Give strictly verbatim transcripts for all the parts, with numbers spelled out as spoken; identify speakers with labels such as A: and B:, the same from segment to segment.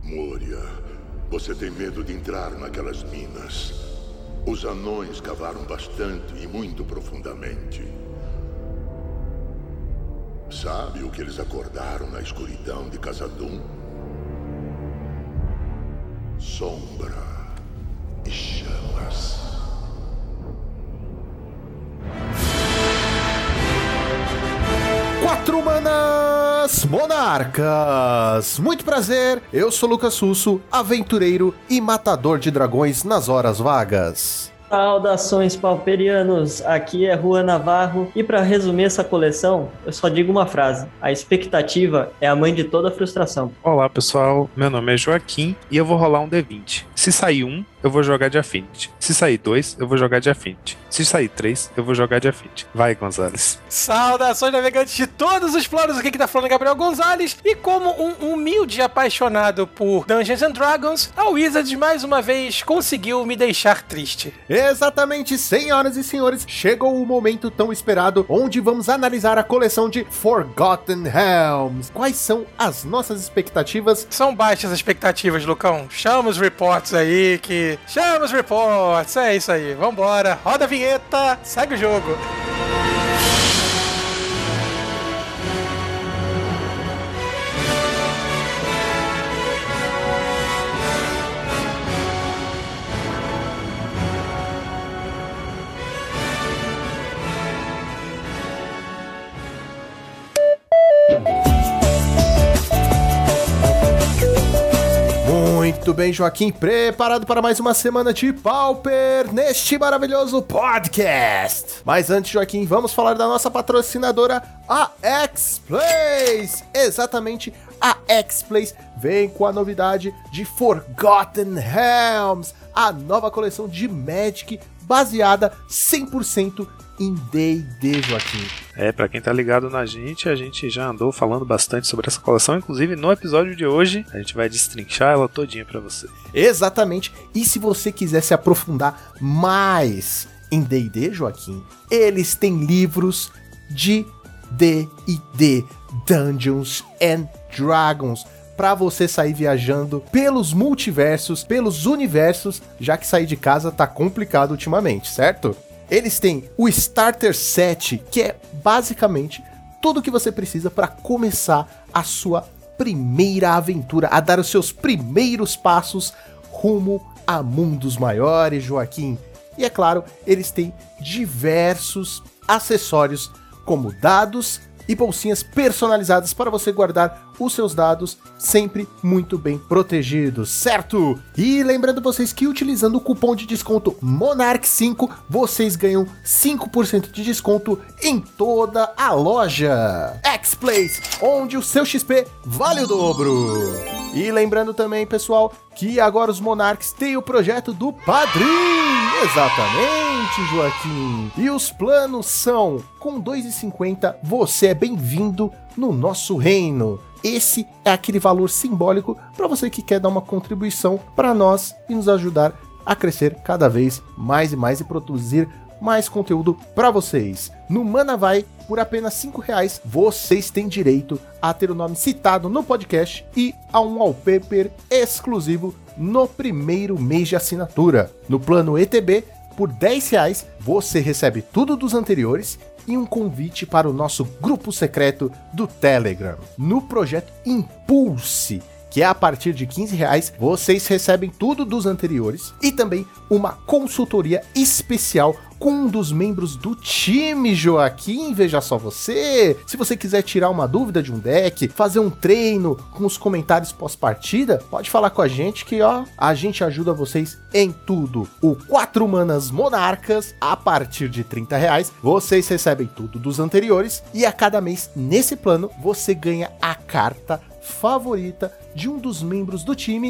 A: Moria, você tem medo de entrar naquelas minas. Os anões cavaram bastante e muito profundamente. Sabe o que eles acordaram na escuridão de Khazad-dûm? Sombra e chamas.
B: Quatro Manas Monarcas! Muito prazer, eu sou Lucas Russo, aventureiro e matador de dragões nas horas vagas.
C: Saudações pauperianos, aqui é Juan Navarro e para resumir essa coleção, eu só digo uma frase: a expectativa é a mãe de toda frustração.
D: Olá pessoal, meu nome é Joaquim e eu vou rolar um D vinte. Se sair um, eu vou jogar de Affinity. Se sair dois, eu vou jogar de Affinity. Se sair três, eu vou jogar de Affinity. Vai, Gonzalez.
E: Saudações navegantes de todos os planos, aqui que tá falando é Gabriel Gonzalez. E como um humilde apaixonado por Dungeons and Dragons, a Wizards mais uma vez conseguiu me deixar triste.
B: Exatamente, senhoras e senhores, chegou o momento tão esperado onde vamos analisar a coleção de Forgotten Realms. Quais são as nossas expectativas?
E: São baixas as expectativas, Lucão. Chama os reports aí, que... Chama os reports, é isso aí. Vambora, roda a vinheta, segue o jogo.
B: Muito bem, Joaquim, preparado para mais uma semana de Pauper neste maravilhoso podcast. Mas antes, Joaquim, vamos falar da nossa patrocinadora, a X-Plays. Exatamente, a X-Plays vem com a novidade de Forgotten Realms, a nova coleção de Magic baseada cem por cento em D e D, Joaquim.
D: É, pra quem tá ligado na gente, a gente já andou falando bastante sobre essa coleção, inclusive no episódio de hoje, a gente vai destrinchar ela todinha pra você.
B: Exatamente, e se você quiser se aprofundar mais em D e D, Joaquim, eles têm livros de D e D, Dungeons and Dragons, pra você sair viajando pelos multiversos, pelos universos, já que sair de casa tá complicado ultimamente, certo? Eles têm o Starter Set, que é basicamente tudo o que você precisa para começar a sua primeira aventura, a dar os seus primeiros passos rumo a mundos maiores, Joaquim. E é claro, eles têm diversos acessórios, como dados e bolsinhas personalizadas para você guardar os seus dados sempre muito bem protegidos, certo? E lembrando vocês que utilizando o cupom de desconto Monark cinco, vocês ganham cinco por cento de desconto em toda a loja. X-Plays, onde o seu X P vale o dobro. E lembrando também, pessoal, que agora os Monarks têm o projeto do Padrim. Exatamente, Joaquim. E os planos são: com dois reais e cinquenta centavos você é bem-vindo no nosso reino. Esse é aquele valor simbólico para você que quer dar uma contribuição para nós e nos ajudar a crescer cada vez mais e mais e produzir mais conteúdo para vocês. No Manavai, por apenas cinco reais, vocês têm direito a ter o nome citado no podcast e a um wallpaper exclusivo no primeiro mês de assinatura. No plano E T B, por dez reais, você recebe tudo dos anteriores e um convite para o nosso grupo secreto do Telegram. No projeto Impulse, que é a partir de quinze reais, vocês recebem tudo dos anteriores e também uma consultoria especial com um dos membros do time, Joaquim. Veja só você, se você quiser tirar uma dúvida de um deck, fazer um treino com os comentários pós-partida, pode falar com a gente que ó, a gente ajuda vocês em tudo. O quatro Manas Monarcas, a partir de trinta reais, vocês recebem tudo dos anteriores e a cada mês nesse plano você ganha a carta favorita de um dos membros do time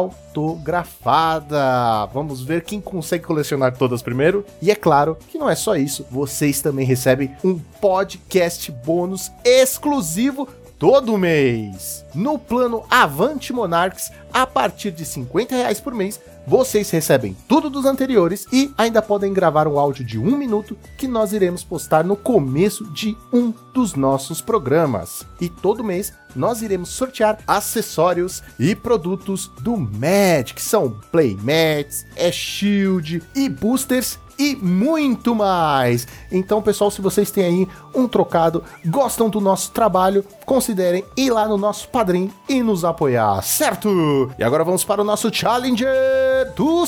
B: autografada. Vamos ver quem consegue colecionar todas primeiro. E é claro que não é só isso, vocês também recebem um podcast bônus exclusivo todo mês. No plano Avante Monarchs, a partir de cinquenta reais por mês, vocês recebem tudo dos anteriores e ainda podem gravar um áudio de um minuto que nós iremos postar no começo de um dos nossos programas. E todo mês nós iremos sortear acessórios e produtos do Magic, que são playmats, é shield e boosters e muito mais. Então, pessoal, se vocês têm aí um trocado, gostam do nosso trabalho, considerem ir lá no nosso Padrim e nos apoiar, certo? E agora vamos para o nosso Challenger do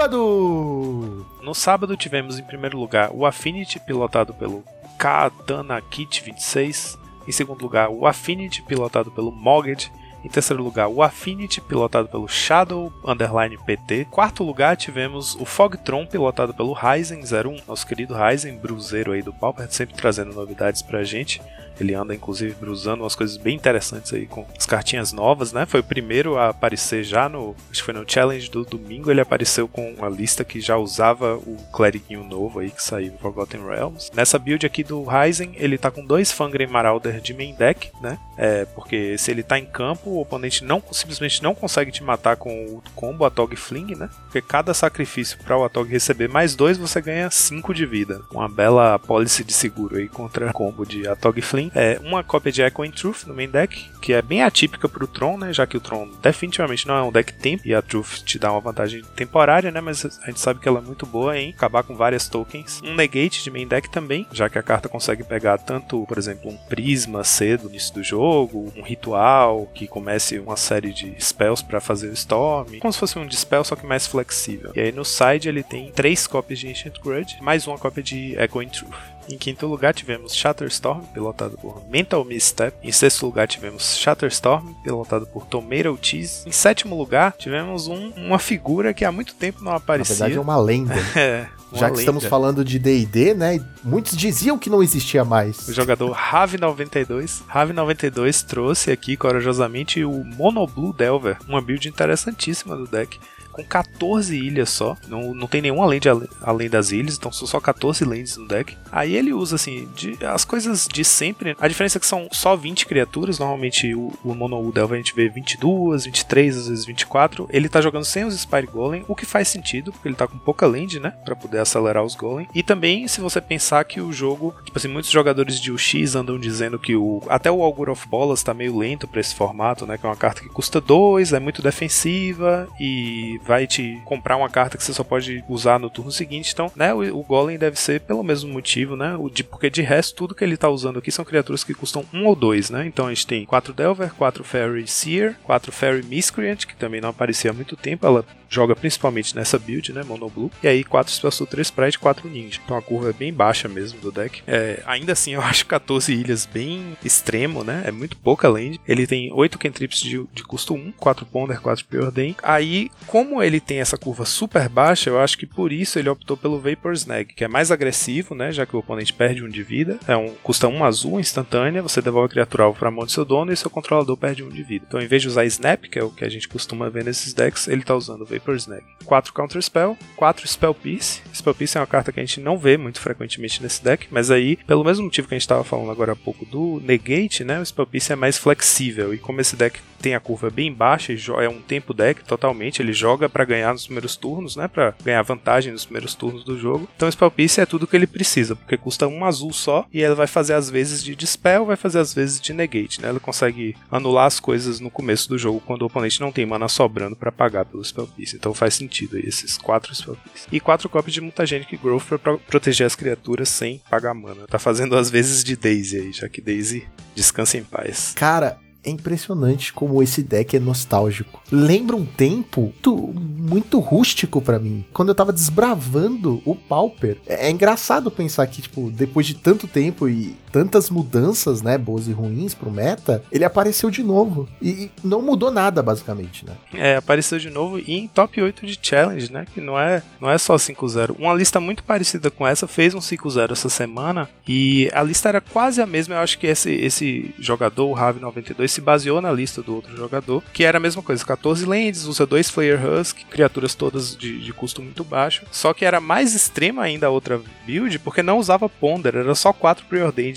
B: sábado.
D: No sábado tivemos em primeiro lugar o Affinity, pilotado pelo Katana Kit vinte e seis. Em segundo lugar, o Affinity, pilotado pelo Mogged. Em terceiro lugar, o Affinity, pilotado pelo Shadow Underline P T. Quarto lugar, tivemos o Fogtron, pilotado pelo Ryzen zero um, nosso querido Ryzen, bruzeiro aí do Pauper, sempre trazendo novidades pra gente. Ele anda, inclusive, brusando umas coisas bem interessantes aí com as cartinhas novas, né? Foi o primeiro a aparecer já no... Acho que foi no Challenge do domingo, ele apareceu com uma lista que já usava o cleriguinho novo aí que saiu, Forgotten Realms. Nessa build aqui do Ryzen, ele tá com dois Fangren Marauder de main deck, né? É, porque se ele tá em campo, o oponente não, simplesmente não consegue te matar com o combo Atog Fling, né? Porque cada sacrifício para o Atog receber mais dois, você ganha cinco de vida. Uma bela policy de seguro aí contra combo de Atog Fling. É uma cópia de Echoing Truth no main deck, que é bem atípica pro Tron, né? Já que o Tron definitivamente não é um deck tempo e a Truth te dá uma vantagem temporária, né? Mas a gente sabe que ela é muito boa em acabar com várias tokens. Um Negate de main deck também, já que a carta consegue pegar tanto, por exemplo, um Prisma cedo no início do jogo, um Ritual que comece uma série de spells para fazer o Storm, como se fosse um Dispel, só que mais flexível. E aí no side ele tem três cópias de Ancient Grudge, mais uma cópia de Echoing Truth. Em quinto lugar tivemos Shatterstorm, pilotado por Mental Misstep. Em sexto lugar tivemos Shatterstorm, pilotado por Tomato Cheese. Em sétimo lugar tivemos um, uma figura que há muito tempo não aparecia.
B: Na verdade é uma lenda.
D: É.
B: Já que lenda. Estamos falando de D e D, né? Muitos diziam que não existia mais.
D: O jogador Ravi noventa e dois. Ravi noventa e dois trouxe aqui corajosamente o Mono Blue Delver, uma build interessantíssima do deck. Com catorze ilhas só, não, não tem nenhuma land além das ilhas, então são só catorze lands no deck. Aí ele usa assim, de, as coisas de sempre. A diferença é que são só vinte criaturas, normalmente o, o Mono Delver a gente vê vinte e duas, vinte e três, às vezes vinte e quatro. Ele tá jogando sem os Spire Golem, o que faz sentido, porque ele tá com pouca land, né, pra poder acelerar os Golem. E também, se você pensar que o jogo, tipo assim, muitos jogadores de U X andam dizendo que o, até o Augur of Bolas tá meio lento pra esse formato, né, que é uma carta que custa dois, é muito defensiva e vai te comprar uma carta que você só pode usar no turno seguinte. Então, né, o, o Golem deve ser pelo mesmo motivo, né, o de, porque de resto tudo que ele tá usando aqui são criaturas que custam um ou dois, né, então a gente tem quatro Delver, quatro Fairy Seer, quatro Fairy Miscreant, que também não aparecia há muito tempo, ela joga principalmente nessa build, né, Mono Blue, e aí quatro Spellstutter, três Sprite e quatro Ninja. Então a curva é bem baixa mesmo do deck. É, ainda assim eu acho catorze ilhas bem extremo, né, é muito pouca land. Ele tem oito cantrips de, de custo um, quatro Ponder, quatro Preordain. Aí, como ele tem essa curva super baixa, eu acho que por isso ele optou pelo Vapor Snag, que é mais agressivo, né, já que o oponente perde um de vida. É um, custa um azul instantânea, você devolve a criatura alvo para a mão do seu dono e seu controlador perde um de vida. Então, em vez de usar Snap, que é o que a gente costuma ver nesses decks, ele tá usando o Vapor Snag. quatro Counter Spell, quatro Spell Piece. Spell Piece é uma carta que a gente não vê muito frequentemente nesse deck, mas aí, pelo mesmo motivo que a gente estava falando agora há pouco do Negate, né, o Spell Piece é mais flexível, e como esse deck tem a curva bem baixa, é um tempo deck totalmente, ele joga para ganhar nos primeiros turnos, né, para ganhar vantagem nos primeiros turnos do jogo. Então o Spell Piece é tudo que ele precisa, porque custa um azul só, e ele vai fazer as vezes de Dispel, vai fazer as vezes de Negate, né, ele consegue anular as coisas no começo do jogo, quando o oponente não tem mana sobrando para pagar pelo Spell Piece. Então faz sentido aí esses quatro Spell Piece. E quatro cópias de Mutagenic Growth para pro- proteger as criaturas sem pagar mana. Tá fazendo as vezes de Daisy aí, já que Daisy descansa em paz.
B: Cara, é impressionante como esse deck é nostálgico. Lembra um tempo muito, muito rústico pra mim, quando eu tava desbravando o Pauper. É, é engraçado pensar que, tipo, depois de tanto tempo e tantas mudanças, né, boas e ruins pro meta, ele apareceu de novo. E, e não mudou nada, basicamente, né?
D: É, apareceu de novo e em top oito de Challenge, né, que não é, não é só cinco zero. Uma lista muito parecida com essa fez um cinco zero essa semana, e a lista era quase a mesma. Eu acho que esse, esse jogador, o Ravi noventa e dois, se baseou na lista do outro jogador, que era a mesma coisa, catorze lands, usa dois Flayer Husk, criaturas todas de, de custo muito baixo, só que era mais extrema ainda a outra build, porque não usava Ponder, era só quatro Preordained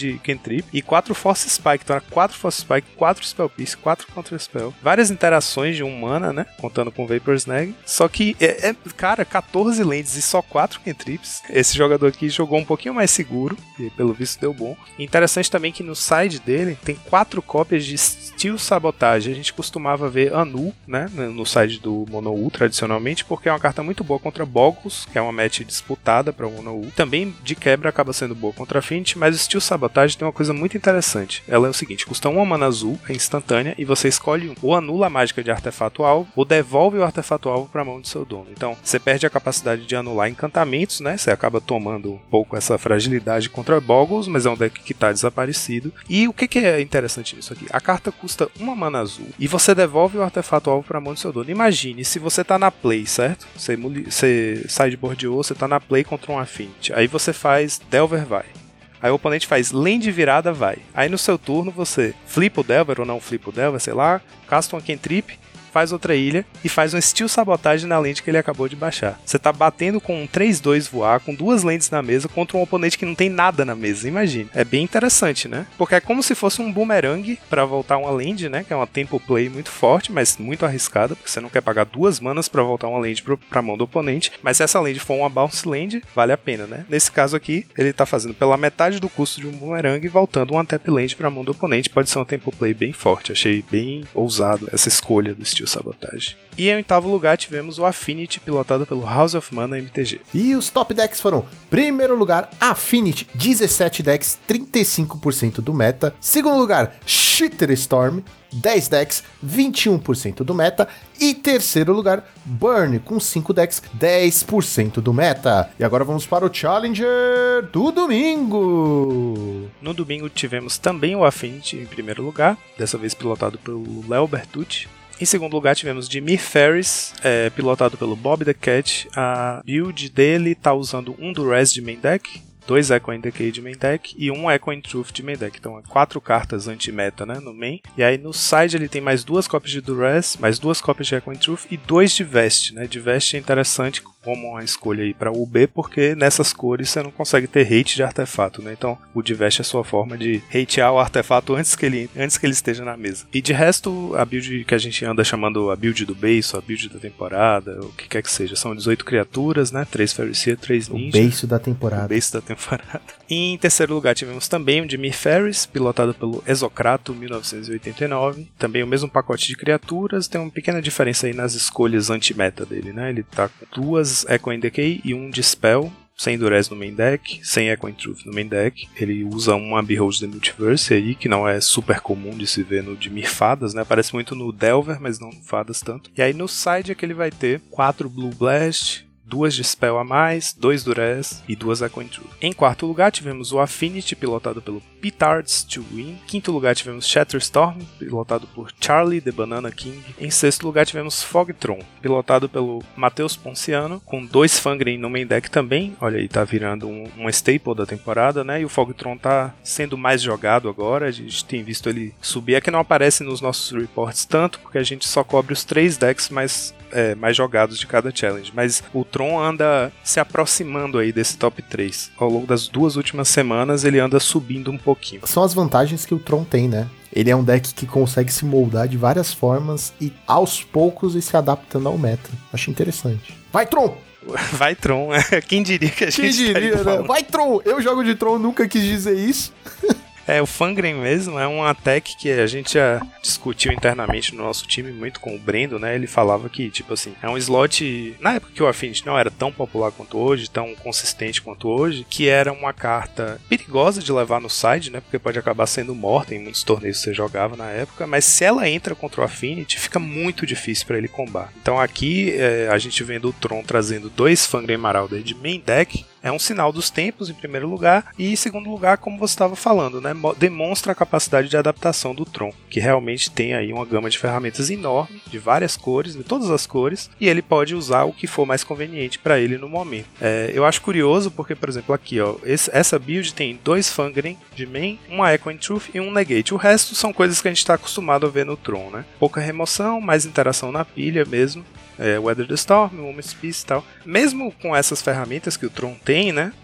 D: de cantrip e quatro Force Spike. Então era quatro Force Spike, quatro Spell Pierce, quatro Counter Spell. Várias interações de um mana, né? Contando com Vapor Snag. Só que, é, é, cara, catorze lands e só quatro cantrips. Esse jogador aqui jogou um pouquinho mais seguro e pelo visto deu bom. Interessante também que no side dele tem quatro cópias de Steel Sabotage. A gente costumava ver Anu, né? No side do Mono-U tradicionalmente, porque é uma carta muito boa contra Boggles, que é uma match disputada para o Mono-U. Também de quebra acaba sendo boa contra Affinity, mas o Steel Sabotage tem uma coisa muito interessante. Ela é o seguinte, custa uma mana azul, é instantânea, e você escolhe um. Ou anula a mágica de artefato alvo, ou devolve o artefato alvo para a mão do seu dono. Então, você perde a capacidade de anular encantamentos, né? Você acaba tomando um pouco essa fragilidade contra Boggles, mas é um deck que está desaparecido. E o que, que é interessante nisso aqui? A carta custa uma mana azul, e você devolve o artefato alvo para a mão do seu dono. Imagine, se você tá na play, certo? Você, você sideboardeou, você tá na play contra um Affinity. Aí você faz Delver vai. Aí o oponente faz land virada vai. Aí no seu turno você flipa o Delver ou não flipa o Delver, sei lá, casta uma cantrip, faz outra ilha e faz um Steel Sabotage na lente que ele acabou de baixar. Você tá batendo com um três dois voar, com duas lentes na mesa, contra um oponente que não tem nada na mesa, imagine. É bem interessante, né? Porque é como se fosse um boomerang pra voltar uma land, né? Que é uma tempo play muito forte, mas muito arriscada, porque você não quer pagar duas manas pra voltar uma land pro, pra mão do oponente. Mas se essa land for uma bounce land, vale a pena, né? Nesse caso aqui, ele tá fazendo pela metade do custo de um boomerang, voltando uma tap land pra mão do oponente. Pode ser uma tempo play bem forte. Achei bem ousado essa escolha do Steel Sabotage. E em oitavo lugar tivemos o Affinity, pilotado pelo House of Mana M T G.
B: E os top decks foram: primeiro lugar, Affinity, dezessete decks, trinta e cinco por cento do meta. Segundo lugar, Shitter Storm, dez decks, vinte e um por cento do meta. E terceiro lugar, Burn, com cinco decks, dez por cento do meta. E agora vamos para o Challenger do domingo.
D: No domingo tivemos também o Affinity em primeiro lugar, dessa vez pilotado pelo Léo Bertucci. Em segundo lugar tivemos Dimir Ferris, é, pilotado pelo Bob the Cat. A build dele tá usando um Duress de main deck, dois Echo and Decay de main deck e um Echo and Truth de main deck. Então é quatro cartas anti-meta, né, no main. E aí no side ele tem mais duas cópias de Duress, mais duas cópias de Echo and Truth e dois de Vest, né. De Vest é interessante como uma escolha aí para U B, porque nessas cores você não consegue ter hate de artefato, né? Então o Divest é a sua forma de hatear o artefato antes que ele, antes que ele esteja na mesa. E de resto, a build que a gente anda chamando a build do beiço, a build da temporada, o que quer que seja, são dezoito criaturas, né? três Ferricia, três Ninja.
B: O beiço da temporada.
D: O beiço da temporada. E em terceiro lugar tivemos também o Dimir Ferris, pilotado pelo Exocrato mil novecentos e oitenta e nove. Também o mesmo pacote de criaturas, tem uma pequena diferença aí nas escolhas anti-meta dele, né? Ele tá com duas Echo and Decay e um Dispel, sem Duress no main deck, sem Echo and Truth no main deck. Ele usa uma Behold the Multiverse aí, que não é super comum de se ver no Dimir Fadas, né? Aparece muito no Delver, mas não no Fadas tanto. E aí no side é que ele vai ter quatro Blue Blast, duas Dispel a mais, dois Duress e duas Echo and Truth. Em quarto lugar tivemos o Affinity, pilotado pelo Petards to Win. Em quinto lugar tivemos Shatterstorm, pilotado por Charlie the Banana King. Em sexto lugar tivemos Fogtron, pilotado pelo Matheus Ponciano, com dois Fangren no main deck também. Olha aí, tá virando um, um staple da temporada, né? E o Fogtron tá sendo mais jogado agora, a gente tem visto ele subir. É que não aparece nos nossos reports tanto, porque a gente só cobre os três decks mais, é, mais jogados de cada challenge. Mas o Tron anda se aproximando aí desse top três. Ao longo das duas últimas semanas ele anda subindo um pouquinho.
B: São as vantagens que o Tron tem, né? Ele é um deck que consegue se moldar de várias formas e aos poucos ir se adaptando ao meta. Acho interessante. Vai, Tron!
D: Vai, Tron. Quem diria que a gente
B: Quem diria, né? Vai, Tron! Eu jogo de Tron, nunca quis dizer isso.
D: É, o Fangren mesmo é um attack que a gente já discutiu internamente no nosso time muito com o Brendo, né? Ele falava que, tipo assim, é um slot, na época que o Affinity não era tão popular quanto hoje, tão consistente quanto hoje, que era uma carta perigosa de levar no side, né? Porque pode acabar sendo morta em muitos torneios que você jogava na época, mas se ela entra contra o Affinity, fica muito difícil pra ele combar. Então aqui, é, a gente vendo o Tron trazendo dois Fangren Marauder de main deck, é um sinal dos tempos, em primeiro lugar, e em segundo lugar, como você estava falando, né, demonstra a capacidade de adaptação do Tron, que realmente tem aí uma gama de ferramentas enorme, de várias cores, de todas as cores, e ele pode usar o que for mais conveniente para ele no momento. É, eu acho curioso porque, por exemplo, aqui, ó, esse, essa build tem dois Fangren de main, uma Echo and Truth e um Negate. O resto são coisas que a gente está acostumado a ver no Tron, né? Pouca remoção, mais interação na pilha mesmo. É, Weather the Storm, Woman's Peace e tal. Mesmo com essas ferramentas que o Tron tem, né?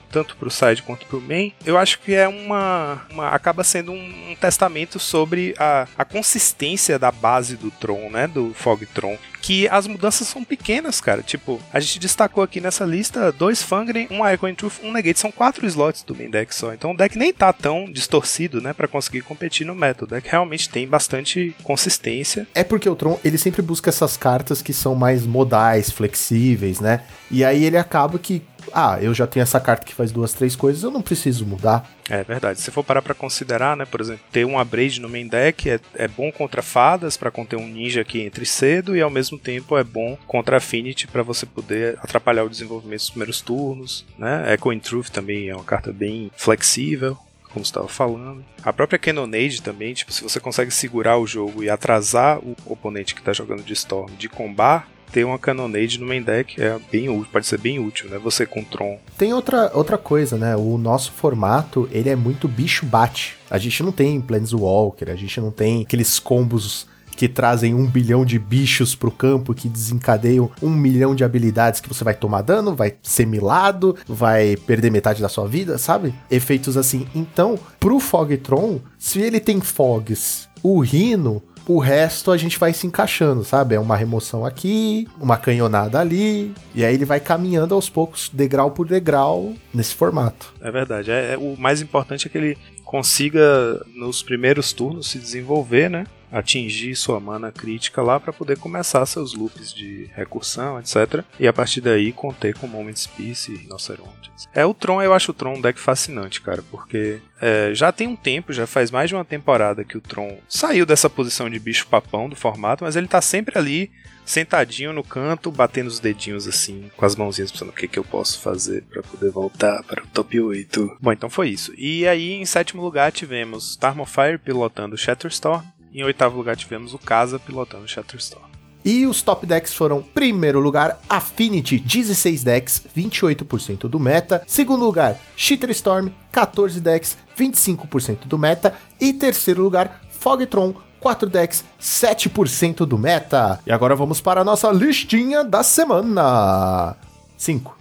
D: tanto pro side quanto pro main, eu acho que é uma, uma acaba sendo um, um testamento sobre a, a consistência da base do Tron, né, do Fog Tron, que as mudanças são pequenas, cara. Tipo, a gente destacou aqui nessa lista dois Fangren, um Echoing Truth, um Negate, são quatro slots do main deck só, então o deck nem tá tão distorcido, né, pra conseguir competir no meta. O deck realmente tem bastante consistência.
B: É porque o Tron, ele sempre busca essas cartas que são mais modais, flexíveis, né, e aí ele acaba que, ah, eu já tenho essa carta que faz duas, três coisas, eu não preciso mudar.
D: É verdade. Se for parar pra considerar, né, por exemplo, ter um Abrade no main deck é, é bom contra fadas, pra conter um ninja que entre cedo, e ao mesmo tempo é bom contra Affinity pra você poder atrapalhar o desenvolvimento dos primeiros turnos, né? Echoing Truth também é uma carta bem flexível, como você estava falando. A própria Cannonade também, tipo, se você consegue segurar o jogo e atrasar o oponente que tá jogando de Storm de combar, ter uma Cannonade no main deck é bem útil, pode ser bem útil, né? Você com Tron.
B: Tem outra, outra coisa, né? O nosso formato, ele é muito bicho bate. A gente não tem Planeswalker, a gente não tem aqueles combos que trazem um bilhão de bichos pro campo, que desencadeiam um milhão de habilidades que você vai tomar dano, vai ser milado, vai perder metade da sua vida, sabe? Efeitos assim. Então, pro Fogtron, se ele tem Fogs, o Rhino, o resto a gente vai se encaixando, sabe? É uma remoção aqui, uma canhonada ali, e aí ele vai caminhando aos poucos, degrau por degrau, nesse formato.
D: É verdade. É, é, o mais importante é que ele consiga, nos primeiros turnos, se desenvolver, né? Atingir sua mana crítica lá para poder começar seus loops de recursão, etcétera. E a partir daí conter com Moment's Peace e Rhinocerontes. É, o Tron, eu acho o Tron um deck fascinante, cara, porque é, já tem um tempo, já faz mais de uma temporada que o Tron saiu dessa posição de bicho papão do formato, mas ele tá sempre ali, sentadinho no canto, batendo os dedinhos assim, com as mãozinhas, pensando o que, que eu posso fazer para poder voltar para o top oito. Bom, então foi isso. E aí, em sétimo lugar, tivemos Tarmophire pilotando Shatterstorm. Em oitavo lugar tivemos o Kasa pilotando Shatterstorm.
B: E os top decks foram, primeiro lugar, Affinity, dezesseis decks, vinte e oito por cento do meta. Segundo lugar, Shitterstorm, quatorze decks, vinte e cinco por cento do meta. E terceiro lugar, Fogtron, quatro decks, sete por cento do meta. E agora vamos para a nossa listinha da semana. Cinco.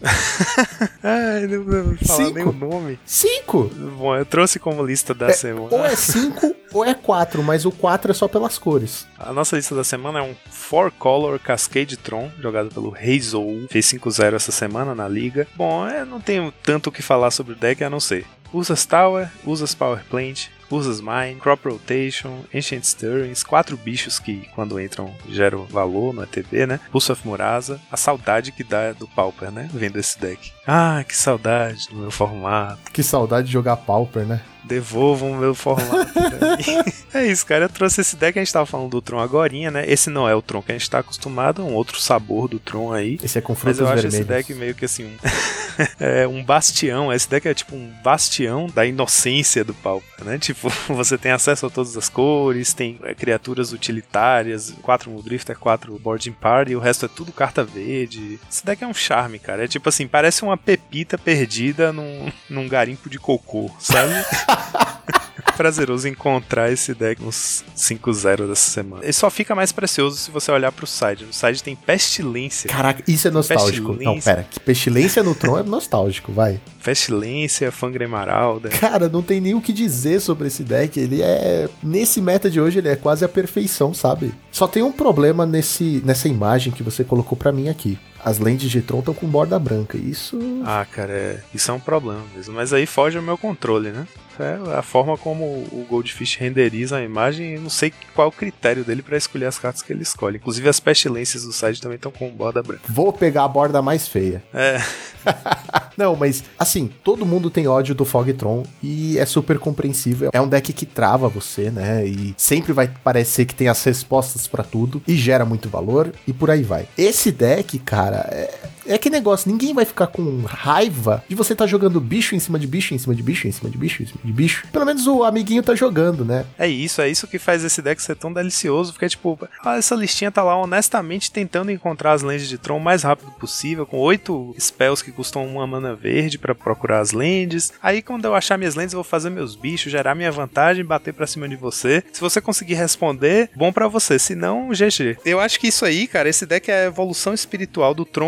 D: Ai, não vou falar
B: cinco?
D: nem o nome.
B: Cinco?
D: Bom, eu trouxe como lista da
B: é,
D: semana.
B: Ou é cinco ou é quatro, mas o quatro é só pelas cores.
D: A nossa lista da semana é um four color Cascade Tron, jogado pelo Heizou. Fez cinco zero essa semana na liga. Bom, eu não tenho tanto o que falar sobre o deck, a não ser Usas Tower, Usas Power Plant, Usas Mine, Crop Rotation, Ancient Stirrings, quatro bichos que quando entram geram valor no E T B, né? Pulse of Murasa, a saudade que dá do Pauper, né? Vendo esse deck. Ah, que saudade do meu formato.
B: Que saudade de jogar Pauper, né?
D: Devolvam o meu formato pra mim. É isso, cara. Eu trouxe esse deck, a gente tava falando do Tron agorinha, né? Esse não é o Tron que a gente tá acostumado, é um outro sabor do Tron aí.
B: Esse é com frutas
D: vermelhas. Mas eu
B: vermelhas.
D: acho esse deck meio que assim, um, é um bastião. Esse deck é tipo um bastião da inocência do Pauper, né? Tipo, você tem acesso a todas as cores, tem é, criaturas utilitárias, quatro Muldrifter, quatro Boarding Party, e o resto é tudo carta verde. Esse deck é um charme, cara. É tipo assim, parece uma pepita perdida num, num garimpo de cocô, sabe? Prazeroso encontrar esse deck nos cinco zero dessa semana. Ele só fica mais precioso se você olhar pro side. No side tem Pestilência.
B: Caraca, isso é nostálgico.
D: Pestilência.
B: Não, pera. Que Pestilência no Tron é nostálgico, vai.
D: Pestilência, Fangren Marauder.
B: Cara, não tem nem o que dizer sobre esse deck. Ele é... Nesse meta de hoje, ele é quase a perfeição, sabe? Só tem um problema nesse, nessa imagem que você colocou pra mim aqui. As lentes de Tron estão com borda branca. Isso...
D: Ah, cara, é... isso é um problema mesmo. Mas aí foge ao meu controle, né? É a forma como o Goldfish renderiza a imagem, eu não sei qual é o critério dele pra escolher as cartas que ele escolhe. Inclusive as pestilências do site também estão com borda branca.
B: Vou pegar a borda mais feia.
D: É.
B: Não, mas assim, todo mundo tem ódio do Fogtron e é super compreensível. É um deck que trava você, né? E sempre vai parecer que tem as respostas pra tudo e gera muito valor e por aí vai. Esse deck, cara, é... É que negócio, ninguém vai ficar com raiva de você tá jogando bicho em cima de bicho, em cima de bicho, em cima de bicho, em cima de bicho. Pelo menos o amiguinho tá jogando, né?
D: É isso, é isso que faz esse deck ser tão delicioso, porque tipo, ah, essa listinha tá lá honestamente tentando encontrar as lands de Tron o mais rápido possível, com oito spells que custam uma mana verde pra procurar as lands. Aí quando eu achar minhas lands eu vou fazer meus bichos, gerar minha vantagem, bater pra cima de você. Se você conseguir responder, bom pra você, se não, G G. Eu acho que isso aí, cara, esse deck é a evolução espiritual do Tron bichão,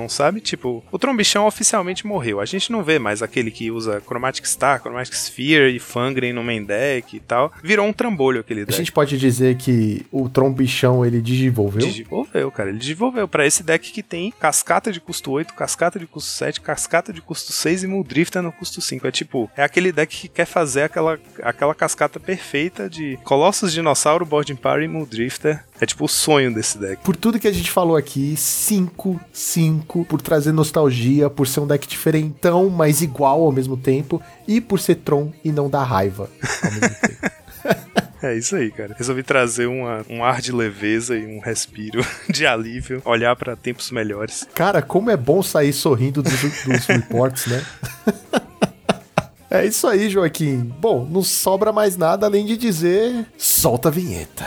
D: Trombichão, sabe? Tipo, o Trombichão oficialmente morreu. A gente não vê mais aquele que usa Chromatic Star, Chromatic Sphere e Fangren no main deck e tal. Virou um trambolho aquele deck.
B: A gente pode dizer que o Trombichão, ele digivolveu?
D: Digivolveu, cara. Ele digivolveu pra esse deck que tem cascata de custo oito, cascata de custo sete, cascata de custo seis e Muldrifter no custo cinco. É tipo, é aquele deck que quer fazer aquela, aquela cascata perfeita de Colossus, Dinossauro, Boarding Power e Muldrifter. É tipo o sonho desse deck.
B: Por tudo que a gente falou aqui, cinco, cinco, por trazer nostalgia, por ser um deck diferentão, mas igual ao mesmo tempo, e por ser Tron e não dar raiva ao mesmo tempo.
D: É isso aí, cara. Resolvi trazer uma, um ar de leveza e um respiro de alívio, olhar pra tempos melhores.
B: Cara, como é bom sair sorrindo dos, dos reports, né? É isso aí, Joaquim. Bom, não sobra mais nada além de dizer... Solta a vinheta.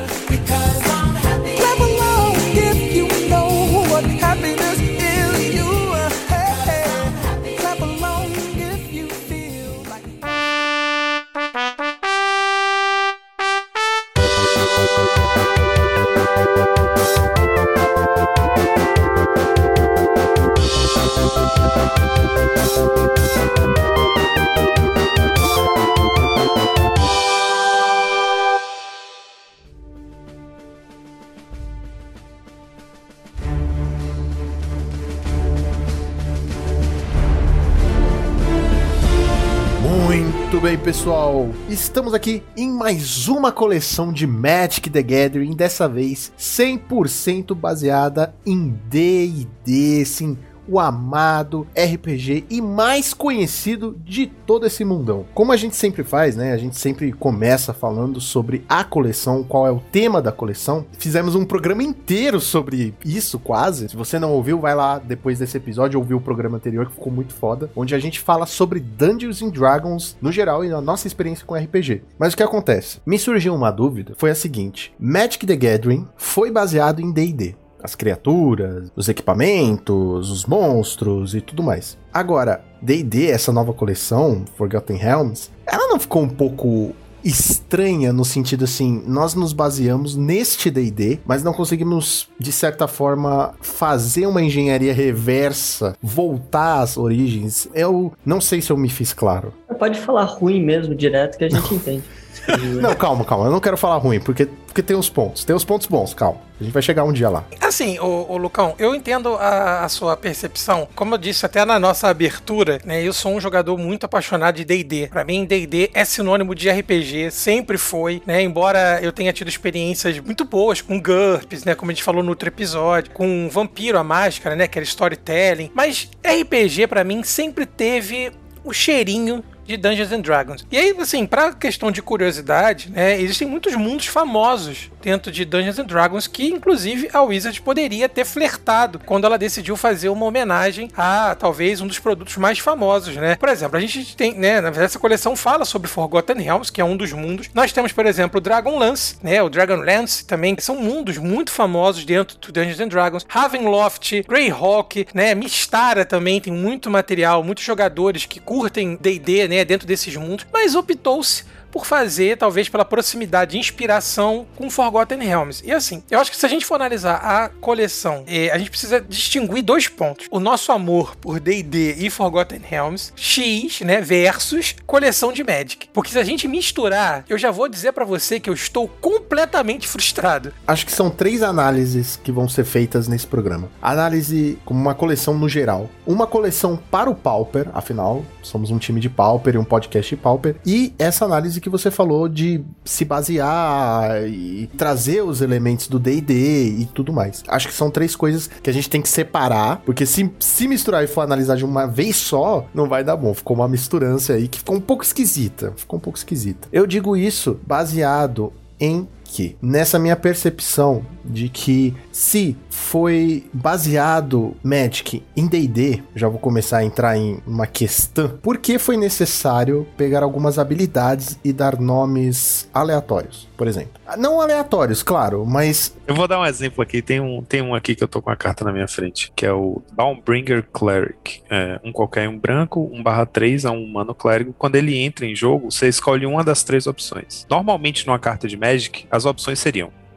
B: Muito bem, pessoal, estamos aqui em mais uma coleção de Magic the Gathering, dessa vez cem por cento baseada em D e D, sim, o amado R P G e mais conhecido de todo esse mundão. Como a gente sempre faz, né, a gente sempre começa falando sobre a coleção, qual é o tema da coleção. Fizemos um programa inteiro sobre isso, quase. Se você não ouviu, vai lá depois desse episódio ouvir o programa anterior, que ficou muito foda, onde a gente fala sobre Dungeons and Dragons no geral e a nossa experiência com R P G. Mas o que acontece? Me surgiu uma dúvida, foi a seguinte: Magic the Gathering foi baseado em D e D. As criaturas, os equipamentos, os monstros e tudo mais. Agora, D e D, essa nova coleção, Forgotten Realms, ela não ficou um pouco estranha no sentido assim, nós nos baseamos neste D e D, mas não conseguimos, de certa forma, fazer uma engenharia reversa, voltar às origens? Eu não sei se eu me fiz claro.
C: Pode falar ruim mesmo, direto, que a gente entende.
B: Não, calma, calma, eu não quero falar ruim, porque, porque tem os pontos, tem os pontos bons, calma. A gente vai chegar um dia lá.
E: Assim, ô, ô Lucão, eu entendo a, a sua percepção. Como eu disse até na nossa abertura, né, eu sou um jogador muito apaixonado de D e D. Pra mim, D e D é sinônimo de R P G, sempre foi, né, embora eu tenha tido experiências muito boas com GURPS, né, como a gente falou no outro episódio, com Vampiro, a Máscara, né, que era storytelling, mas R P G pra mim sempre teve o cheirinho de Dungeons and Dragons. E aí, assim, pra questão de curiosidade, né, existem muitos mundos famosos dentro de Dungeons and Dragons que, inclusive, a Wizard poderia ter flertado quando ela decidiu fazer uma homenagem a, talvez, um dos produtos mais famosos, né? Por exemplo, a gente tem, né, na verdade, essa coleção fala sobre Forgotten Realms, que é um dos mundos. Nós temos, por exemplo, o Dragonlance, né, o Dragonlance também, que são mundos muito famosos dentro do Dungeons and Dragons. Ravenloft, Greyhawk, né, Mystara também tem muito material, muitos jogadores que curtem D e D, né, dentro desses mundos, mas optou-se por fazer, talvez pela proximidade de inspiração com Forgotten Realms. E assim, eu acho que se a gente for analisar a coleção, eh, a gente precisa distinguir dois pontos. O nosso amor por D e D e Forgotten Realms, X, né, versus coleção de Magic. Porque se a gente misturar, eu já vou dizer pra você que eu estou completamente frustrado.
B: Acho que são três análises que vão ser feitas nesse programa. Análise como uma coleção no geral. Uma coleção para o Pauper, afinal, somos um time de Pauper e um podcast de Pauper. E essa análise que você falou de se basear e trazer os elementos do D e D e tudo mais. Acho que são três coisas que a gente tem que separar, porque se, se misturar e for analisar de uma vez só, não vai dar bom. Ficou uma misturância aí que ficou um pouco esquisita. Ficou um pouco esquisita. Eu digo isso baseado em que, nessa minha percepção de que se foi baseado Magic em D e D, já vou começar a entrar em uma questão, por que foi necessário pegar algumas habilidades e dar nomes aleatórios, por exemplo? Não aleatórios, claro, mas...
D: Eu vou dar um exemplo aqui, tem um, tem um aqui que eu tô com a carta na minha frente, que é o Dawnbringer Cleric. É, um qualquer, um branco, um barra três, é um humano clérigo. Quando ele entra em jogo, você escolhe uma das três opções. Normalmente, numa carta de Magic, as opções seriam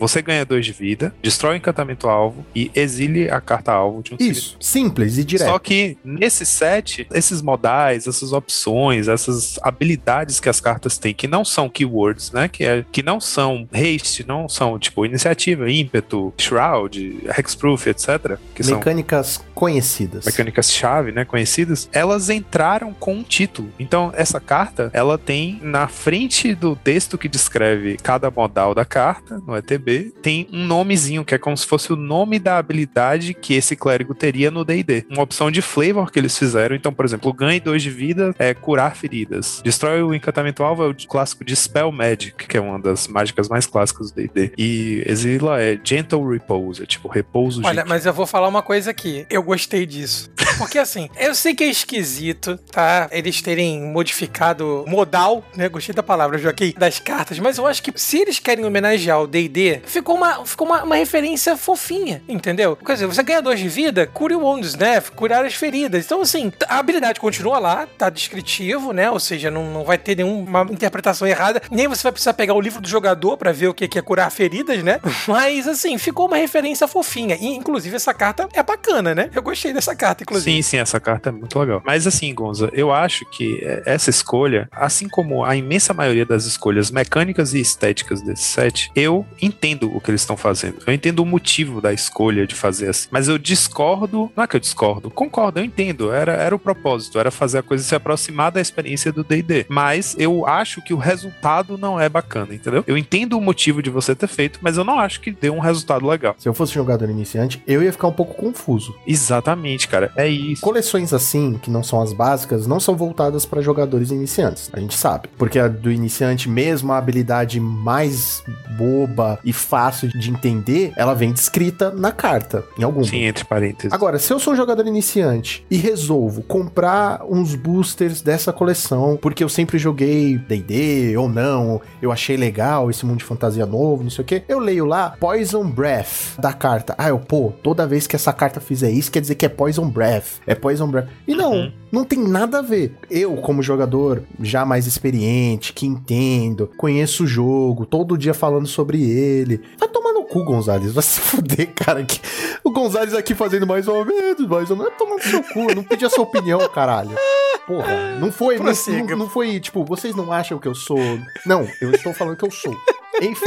D: você ganha dois de vida, destrói o encantamento alvo e exile a carta alvo de um
B: Isso, simples e direto.
D: Só que nesse set, esses modais, essas opções, essas habilidades que as cartas têm, que não são keywords, né? Que, é, que não são haste, não são tipo iniciativa, ímpeto, shroud, hexproof, etcétera. Que
B: mecânicas
D: são
B: conhecidas.
D: Mecânicas-chave, né? Conhecidas. Elas entraram com um título. Então, essa carta, ela tem na frente do texto que descreve cada modal da carta, no E T B, tem um nomezinho, que é como se fosse o nome da habilidade que esse clérigo teria no D e D. Uma opção de flavor que eles fizeram. Então, por exemplo, ganhe dois de vida é curar feridas. Destrói o encantamento alvo é o clássico de Spell Magic, que é uma das mágicas mais clássicas do D e D. E exila é Gentle Repose, é tipo repouso.
E: Olha,
D: gentil.
E: Mas eu vou falar uma coisa aqui. Eu gostei disso. Porque assim, eu sei que é esquisito, tá? Eles terem modificado modal, né? Gostei da palavra, Joaquim, das cartas. Mas eu acho que se eles querem homenagear o D e D, ficou uma, ficou uma, uma referência fofinha, entendeu? Quer dizer, você ganha dois de vida, cure wounds, né? Curar as feridas. Então, assim, a habilidade continua lá, tá descritivo, né? Ou seja, não, não vai ter nenhuma interpretação errada. Nem você vai precisar pegar o livro do jogador pra ver o que é curar feridas, né? Mas, assim, ficou uma referência fofinha. E, inclusive, essa carta é bacana, né? Eu gostei dessa carta, inclusive.
D: Sim, sim, essa carta é muito legal. Mas, assim, Gonza, eu acho que essa escolha, assim como a imensa maioria das escolhas mecânicas e estéticas desse set, eu entendo o que eles estão fazendo. Eu entendo o motivo da escolha de fazer assim. Mas eu discordo, não é que eu discordo, concordo, eu entendo. Era, era o propósito, era fazer a coisa se aproximar da experiência do D e D. Mas eu acho que o resultado não é bacana, entendeu? Eu entendo o motivo de você ter feito, mas eu não acho que deu um resultado legal.
B: Se eu fosse jogador iniciante, eu ia ficar um pouco confuso.
D: Exatamente, cara. É isso.
B: Coleções assim, que não são as básicas, não são voltadas para jogadores iniciantes. A gente sabe. Porque a do iniciante, mesmo a habilidade mais boba e fácil de entender, ela vem descrita na carta, em algum.
D: Sim, entre parênteses.
B: Agora, se eu sou um jogador iniciante e resolvo comprar uns boosters dessa coleção, porque eu sempre joguei D e D ou não, eu achei legal esse mundo de fantasia novo, não sei o que, eu leio lá Poison Breath da carta. Ah, eu, pô, toda vez que essa carta fizer isso, quer dizer que é Poison Breath. É Poison Breath. E não, uhum. não tem nada a ver. Eu, como jogador já mais experiente, que entendo, conheço o jogo, todo dia falando sobre ele. Vai tomar no cu, Gonzalez. Vai se fuder, cara. Que... O Gonzalez aqui fazendo mais ou menos, mais ou menos. Vai tomar no seu cu. Eu não pedi a sua opinião, caralho. Porra, não foi, não, não, não foi, tipo, vocês não acham que eu sou... Não, eu estou falando que eu sou. Enfim.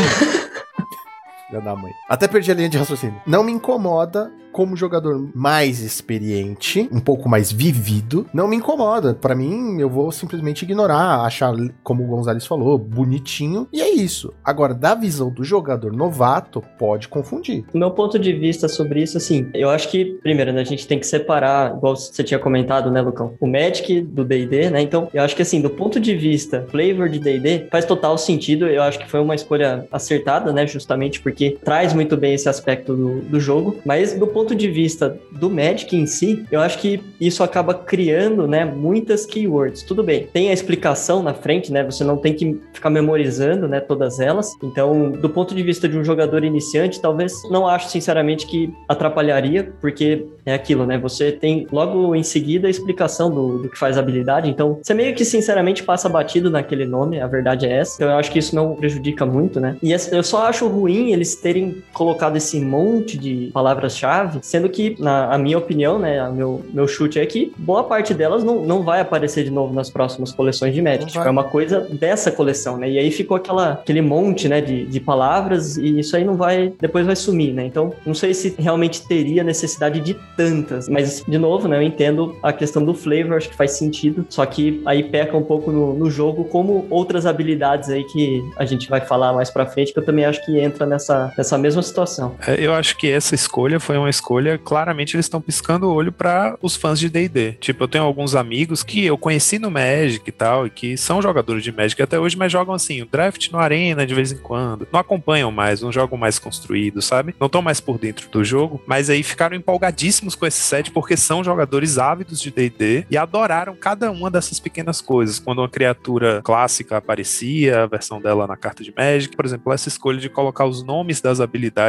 B: Filha da mãe. Até perdi a linha de raciocínio. Não me incomoda como jogador mais experiente, um pouco mais vivido, não me incomoda. Pra mim, eu vou simplesmente ignorar, achar, como o Gonzalez falou, bonitinho, e é isso. Agora, da visão do jogador novato, pode confundir.
C: O meu ponto de vista sobre isso, assim, eu acho que, primeiro, né, a gente tem que separar, igual você tinha comentado, né, Lucão, o Magic do D e D, né, então, eu acho que, assim, do ponto de vista flavor de D e D, faz total sentido, eu acho que foi uma escolha acertada, né, justamente porque traz muito bem esse aspecto do, do jogo, mas do ponto ponto de vista do Magic em si, eu acho que isso acaba criando, né, muitas keywords. Tudo bem, tem a explicação na frente, né, você não tem que ficar memorizando, né, todas elas. Então, do ponto de vista de um jogador iniciante, talvez não acho, sinceramente, que atrapalharia, porque é aquilo, né, você tem logo em seguida a explicação do, do que faz a habilidade, então você meio que, sinceramente, passa batido naquele nome, a verdade é essa. Então, eu acho que isso não prejudica muito, né. E eu só acho ruim eles terem colocado esse monte de palavras-chave, sendo que, na a minha opinião, né, o meu, meu chute é que boa parte delas não, não vai aparecer de novo nas próximas coleções de Magic. Tipo, é uma coisa dessa coleção, né? E aí ficou aquela, aquele monte, né, de, de palavras e isso aí não vai, depois vai sumir, né? Então, não sei se realmente teria necessidade de tantas, mas, de novo, né, eu entendo a questão do flavor, acho que faz sentido, só que aí peca um pouco no, no jogo, como outras habilidades aí que a gente vai falar mais pra frente, que eu também acho que entra nessa, nessa mesma situação.
D: É, eu acho que essa escolha foi uma escolha, claramente eles estão piscando o olho para os fãs de D e D. Tipo, eu tenho alguns amigos que eu conheci no Magic e tal, e que são jogadores de Magic até hoje, mas jogam assim, o draft no Arena de vez em quando, não acompanham mais, não jogam mais construído, sabe? Não estão mais por dentro do jogo, mas aí ficaram empolgadíssimos com esse set porque são jogadores ávidos de D e D e adoraram cada uma dessas pequenas coisas. Quando uma criatura clássica aparecia, a versão dela na carta de Magic, por exemplo, essa escolha de colocar os nomes das habilidades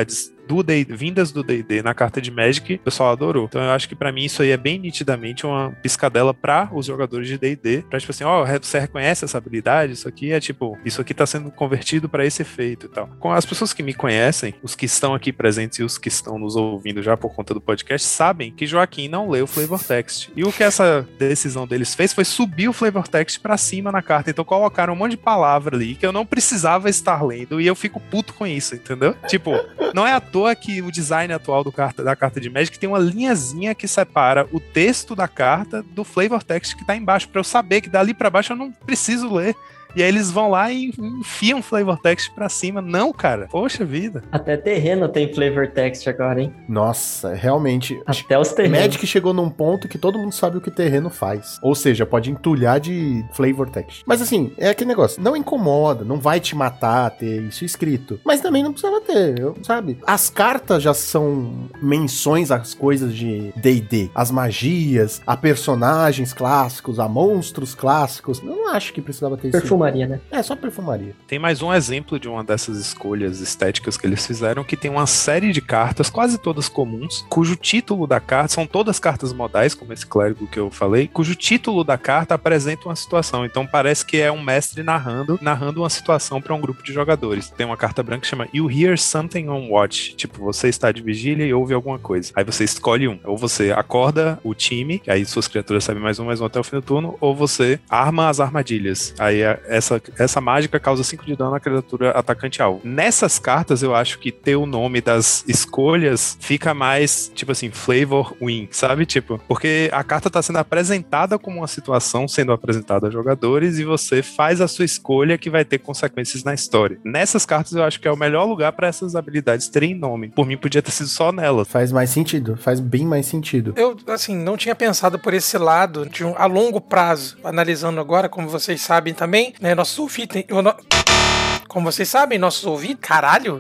D: do D e D, vindas do D e D na carta de Magic, o pessoal adorou. Então eu acho que pra mim isso aí é bem nitidamente uma piscadela pra os jogadores de D e D, pra tipo assim, ó, oh, você reconhece essa habilidade? Isso aqui é tipo, isso aqui tá sendo convertido pra esse efeito e tal. Com as pessoas que me conhecem, os que estão aqui presentes e os que estão nos ouvindo já por conta do podcast, sabem que Joaquim não leu o Flavor Text. E o que essa decisão deles fez foi subir o Flavor Text pra cima na carta. Então colocaram um monte de palavra ali que eu não precisava estar lendo e eu fico puto com isso, entendeu? Tipo, não é à toa que o design atual do carta, da carta de Magic tem uma linhazinha que separa o texto da carta do Flavor Text que tá embaixo, pra eu saber que dali pra baixo eu não preciso ler. E aí eles vão lá e enfiam Flavor Text pra cima. Não, cara. Poxa vida.
C: Até terreno tem Flavor Text agora, hein?
B: Nossa, realmente.
C: Até os terrenos.
B: Magic chegou num ponto que todo mundo sabe o que terreno faz. Ou seja, pode entulhar de Flavor Text. Mas assim, é aquele negócio. Não incomoda, não vai te matar ter isso escrito. Mas também não precisava ter, sabe? As cartas já são menções às coisas de D e D. As magias, a personagens clássicos, a monstros clássicos. Eu não acho que precisava ter isso.
C: Perfumaria. Né?
B: É, só perfumaria.
D: Tem mais um exemplo de uma dessas escolhas estéticas que eles fizeram, que tem uma série de cartas, quase todas comuns, cujo título da carta, são todas cartas modais, como esse clérigo que eu falei, cujo título da carta apresenta uma situação. Então parece que é um mestre narrando, narrando uma situação para um grupo de jogadores. Tem uma carta branca que chama You Hear Something on Watch. Tipo, você está de vigília e ouve alguma coisa. Aí você escolhe um. Ou você acorda o time, que aí suas criaturas sabem mais um, mais um até o fim do turno, ou você arma as armadilhas. Aí é Essa, essa mágica causa cinco de dano na criatura atacante alvo. Nessas cartas, eu acho que ter o nome das escolhas fica mais, tipo assim, flavor win, sabe? Tipo, porque a carta tá sendo apresentada como uma situação sendo apresentada a jogadores e você faz a sua escolha que vai ter consequências na história. Nessas cartas, eu acho que é o melhor lugar para essas habilidades terem nome. Por mim, podia ter sido só nelas.
B: Faz mais sentido, faz bem mais sentido.
E: Eu, assim, não tinha pensado por esse lado de um, a longo prazo, analisando agora, como vocês sabem também, né, nossos ouvintes, eu, no... como vocês sabem, nossos ouvintes, caralho,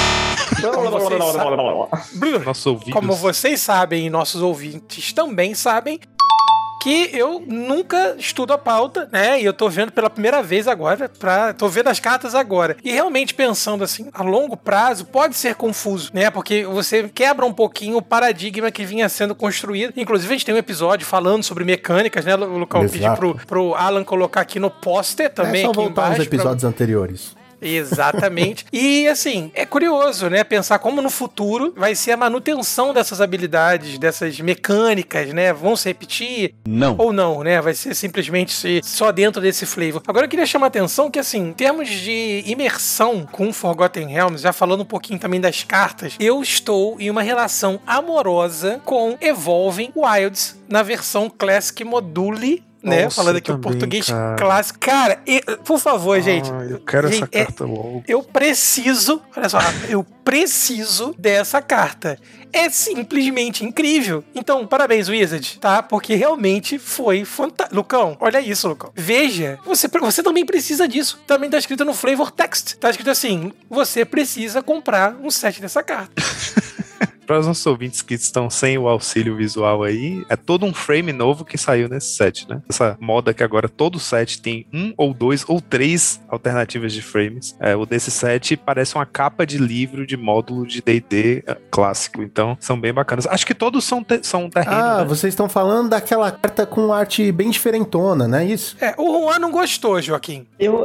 E: como vocês, sa...
D: nossos ouvidos.
E: Como vocês sabem e nossos ouvintes também sabem, que eu nunca estudo a pauta, né, e eu tô vendo pela primeira vez agora, pra, tô vendo as cartas agora, e realmente pensando assim, a longo prazo pode ser confuso, né, porque você quebra um pouquinho o paradigma que vinha sendo construído. Inclusive a gente tem um episódio falando sobre mecânicas, né, Lucão?
B: Exato.
E: Pedi pro, pro Alan colocar aqui no póster também,
B: é só
E: aqui
B: voltar
E: embaixo.
B: Nos episódios pra... anteriores.
E: Exatamente. E assim, é curioso, né? Pensar como no futuro vai ser a manutenção dessas habilidades, dessas mecânicas, né? Vão se repetir?
B: Não.
E: Ou não, né? Vai ser simplesmente ser só dentro desse flavor. Agora eu queria chamar a atenção que, assim, em termos de imersão com Forgotten Realms, já falando um pouquinho também das cartas, eu estou em uma relação amorosa com Evolving Wilds na versão Classic Module, né?
D: Nossa,
E: falando aqui
D: também,
E: o português
D: cara.
E: clássico. Cara, e, por favor,
D: ah,
E: gente.
D: Eu quero
E: gente,
D: essa carta
E: é,
D: logo.
E: Eu preciso, olha só, eu preciso dessa carta. É simplesmente incrível. Então, parabéns, Wizard, tá? Porque realmente foi fantástico. Lucão, olha isso, Lucão. Veja, você, você também precisa disso. Também tá escrito no Flavor Text. Tá escrito assim, você precisa comprar um set dessa carta.
D: Para os nossos ouvintes que estão sem o auxílio visual aí, é todo um frame novo que saiu nesse set, né? Essa moda que agora todo set tem um ou dois ou três alternativas de frames. É, o desse set parece uma capa de livro de módulo de D e D clássico, então são bem bacanas. Acho que todos são, te são terreno,
B: Ah,
D: né?
B: vocês estão falando daquela carta com arte bem diferentona, não é isso?
E: É, o Juan não gostou, Joaquim.
C: Eu...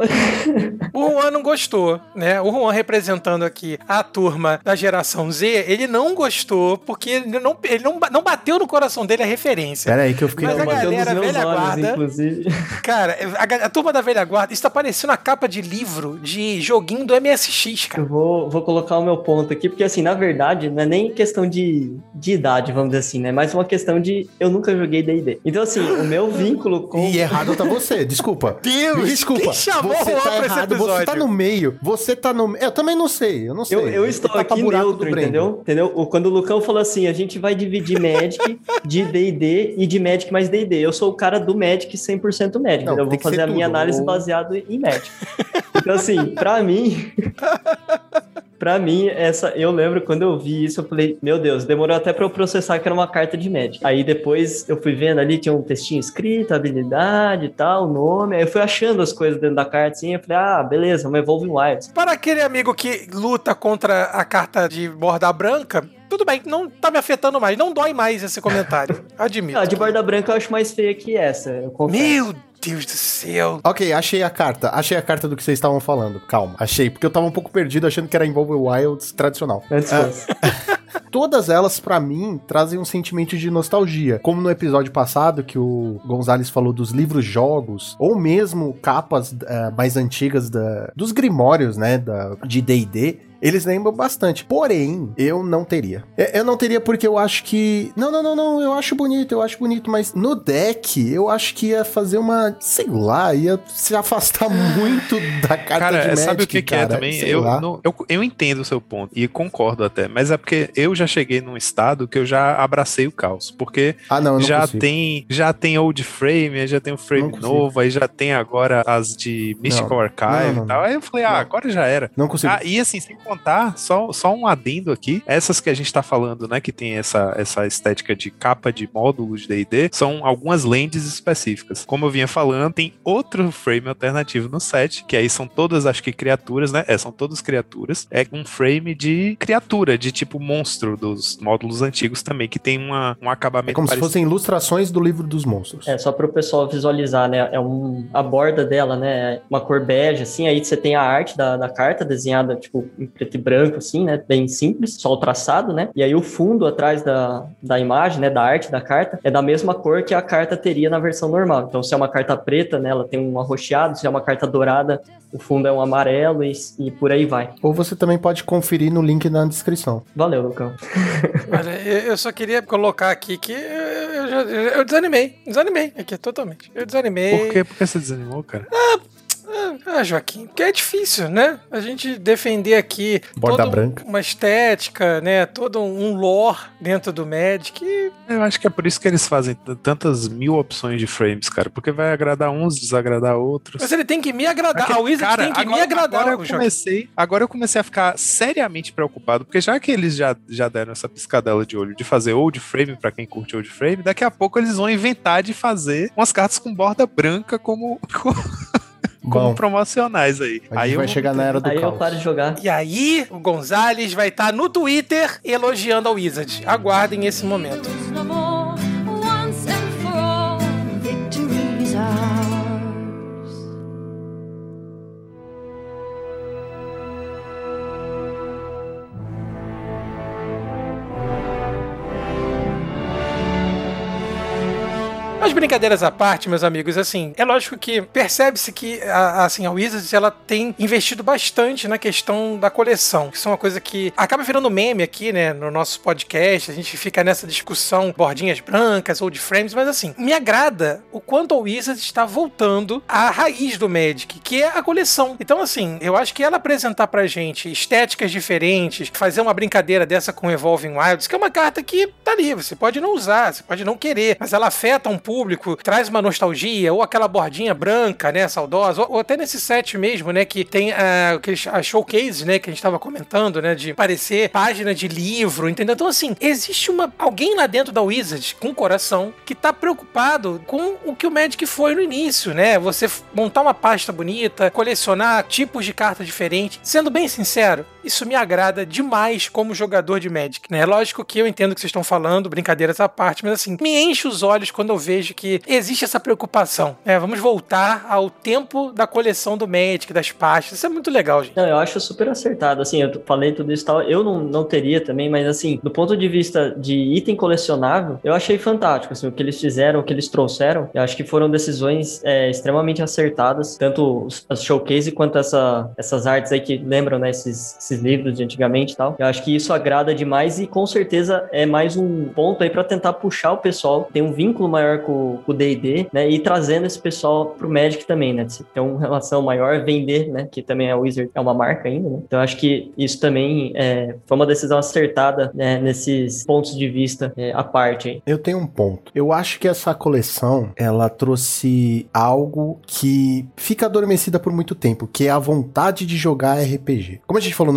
E: O Juan não gostou, né? O Juan representando aqui a turma da geração Z, ele não gostou porque ele não, ele não, não bateu no coração dele a referência.
B: Pera aí que eu fiquei...
E: Mas a
C: Bateu
E: galera
C: nos meus
E: velha
C: olhos,
E: guarda...
C: inclusive.
E: Cara, a, a turma da velha guarda, isso tá parecendo a capa de livro de joguinho do M S X, cara.
C: Eu vou, vou colocar o meu ponto aqui, porque assim, na verdade, não é nem questão de, de idade, vamos dizer assim, né? Mas uma questão de eu nunca joguei D e D. Então assim, o meu vínculo com...
B: E errado tá você, desculpa.
E: Deus,
B: Me desculpa.
E: quem chamou
B: você
E: o Juan
B: tá
E: pra esse
B: errado,
E: episódio?
B: você tá no meio. Você tá no meio. Eu também não sei, eu não sei.
C: Eu, eu estou
B: Você tá
C: aqui
B: buraco do
C: neutro,
B: Brandon.
C: entendeu? entendeu? O- Quando o Lucão falou assim, a gente vai dividir Magic de D e D e de Magic mais D e D. Eu sou o cara do Magic cem por cento Magic.
B: Não,
C: entendeu? Eu
B: tem
C: vou
B: que
C: fazer
B: ser
C: a minha
B: tudo.
C: análise
B: Ou-
C: baseada em Magic. Então assim, pra mim... Pra mim, essa, eu lembro quando eu vi isso, eu falei, meu Deus, demorou até pra eu processar que era uma carta de Magic. Aí depois eu fui vendo ali, tinha um textinho escrito, habilidade e tal, nome, aí eu fui achando as coisas dentro da carta assim, eu falei, ah, beleza, uma Evolving Wilds.
E: Para aquele amigo que luta contra a carta de borda branca, tudo bem, não tá me afetando mais, não dói mais esse comentário, admito.
C: A de borda branca eu acho mais feia que essa, eu confesso.
E: Meu Deus do céu.
B: Ok, achei a carta. Achei a carta do que vocês estavam falando. Calma, achei. Porque eu tava um pouco perdido achando que era Evolving Wilds tradicional.
C: Antes fosse.
B: Todas elas, pra mim, trazem um sentimento de nostalgia. Como no episódio passado, que o Gonzalez falou dos livros-jogos, ou mesmo capas uh, mais antigas da, dos grimórios, né, da, de D e D, eles lembram bastante. Porém, eu não teria. Eu não teria porque eu acho que... Não, não, não, não. Eu acho bonito, eu acho bonito. Mas no deck, eu acho que ia fazer uma... Sei lá, ia se afastar muito da carta
D: cara,
B: de Magic,
D: sabe o que,
B: cara?
D: que é também?
B: Sei
D: Eu,
B: lá.
D: não, eu, eu entendo o seu ponto e concordo até. Mas é porque eu já cheguei num estado que eu já abracei o caos. Porque
B: Ah, não, eu não
D: já,
B: consigo.
D: tem, já tem old frame, aí já tem o frame
B: Não consigo.
D: novo, aí já tem agora as de Mystical
B: Não,
D: Archive
B: não, não,
D: e tal. Aí eu falei, ah,
B: Não.
D: agora já era.
B: Não consigo.
D: Ah, e assim, sem contar, só, só um adendo aqui, essas que a gente tá falando, né, que tem essa, essa estética de capa de módulos de D e D, são algumas lentes específicas. Como eu vinha falando, tem outro frame alternativo no set, que aí são todas, acho que criaturas, né, é, são todas criaturas, é um frame de criatura, de tipo monstro dos módulos antigos também, que tem uma, um acabamento
B: É como
D: parecido.
B: se fossem ilustrações do livro dos monstros.
C: É, só para o pessoal visualizar, né? É um, a borda dela, né? Uma cor bege, assim. Aí você tem a arte da, da carta desenhada, tipo, em preto e branco, assim, né? Bem simples, só o traçado, né? E aí o fundo atrás da, da imagem, né? Da arte da carta, é da mesma cor que a carta teria na versão normal. Então, se é uma carta preta, né? Ela tem um arroxeado. Se é uma carta dourada, o fundo é um amarelo e, e por aí vai.
B: Ou você também pode conferir no link na descrição.
C: Valeu, Lucão.
E: Olha, eu só queria colocar aqui que eu, já, eu desanimei. Desanimei aqui, totalmente. Eu desanimei.
D: Por quê? Por que você desanimou, cara?
E: Ah, Joaquim, porque é difícil, né? A gente defender aqui
B: Borda
E: toda
B: branca.
E: uma estética, né? Todo um lore dentro do Magic. E...
D: Eu acho que é por isso que eles fazem t- tantas mil opções de frames, cara, porque vai agradar uns, desagradar outros.
E: Mas ele tem que me agradar.
D: Aquele-
E: A Wizard
D: cara,
E: tem que
D: agora,
E: me agradar.
D: Agora eu,
E: Joaquim.
D: comecei, agora eu comecei a ficar seriamente preocupado, porque já que eles já, já deram essa piscadela de olho de fazer old frame pra quem curte old frame, daqui a pouco eles vão inventar de fazer umas cartas com borda branca como, como
B: Bom,
D: promocionais aí.
B: a
D: Aí
B: gente
D: eu
B: vai
D: vou
B: chegar
D: me
B: na era do
C: Aí eu
B: caos.
C: paro de jogar.
E: E aí, o Gonzalez vai estar no Twitter elogiando a Wizard. Aguardem esse momento.
F: No more, once and for all, victory is ours.
E: Mas brincadeiras à parte, meus amigos, assim, é lógico que percebe-se que a, assim, a Wizards, ela tem investido bastante na questão da coleção. Isso é uma coisa que acaba virando meme aqui, né, no nosso podcast. A gente fica nessa discussão, bordinhas brancas, old frames, mas assim, me agrada o quanto a Wizards está voltando à raiz do Magic, que é a coleção. Então, assim, eu acho que ela apresentar pra gente estéticas diferentes, fazer uma brincadeira dessa com Evolving Wilds, que é uma carta que tá ali, você pode não usar, você pode não querer, mas ela afeta um público, traz uma nostalgia, ou aquela bordinha branca, né, saudosa, ou, ou até nesse set mesmo, né, que tem uh, aqueles uh, showcases, né, que a gente tava comentando, né, de parecer página de livro, entendeu? Então, assim, existe uma alguém lá dentro da Wizard, com coração, que tá preocupado com o que o Magic foi no início, né, você montar uma pasta bonita, colecionar tipos de cartas diferentes. Sendo bem sincero, isso me agrada demais como jogador de Magic, né? Lógico que eu entendo o que vocês estão falando, brincadeiras à parte, mas assim, me enche os olhos quando eu vejo que existe essa preocupação, né? Vamos voltar ao tempo da coleção do Magic, das pastas. Isso é muito legal, gente.
C: Não, eu acho super acertado, assim, eu falei tudo isso e tal, eu não, não teria também, mas assim, do ponto de vista de item colecionável, eu achei fantástico, assim, o que eles fizeram, o que eles trouxeram, eu acho que foram decisões é, extremamente acertadas, tanto as showcase quanto essa, essas artes aí que lembram, né, esses, esses livros de antigamente e tal, eu acho que isso agrada demais e com certeza é mais um ponto aí pra tentar puxar o pessoal, ter um vínculo maior com o D e D, né, e trazendo esse pessoal pro Magic também, né, de ter uma relação maior, vender, né, que também a Wizard é uma marca ainda, né, então eu acho que isso também é, foi uma decisão acertada, né, nesses pontos de vista é, à parte aí.
B: Eu tenho um ponto. Eu acho que essa coleção, ela trouxe algo que fica adormecida por muito tempo, que é a vontade de jogar R P G. Como a gente falou no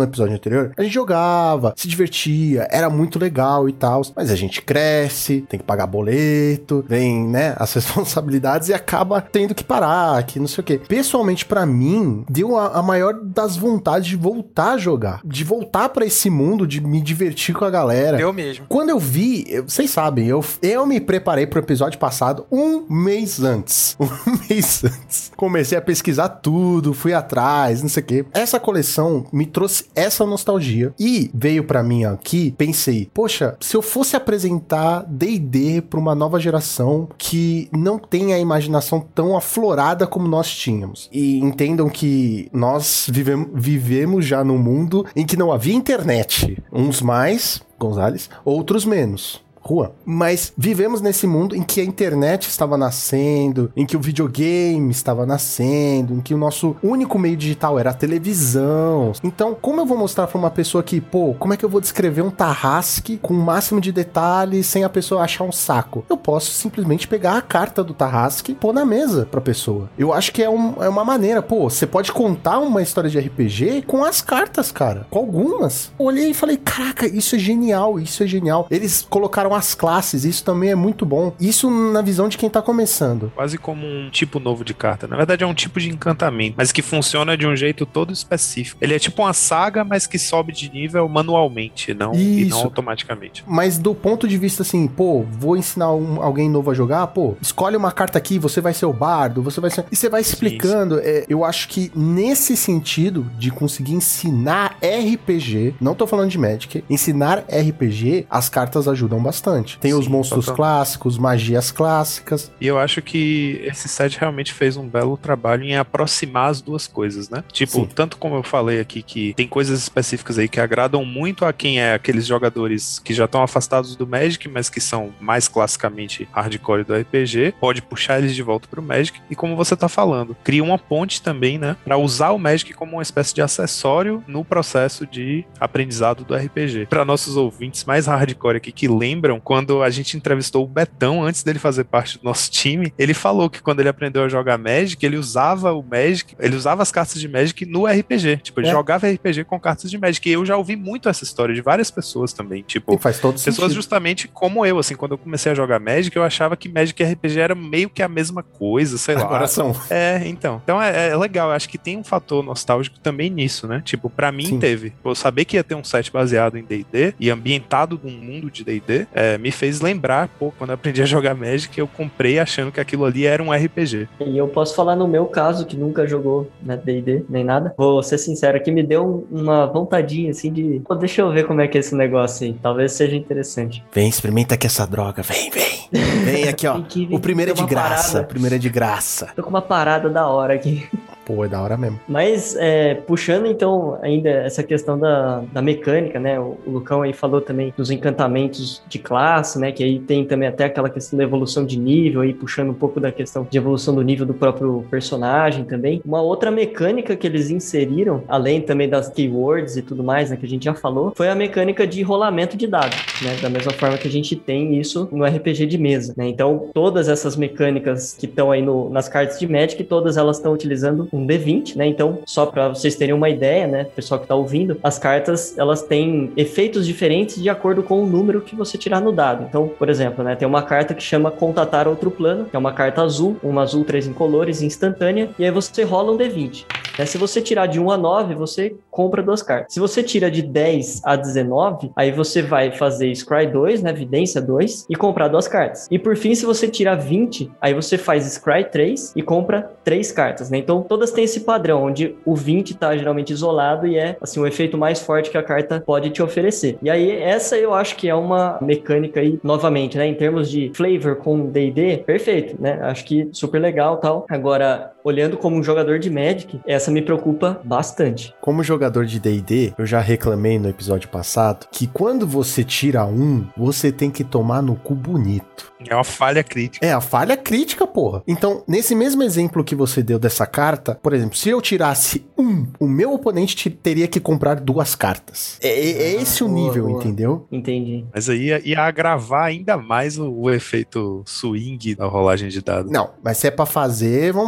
B: episódio anterior, a gente jogava, se divertia, era muito legal e tal, mas a gente cresce, tem que pagar boleto, vem, né, as responsabilidades e acaba tendo que parar, que não sei o quê. Pessoalmente, pra mim, deu a, a maior das vontades de voltar a jogar, de voltar pra esse mundo, de me divertir com a galera.
E: Deu mesmo.
B: Quando eu vi, eu- vocês sabem, eu, eu me preparei pro episódio passado um mês antes. Um mês antes. Comecei a pesquisar tudo, fui atrás, não sei o quê. Essa coleção me trouxe essa nostalgia e veio pra mim aqui, pensei, poxa, se eu fosse apresentar D e D pra uma nova geração que não tem a imaginação tão aflorada como nós tínhamos. E entendam que nós vivemos, vivemos já num mundo em que não havia internet. Uns mais, Gonzales, outros menos. Rua. Mas vivemos nesse mundo em que a internet estava nascendo, em que o videogame estava nascendo, em que o nosso único meio digital era a televisão. Então, como eu vou mostrar pra uma pessoa que, pô, como é que eu vou descrever um Tarrasque com o máximo de detalhes sem a pessoa achar um saco? Eu posso simplesmente pegar a carta do Tarrasque e pôr na mesa pra pessoa. Eu acho que é, um- é uma maneira, pô, você pode contar uma história de R P G com as cartas, cara. Com algumas. Eu olhei e falei, caraca, isso é genial, isso é genial. Eles colocaram as classes, isso também é muito bom. Isso na visão de quem tá começando.
D: Quase como um tipo novo de carta. Na verdade é um tipo de encantamento, mas que funciona de um jeito todo específico. Ele é tipo uma saga, mas que sobe de nível manualmente, não, e não
B: Isso.
D: automaticamente.
B: Mas do ponto de vista assim, pô, vou ensinar um- alguém novo a jogar, pô, escolhe uma carta aqui, você vai ser o bardo, você vai ser... E você vai explicando. É, eu acho que nesse sentido de conseguir ensinar R P G, não tô falando de Magic, ensinar R P G, as cartas ajudam bastante. Tem os
D: Sim,
B: monstros
D: total.
B: clássicos, magias clássicas.
D: E eu acho que esse set realmente fez um belo trabalho em aproximar as duas coisas, né? Tipo,
B: Sim.
D: tanto como eu falei aqui, que tem coisas específicas aí que agradam muito a quem é aqueles jogadores que já estão afastados do Magic, mas que são mais classicamente hardcore do R P G, pode puxar eles de volta pro Magic. E como você tá falando, cria uma ponte também, né? Pra usar o Magic como uma espécie de acessório no processo de aprendizado do R P G. Pra nossos ouvintes mais hardcore aqui que lembram, quando a gente entrevistou o Betão antes dele fazer parte do nosso time, ele falou que quando ele aprendeu a jogar Magic, ele usava o Magic, ele usava as cartas de Magic no R P G. Tipo, ele
B: É.
D: jogava R P G com cartas de Magic. E eu já ouvi muito essa história de várias pessoas também. Tipo,
B: E faz todo
D: pessoas
B: sentido.
D: justamente como eu, assim, quando eu comecei a jogar Magic, eu achava que Magic e R P G era meio que a mesma coisa, sei lá.
B: Agora são.
D: É, então. Então é, é legal, eu acho que tem um fator nostálgico também nisso, né? Tipo, pra mim
B: Sim.
D: teve. Eu saber que ia ter um set baseado em D e D e ambientado num mundo de D e D, é, me fez lembrar, pô, quando eu aprendi a jogar Magic, eu comprei achando que aquilo ali era um R P G.
C: E eu posso falar no meu caso, que nunca jogou né, D e D, nem nada. Vou ser sincero aqui, me deu uma vontadinha, assim, de... Pô, deixa eu ver como é que é esse negócio aí. Talvez seja interessante.
B: Vem, experimenta aqui essa droga. Vem, vem. Vem aqui, ó.
C: Tem que vir
B: O primeiro é
C: ter
B: de
C: uma
B: graça.
C: parada.
B: O primeiro é de graça.
C: Tô com uma parada da hora aqui.
B: Pô, é da hora mesmo.
C: Mas, é, puxando então ainda essa questão da, da mecânica, né? O, o Lucão aí falou também dos encantamentos de classe, né? Que aí tem também até aquela questão da evolução de nível, aí puxando um pouco da questão de evolução do nível do próprio personagem também. Uma outra mecânica que eles inseriram, além também das keywords e tudo mais, né? Que a gente já falou, foi a mecânica de rolamento de dados, né? Da mesma forma que a gente tem isso no R P G de mesa, né? Então, todas essas mecânicas que estão aí no, nas cartas de Magic, todas elas estão utilizando um D vinte, né? Então, só para vocês terem uma ideia, né, pessoal que tá ouvindo, as cartas, elas têm efeitos diferentes de acordo com o número que você tirar no dado. Então, por exemplo, né, tem uma carta que chama Contatar Outro Plano, que é uma carta azul, uma azul três incolores, instantânea, e aí você rola um D vinte. Né? Se você tirar de um a nove, você compra duas cartas. Se você tira de dez a dezenove, aí você vai fazer Scry dois, né, Vidência dois, e comprar duas cartas. E por fim, se você tirar vinte, aí você faz Scry três e compra três cartas, né? Então, todas têm esse padrão, onde o vinte tá geralmente isolado e é, assim, o efeito mais forte que a carta pode te oferecer. E aí, essa eu acho que é uma mecânica aí, novamente, né? Em termos de flavor com D e D, perfeito, né? Acho que super legal e tal. Agora, olhando como um jogador de Magic, essa me preocupa bastante.
B: Como jogador de D e D, eu já reclamei no episódio passado que quando você tira um, você tem que tomar no cu bonito.
D: É uma falha crítica.
B: É, a falha crítica, porra. Então, nesse mesmo exemplo que você deu dessa carta, por exemplo, se eu tirasse um, o meu oponente te- teria que comprar duas cartas. É, é- é
C: Ah,
B: esse o
C: boa,
B: nível,
C: boa.
B: entendeu?
C: Entendi.
D: Mas aí ia, ia agravar ainda mais o, o efeito swing da rolagem de dados.
B: Não, mas se é pra fazer, vamos fazer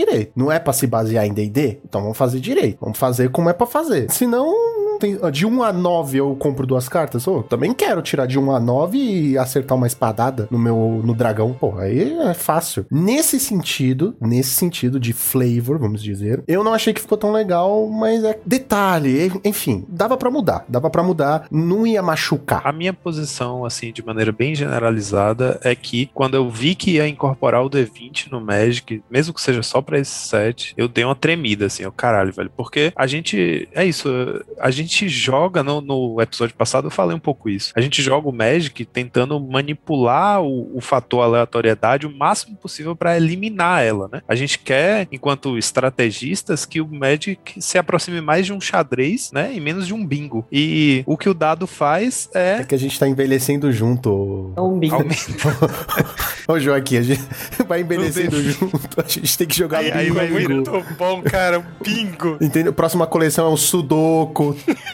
B: direito. Não é pra se basear em D e D? Então vamos fazer direito. Vamos fazer como é pra fazer. Senão, tem, de um a nove eu compro duas cartas. Ô, também quero tirar de um a nove e acertar uma espadada no meu no dragão. Pô, aí é fácil. Nesse sentido, nesse sentido de flavor, vamos dizer, eu não achei que ficou tão legal, mas é detalhe. Enfim, dava pra mudar. Dava pra mudar. Não ia machucar.
D: A minha posição, assim, de maneira bem generalizada, é que quando eu vi que ia incorporar o D vinte no Magic, mesmo que seja só pra esse set, eu dei uma tremida, assim, ó, caralho, velho. Porque a gente, é isso, a gente joga, no, no episódio passado eu falei um pouco isso, a gente joga o Magic tentando manipular o, o fator aleatoriedade o máximo possível pra eliminar ela, né? A gente quer, enquanto estrategistas, que o Magic se aproxime mais de um xadrez, né, e menos de um bingo. E o que o dado faz é...
B: É que a gente tá envelhecendo junto.
C: É um bingo.
B: Ô, Joaquim, a gente vai envelhecendo junto. A gente tem que jogar
E: Aí,
B: bingo.
E: aí vai muito bom, cara. Bingo.
B: Entendeu? Próxima coleção é o Sudoku.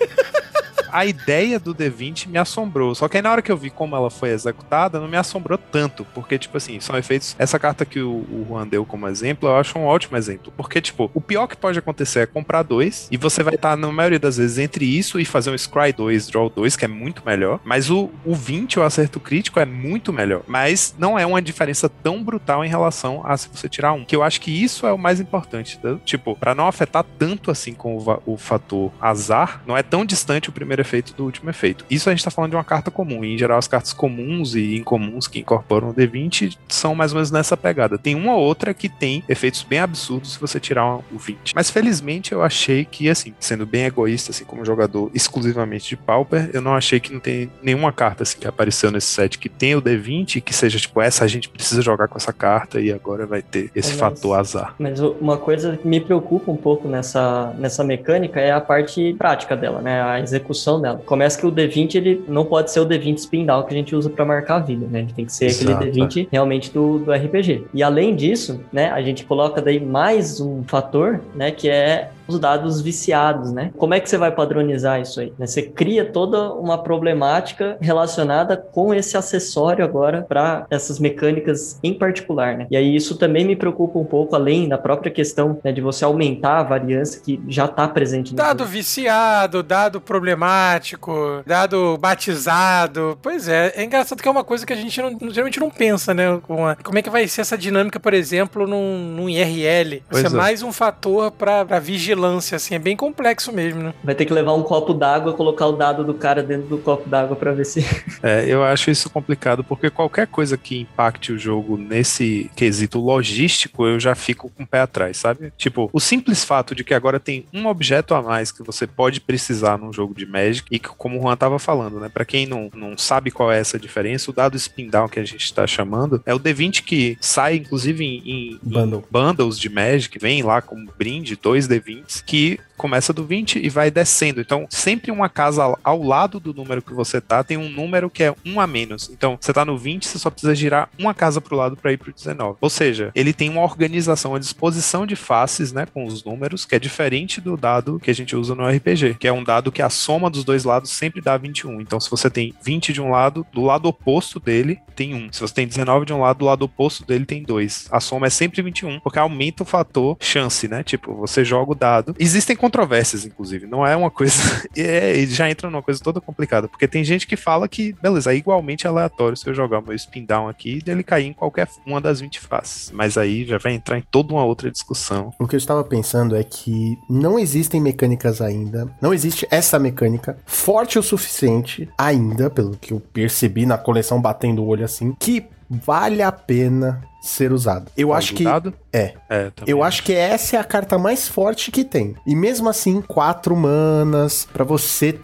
D: A ideia do D vinte me assombrou, só que aí na hora que eu vi como ela foi executada, não me assombrou tanto, porque, tipo assim, são efeitos... Essa carta que o, o Juan deu como exemplo, eu acho um ótimo exemplo, porque, tipo, o pior que pode acontecer é comprar dois, e você vai estar, na maioria das vezes, entre isso e fazer um Scry dois, Draw dois, que é muito melhor, mas o, o vinte, o acerto crítico, é muito melhor, mas não é uma diferença tão brutal em relação a se você tirar um, que eu acho que isso é o mais importante, tá? Tipo, pra não afetar tanto assim com o, o fator azar, não é tão distante o primeiro efeito do último efeito. Isso a gente tá falando de uma carta comum, e em geral as cartas comuns e incomuns que incorporam o D vinte são mais ou menos nessa pegada. Tem uma ou outra que tem efeitos bem absurdos se você tirar o vinte. Mas felizmente eu achei que, assim, sendo bem egoísta, assim, como jogador exclusivamente de Pauper, eu não achei que não tem nenhuma carta assim que apareceu nesse set que tem o D vinte e que seja tipo, essa a gente precisa jogar com essa carta e agora vai ter esse
C: Mas,
D: fator azar.
C: Mas uma coisa que me preocupa um pouco nessa, nessa mecânica é a parte prática dela, né? A execução dela. Começa que o D vinte, ele não pode ser o D vinte spin down que a gente usa pra marcar a vida, né? Ele tem que ser
D: Exato.
C: aquele D vinte realmente do, do R P G. E além disso, né, a gente coloca daí mais um fator, né, que é os dados viciados, né? Como é que você vai padronizar isso aí? Né? Você cria toda uma problemática relacionada com esse acessório agora para essas mecânicas em particular, né? E aí isso também me preocupa um pouco, além da própria questão, né, de você aumentar a variância que já está presente no
E: Dado
C: jogo.
E: viciado, dado problemático, dado batizado. Pois é, é engraçado que é uma coisa que a gente não, geralmente não pensa, né? Com a, como é que vai ser essa dinâmica, por exemplo, num, num I R L? Vai ser
D: Pois é.
E: mais um fator para vigilância. Assim, é bem complexo mesmo, né?
C: Vai ter que levar um copo d'água, colocar o dado do cara dentro do copo d'água para ver se...
D: É, eu acho isso complicado, porque qualquer coisa que impacte o jogo nesse quesito logístico, eu já fico com o pé atrás, sabe? Tipo, o simples fato de que agora tem um objeto a mais que você pode precisar num jogo de Magic, e que, como o Juan tava falando, né? Pra quem não, não sabe qual é essa diferença, o dado spin down que a gente tá chamando é o D vinte que sai, inclusive, em, em,
B: Bundle.
D: em bundles de Magic, vem lá como brinde, dois D vinte, que começa do vinte e vai descendo. Então, sempre uma casa ao- ao lado do número que você tá, tem um número que é um a menos. Então, você tá no vinte, você só precisa girar uma casa pro lado para ir pro dezenove. Ou seja, ele tem uma organização, uma disposição de faces, né, com os números, que é diferente do dado que a gente usa no R P G, que é um dado que a soma dos dois lados sempre dá vinte e um. Então, se você tem vinte de um lado, do lado oposto dele tem um. Se você tem dezenove de um lado, do lado oposto dele tem dois. A soma é sempre vinte e um, porque aumenta o fator chance, né? Tipo, você joga o dado. Existem controvérsias, inclusive. Não é uma coisa... é, e já entra numa coisa toda complicada, porque tem gente que fala que, beleza, é igualmente aleatório se eu jogar o meu spin down aqui e ele cair em qualquer uma das vinte faces. Mas aí já vai entrar em toda uma outra discussão.
B: O que eu estava pensando é que não existem mecânicas ainda, não existe essa mecânica forte o suficiente ainda, pelo que eu percebi na coleção batendo o olho assim, que vale a pena ser usado. Eu
D: Qual,
B: acho
D: do
B: que
D: dado?
B: é.
D: É, também
B: Eu acho que essa é a carta mais forte que tem. E mesmo assim, quatro manas, pra você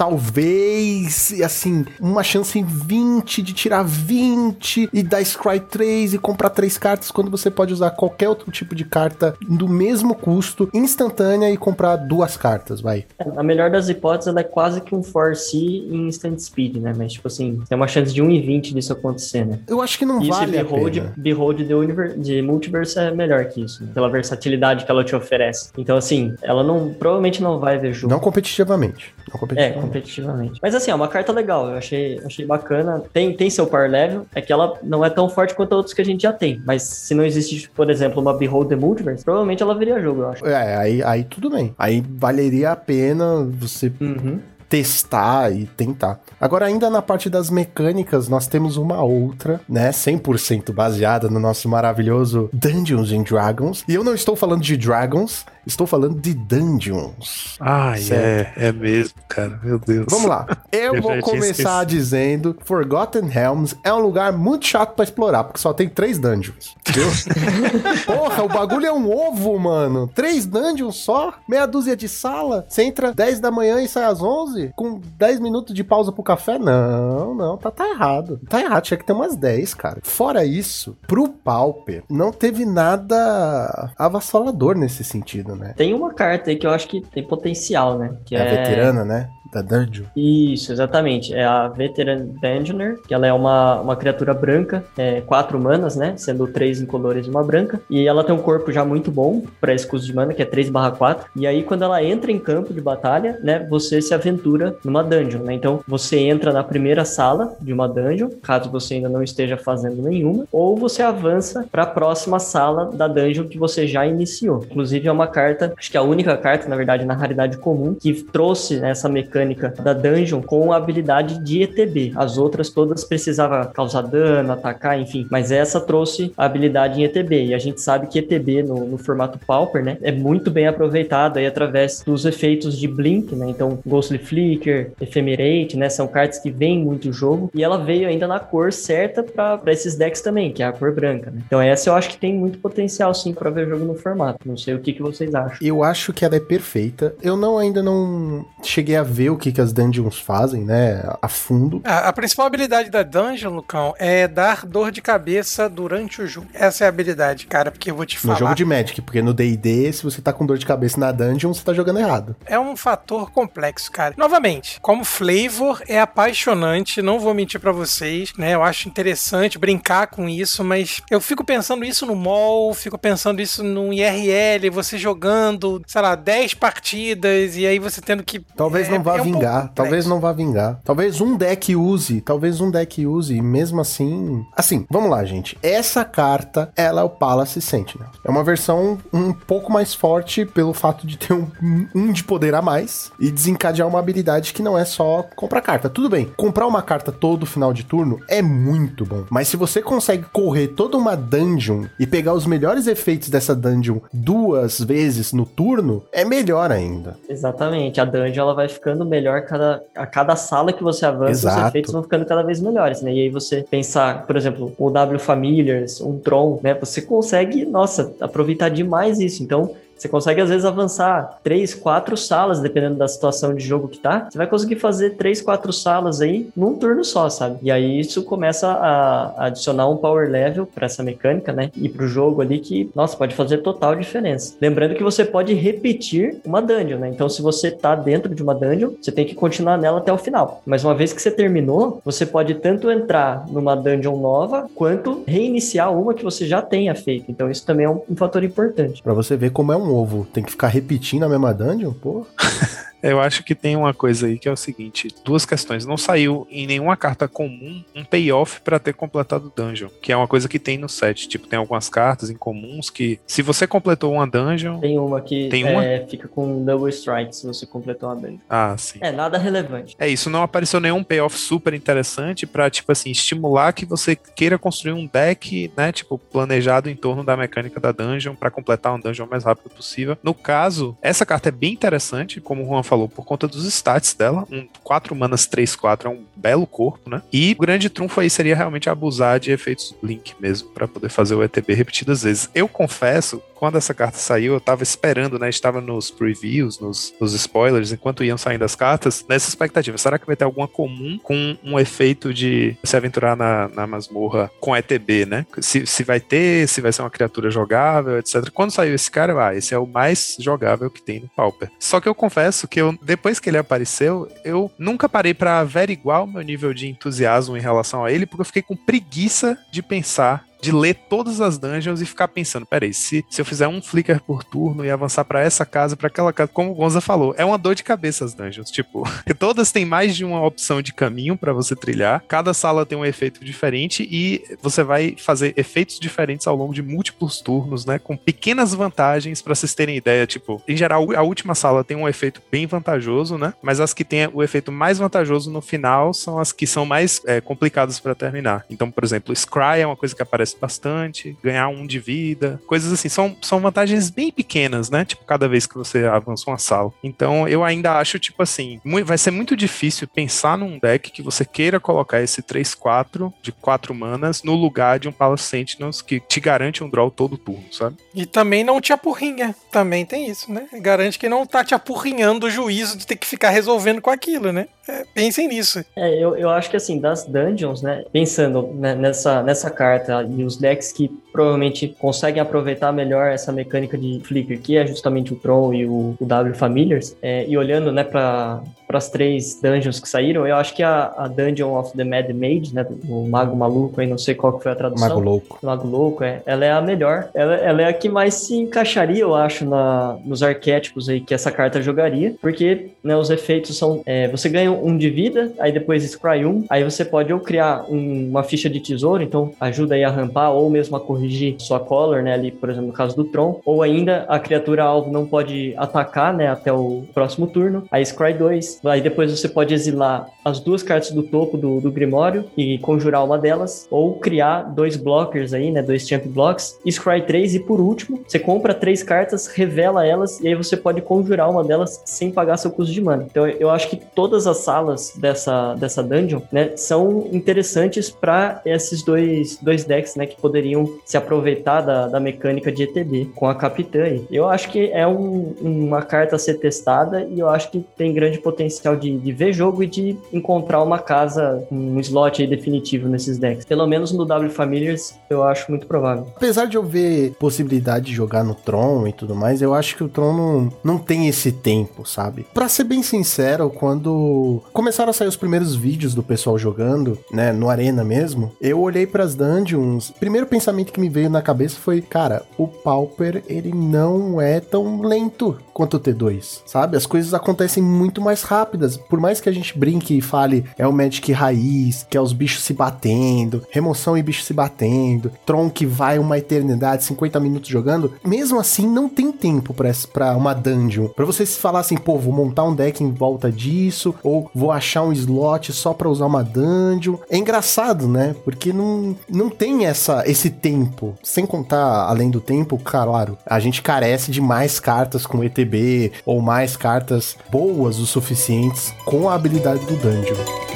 B: talvez, assim, uma chance em vinte de tirar vinte e dar Scry três e comprar três cartas, quando você pode usar qualquer outro tipo de carta do mesmo custo, instantânea, e comprar duas cartas, vai.
C: Na melhor das hipóteses, ela é quase que um four-C em instant speed, né? Mas, tipo assim, tem uma chance de um em vinte disso acontecer, né?
B: Eu acho que não
C: Isso
B: vale
C: e
B: a
C: Behold,
B: pena.
C: Behold deu univer- de multiverso é melhor que isso, né? Pela versatilidade que ela te oferece. Então, assim, ela não provavelmente não vai ver jogo.
B: Não competitivamente. Não
C: É,
B: competitivamente.
C: competitivamente. Mas assim, é uma carta legal, eu achei, achei bacana. Tem, tem seu power level, é que ela não é tão forte quanto outros que a gente já tem. Mas se não existe, por exemplo, uma Behold the Multiverse, provavelmente ela viria jogo, eu acho.
B: É, aí, aí tudo bem. Aí valeria a pena você
C: Uhum.
B: testar e tentar. Agora, ainda na parte das mecânicas, nós temos uma outra, né, cem por cento baseada no nosso maravilhoso Dungeons and Dragons. E eu não estou falando de Dragons, estou falando de Dungeons.
D: Ai,
B: Certo.
D: é, é mesmo, cara. Meu Deus.
B: Vamos lá. Eu,
D: Eu
B: vou
D: já tinha
B: começar
D: esquecido.
B: dizendo Forgotten Realms é um lugar muito chato pra explorar, porque só tem três dungeons. Viu? Porra, o bagulho é um ovo, mano. Três dungeons só? Meia dúzia de sala? Você entra dez da manhã e sai às onze? Com dez minutos de pausa pro café? Não, não, tá, tá errado. Tá errado, tinha que ter umas dez, cara. Fora isso, pro Pauper, não teve nada avassalador nesse sentido, né?
C: Tem uma carta aí que eu acho que tem potencial, né? Que
B: É a veterana, né? Da Dungeon.
C: Isso, exatamente. É a Veteran Dungeoner, que ela é uma, uma criatura branca, é, quatro manas, né? Sendo três incolores e uma branca. E ela tem um corpo já muito bom para esse custo de mana, que é três barra quatro. E aí, quando ela entra em campo de batalha, né? Você se aventura numa dungeon, né? Então, você entra na primeira sala de uma dungeon, caso você ainda não esteja fazendo nenhuma, ou você avança para a próxima sala da dungeon que você já iniciou. Inclusive, é uma carta, acho que é a única carta, na verdade, na raridade comum, que trouxe essa mecânica da dungeon com a habilidade de E T B. As outras todas precisavam causar dano, atacar, enfim. Mas essa trouxe a habilidade em E T B. E a gente sabe que E T B no, no formato Pauper, né, é muito bem aproveitado aí através dos efeitos de Blink, né? Então, Ghostly Flicker, Ephemerate, né? São cartas que vêm muito em jogo. E ela veio ainda na cor certa para esses decks também, que é a cor branca, né? Então, essa eu acho que tem muito potencial, sim, para ver jogo no formato. Não sei o que, que vocês acham.
B: Eu acho que ela é perfeita. Eu não ainda não cheguei a ver o que, que as dungeons fazem, né? A fundo.
E: A, a principal habilidade da Dungeon, Lucão, é dar dor de cabeça durante o jogo. Essa é a habilidade, cara, porque eu vou te
B: No
E: falar.
B: jogo de Magic, porque no D e D, se você tá com dor de cabeça na dungeon, você tá jogando errado.
E: É um fator complexo, cara. Novamente, como flavor, é apaixonante, não vou mentir pra vocês, né? Eu acho interessante brincar com isso, mas eu fico pensando isso no mall, fico pensando isso no I R L, você jogando, sei lá, dez partidas, e aí você tendo que...
B: Talvez
E: é,
B: não vá
E: é um pouco
B: vingar,
E: complexo.
B: talvez não vá vingar. Talvez um deck use, talvez um deck use, e mesmo assim... Assim, vamos lá, gente. Essa carta, ela é o Palace Sentinel. É uma versão um pouco mais forte pelo fato de ter um, um de poder a mais e desencadear uma habilidade que não é só comprar carta. Tudo bem, comprar uma carta todo final de turno é muito bom, mas se você consegue correr toda uma dungeon e pegar os melhores efeitos dessa dungeon duas vezes no turno, é melhor ainda.
C: Exatamente. A dungeon, ela vai ficando melhor cada, a cada sala que você avança,
B: Exato.
C: os efeitos vão ficando cada vez melhores, né? E aí você pensar, por exemplo, o W Familiars, um Tron, né? Você consegue, nossa, aproveitar demais isso. Então, você consegue, às vezes, avançar três, quatro salas, dependendo da situação de jogo que tá. Você vai conseguir fazer três, quatro salas aí num turno só, sabe? E aí isso começa a, a adicionar um power level pra essa mecânica, né? E pro jogo ali que, nossa, pode fazer total diferença. Lembrando que você pode repetir uma dungeon, né? Então, se você tá dentro de uma dungeon, você tem que continuar nela até o final. Mas uma vez que você terminou, você pode tanto entrar numa dungeon nova, quanto reiniciar uma que você já tenha feito. Então, isso também é um, um fator importante.
B: Pra você ver como é um ovo. Tem que ficar repetindo a mesma dungeon, pô.
D: Eu acho que tem uma coisa aí que é o seguinte, duas questões. Não saiu em nenhuma carta comum um payoff pra ter completado o dungeon, que é uma coisa que tem no set. Tipo, tem algumas cartas incomuns que, se você completou uma dungeon...
C: Tem uma que
D: Tem
C: é,
D: uma?
C: fica com double strike se você completou uma dungeon.
D: Ah, sim.
C: É, nada relevante.
D: É isso, não apareceu nenhum payoff super interessante pra, tipo assim, estimular que você queira construir um deck, né, tipo, planejado em torno da mecânica da dungeon pra completar um dungeon o mais rápido possível. No caso, essa carta é bem interessante, como o Juan falou, por conta dos stats dela. Um quatro manas três quatro é um belo corpo, né? E o grande trunfo aí seria realmente abusar de efeitos Blink mesmo, pra poder fazer o E T B repetidas vezes. Eu confesso, quando essa carta saiu, eu tava esperando, né? Estava nos previews, nos, nos spoilers, enquanto iam saindo as cartas, nessa expectativa. Será que vai ter alguma comum com um efeito de se aventurar na, na masmorra com E T B, né? Se, se vai ter, se vai ser uma criatura jogável, etcétera. Quando saiu esse cara, eu, ah, esse é o mais jogável que tem no Pauper. Só que eu confesso que eu, depois que ele apareceu, eu nunca parei pra averiguar o meu nível de entusiasmo em relação a ele, porque eu fiquei com preguiça de pensar de ler todas as dungeons e ficar pensando, peraí, se, se eu fizer um flicker por turno e avançar pra essa casa, pra aquela casa, como o Gonza falou, é uma dor de cabeça as dungeons, tipo, porque todas têm mais de uma opção de caminho pra você trilhar, cada sala tem um efeito diferente e você vai fazer efeitos diferentes ao longo de múltiplos turnos, né, com pequenas vantagens pra vocês terem ideia, tipo, em geral a última sala tem um efeito bem vantajoso, né, mas as que têm o efeito mais vantajoso no final são as que são mais é, complicadas pra terminar. Então, por exemplo, Scry é uma coisa que aparece bastante, ganhar um de vida, coisas assim, são, são vantagens bem pequenas, né, tipo, cada vez que você avança uma sala. Então, eu ainda acho, tipo assim, muito, vai ser muito difícil pensar num deck que você queira colocar esse três quatro de quatro manas no lugar de um Palace Sentinels que te garante um draw todo turno, sabe?
E: E também não te apurrinha, também tem isso, né? Garante que não tá te apurrinhando o juízo de ter que ficar resolvendo com aquilo, né? É, pensem nisso.
C: É, eu, eu acho que assim, das dungeons, né, pensando né, nessa, nessa carta e os decks que provavelmente conseguem aproveitar melhor essa mecânica de Flicker, que é justamente o Tron e o, o W Familiars, é, e olhando, né, para as três dungeons que saíram, eu acho que a, a Dungeon of the Mad Mage, né, do Mago Maluco, aí não sei qual que foi a tradução.
B: Mago Louco.
C: Mago Louco, é. Ela é a melhor. Ela, ela é a que mais se encaixaria, eu acho, na, nos arquétipos aí que essa carta jogaria, porque, né, os efeitos são, é, você ganha um de vida, aí depois Scry um, aí você pode ou criar um, uma ficha de tesouro, então ajuda aí a rampar, ou mesmo a corrigir sua color, né, ali, por exemplo, no caso do Tron, ou ainda a criatura alvo não pode atacar, né, até o próximo turno, aí Scry dois, aí depois você pode exilar as duas cartas do topo do, do Grimório e conjurar uma delas, ou criar dois blockers aí, né, dois champ blocks, Scry três, e por último, você compra três cartas, revela elas, e aí você pode conjurar uma delas sem pagar seu custo de mana. Então eu acho que todas as salas dessa, dessa dungeon, né, são interessantes para esses dois, dois decks, né, que poderiam se aproveitar da, da mecânica de E T B com a Capitã aí. Eu acho que é um, uma carta a ser testada e eu acho que tem grande potencial de, de ver jogo e de encontrar uma casa, um slot aí definitivo nesses decks. Pelo menos no W Familiars eu acho muito provável.
B: Apesar de eu ver possibilidade de jogar no Tron e tudo mais, eu acho que o Tron não, não tem esse tempo, sabe? Pra ser bem sincero, quando começaram a sair os primeiros vídeos do pessoal jogando, né, no Arena mesmo, eu olhei pras dungeons, o primeiro pensamento que me veio na cabeça foi, cara, o Pauper, ele não é tão lento quanto o T dois, sabe? As coisas acontecem muito mais rápidas, por mais que a gente brinque e fale, é o Magic raiz, que é os bichos se batendo, remoção e bicho se batendo, Tron que vai uma eternidade, cinquenta minutos jogando, mesmo assim não tem tempo pra, pra uma dungeon, pra você se falar assim, pô, vou montar um deck em volta disso, ou vou achar um slot só pra usar uma dungeon. É engraçado, né? Porque não, não tem essa, esse tempo. Sem contar, além do tempo, claro, a gente carece de mais cartas com E T B, ou mais cartas boas o suficientes com a habilidade do dungeon.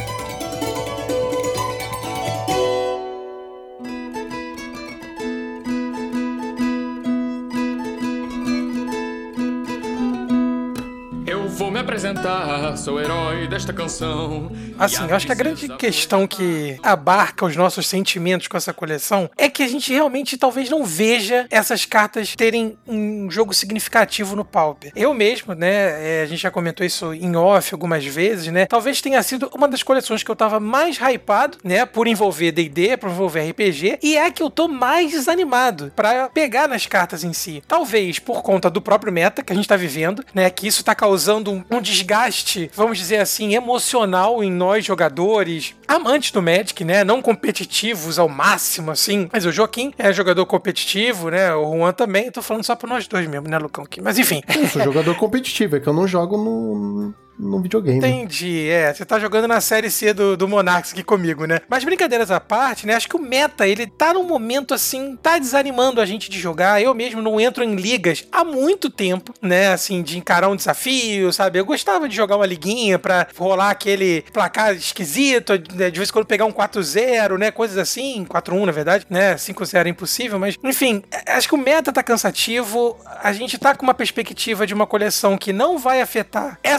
G: Apresentar, sou o herói desta canção.
E: Assim, eu acho que a grande questão que abarca os nossos sentimentos com essa coleção é que a gente realmente talvez não veja essas cartas terem um jogo significativo no Pauper. Eu mesmo, né, a gente já comentou isso em off algumas vezes, né, talvez tenha sido uma das coleções que eu tava mais hypado, né, por envolver D e D, por envolver R P G, e é a que eu tô mais desanimado pra pegar nas cartas em si. Talvez por conta do próprio meta que a gente tá vivendo, né, que isso tá causando um, um desgaste, vamos dizer assim, emocional em nós jogadores, amantes do Magic, né, não competitivos ao máximo, assim, mas o Joaquim é jogador competitivo, né, o Juan também, eu tô falando só pra nós dois mesmo, né, Lucão, mas enfim.
B: Eu sou jogador competitivo, é que eu não jogo no... no videogame.
E: Entendi, é. Você tá jogando na série C do, do Monarchs aqui comigo, né? Mas brincadeiras à parte, né? Acho que o meta, ele tá num momento assim, tá desanimando a gente de jogar. Eu mesmo não entro em ligas há muito tempo, né? Assim, de encarar um desafio, sabe? Eu gostava de jogar uma liguinha pra rolar aquele placar esquisito, de vez em quando pegar um quatro zero, né? Coisas assim, quatro um na verdade, né? cinco zero é impossível, mas enfim, acho que o meta tá cansativo. A gente tá com uma perspectiva de uma coleção que não vai afetar essa realidade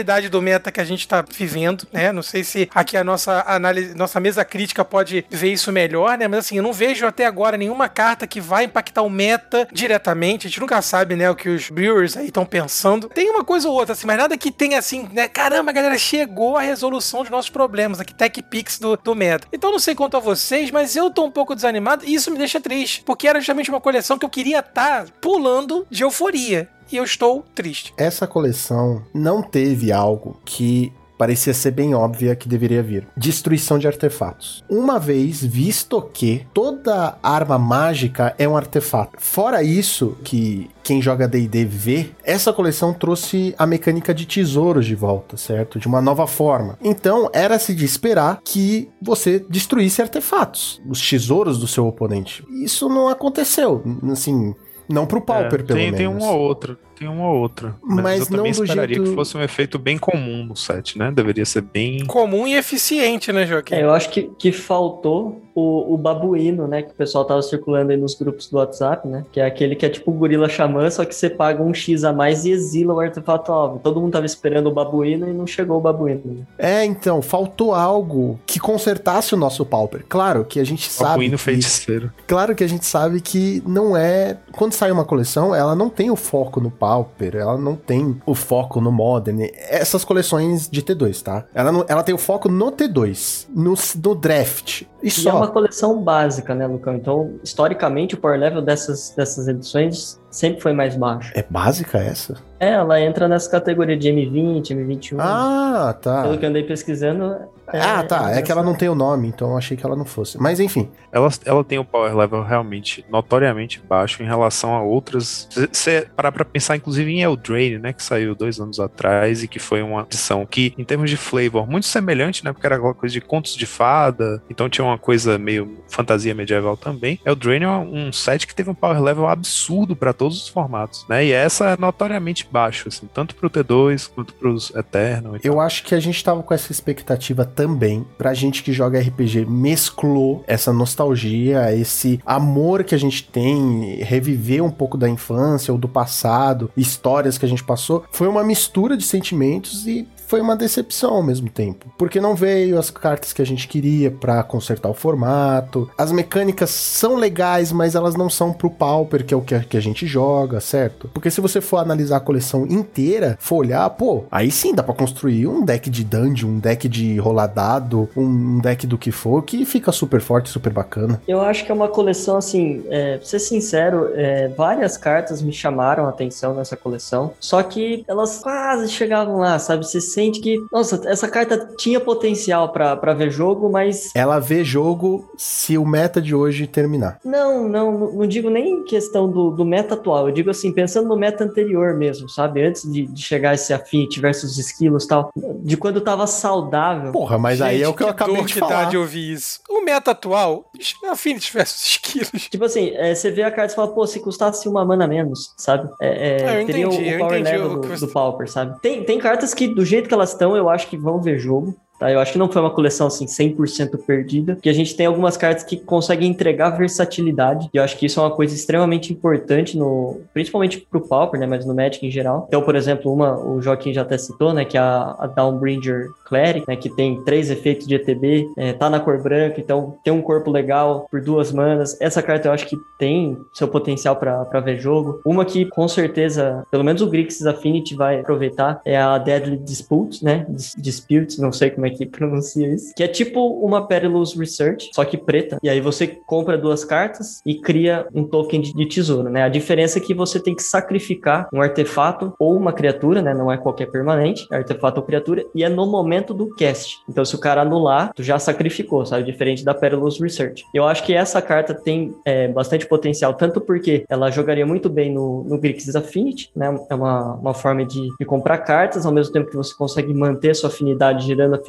E: realidade do meta que a gente tá vivendo, né? Não sei se aqui a nossa análise, nossa mesa crítica pode ver isso melhor, né? Mas assim, eu não vejo até agora nenhuma carta que vai impactar o meta diretamente. A gente nunca sabe, né, o que os Brewers aí estão pensando. Tem uma coisa ou outra, assim, mas nada que tenha assim, né? Caramba, galera, chegou a resolução de nossos problemas aqui, Tech Pix do, do meta. Então não sei quanto a vocês, mas eu tô um pouco desanimado e isso me deixa triste, porque era justamente uma coleção que eu queria estar pulando de euforia. E eu estou triste.
B: Essa coleção não teve algo que parecia ser bem óbvia que deveria vir. Destruição de artefatos. Uma vez visto que toda arma mágica é um artefato. Fora isso, que quem joga D e D vê, essa coleção trouxe a mecânica de tesouros de volta, certo? De uma nova forma. Então, era-se de esperar que você destruísse artefatos, os tesouros do seu oponente. Isso não aconteceu, assim... Não pro Pauper,
D: é,
B: pelo
D: tem,
B: menos.
D: Tem uma outra, tem uma outra. Mas,
B: mas
D: eu também
B: não do
D: esperaria
B: jeito...
D: que fosse um efeito bem comum no set, né? Deveria ser bem...
E: comum e eficiente, né, Joaquim?
C: É, eu acho que, que faltou o, o babuíno, né? Que o pessoal tava circulando aí nos grupos do WhatsApp, né? Que é aquele que é tipo o gorila xamã, só que você paga um X a mais e exila o artefato alvo. Todo mundo tava esperando o babuíno e não chegou o babuíno. Né?
B: É, então, faltou algo que consertasse o nosso Pauper. Claro que a gente sabe
D: babuíno
B: que...
D: feiticeiro.
B: Claro que a gente sabe que não é... Quando sai uma coleção, ela não tem o foco no Pauper, ela não tem o foco no Modern. Essas coleções de T dois, tá? Ela, não, ela tem o foco no T dois, no, no draft. E,
C: e
B: só.
C: é uma coleção básica, né, Lucão? Então, historicamente, o power level dessas, dessas edições sempre foi mais baixo.
B: É básica essa?
C: É, ela entra nessa categoria de M vinte, M vinte e um.
B: Ah, tá.
C: Pelo que eu andei pesquisando... É,
B: ah, tá. É,
C: é
B: que ela não tem o nome, então eu achei que ela não fosse. Mas, enfim.
D: Ela, ela tem um power level realmente notoriamente baixo em relação a outras. Se você parar pra pensar, inclusive, em Eldraine, né? Que saiu dois anos atrás e que foi uma edição que, em termos de flavor, muito semelhante, né? Porque era aquela coisa de contos de fada, então tinha uma coisa meio fantasia medieval também. Eldraine é um set que teve um power level absurdo pra todos os formatos, né? E essa é notoriamente baixo, assim, tanto pro T dois quanto pros Eternal. E
B: eu
D: tal.
B: acho que a gente tava com essa expectativa também. Pra gente que joga R P G, mesclou essa nostalgia, esse amor que a gente tem, reviver um pouco da infância ou do passado, histórias que a gente passou. Foi uma mistura de sentimentos e foi uma decepção ao mesmo tempo, porque não veio as cartas que a gente queria pra consertar o formato. As mecânicas são legais, mas elas não são pro Pauper, que é o que a, que a gente joga, certo? Porque se você for analisar a coleção inteira, for olhar, pô, aí sim dá pra construir um deck de dungeon, um deck de rolar dado, um deck do que for, que fica super forte, super bacana.
C: Eu acho que é uma coleção, assim, é, pra ser sincero, é, várias cartas me chamaram a atenção nessa coleção, só que elas quase chegavam lá, sabe? Você sente que, nossa, essa carta tinha potencial pra, pra ver jogo, mas...
B: Ela vê jogo se o meta de hoje terminar.
C: Não, não, não digo nem em questão do, do meta atual, eu digo assim, pensando no meta anterior mesmo, sabe? Antes de, de chegar esse Affinity versus Esquilos e tal, de quando tava saudável.
B: Porra, mas
E: Gente,
B: aí é o que, eu acabei
E: dor
B: de
E: que
B: falar.
E: dá de ouvir isso. O meta atual, Affinity versus Esquilos.
C: Tipo assim, é, você vê a carta e fala, pô, se custasse uma mana menos, sabe? É, é,
E: Ah, eu
C: teria
E: entendi,
C: o,
E: eu
C: o power
E: entendi
C: level
E: o
C: do,
E: que você-
C: do Pauper, sabe? Tem, tem cartas que, do jeito que elas estão, eu acho que vão ver jogo. Tá, eu acho que não foi uma coleção assim cem por cento perdida, porque a gente tem algumas cartas que conseguem entregar versatilidade, e eu acho que isso é uma coisa extremamente importante, no, principalmente pro Pauper, né, mas no Magic em geral. Então, por exemplo, uma, o Joaquim já até citou, né, que é a, a Downbringer Cleric, né, que tem três efeitos de E T B, é, tá na cor branca, então tem um corpo legal por duas manas. Essa carta eu acho que tem seu potencial pra, pra ver jogo. Uma que com certeza, pelo menos o Grixis Affinity vai aproveitar, é a Deadly Dispute, né, Dis- Disputes, não sei como é que pronuncia isso, que é tipo uma Perilous Research, só que preta, e aí você compra duas cartas e cria um token de, de tesouro, né? A diferença é que você tem que sacrificar um artefato ou uma criatura, né? Não é qualquer permanente, é artefato ou criatura, e é no momento do cast. Então se o cara anular, tu já sacrificou, sabe? Diferente da Perilous Research. Eu acho que essa carta tem é, bastante potencial, tanto porque ela jogaria muito bem no, no Grixis Affinity, né? É uma, uma forma de, de comprar cartas, ao mesmo tempo que você consegue manter sua afinidade gerando a ficha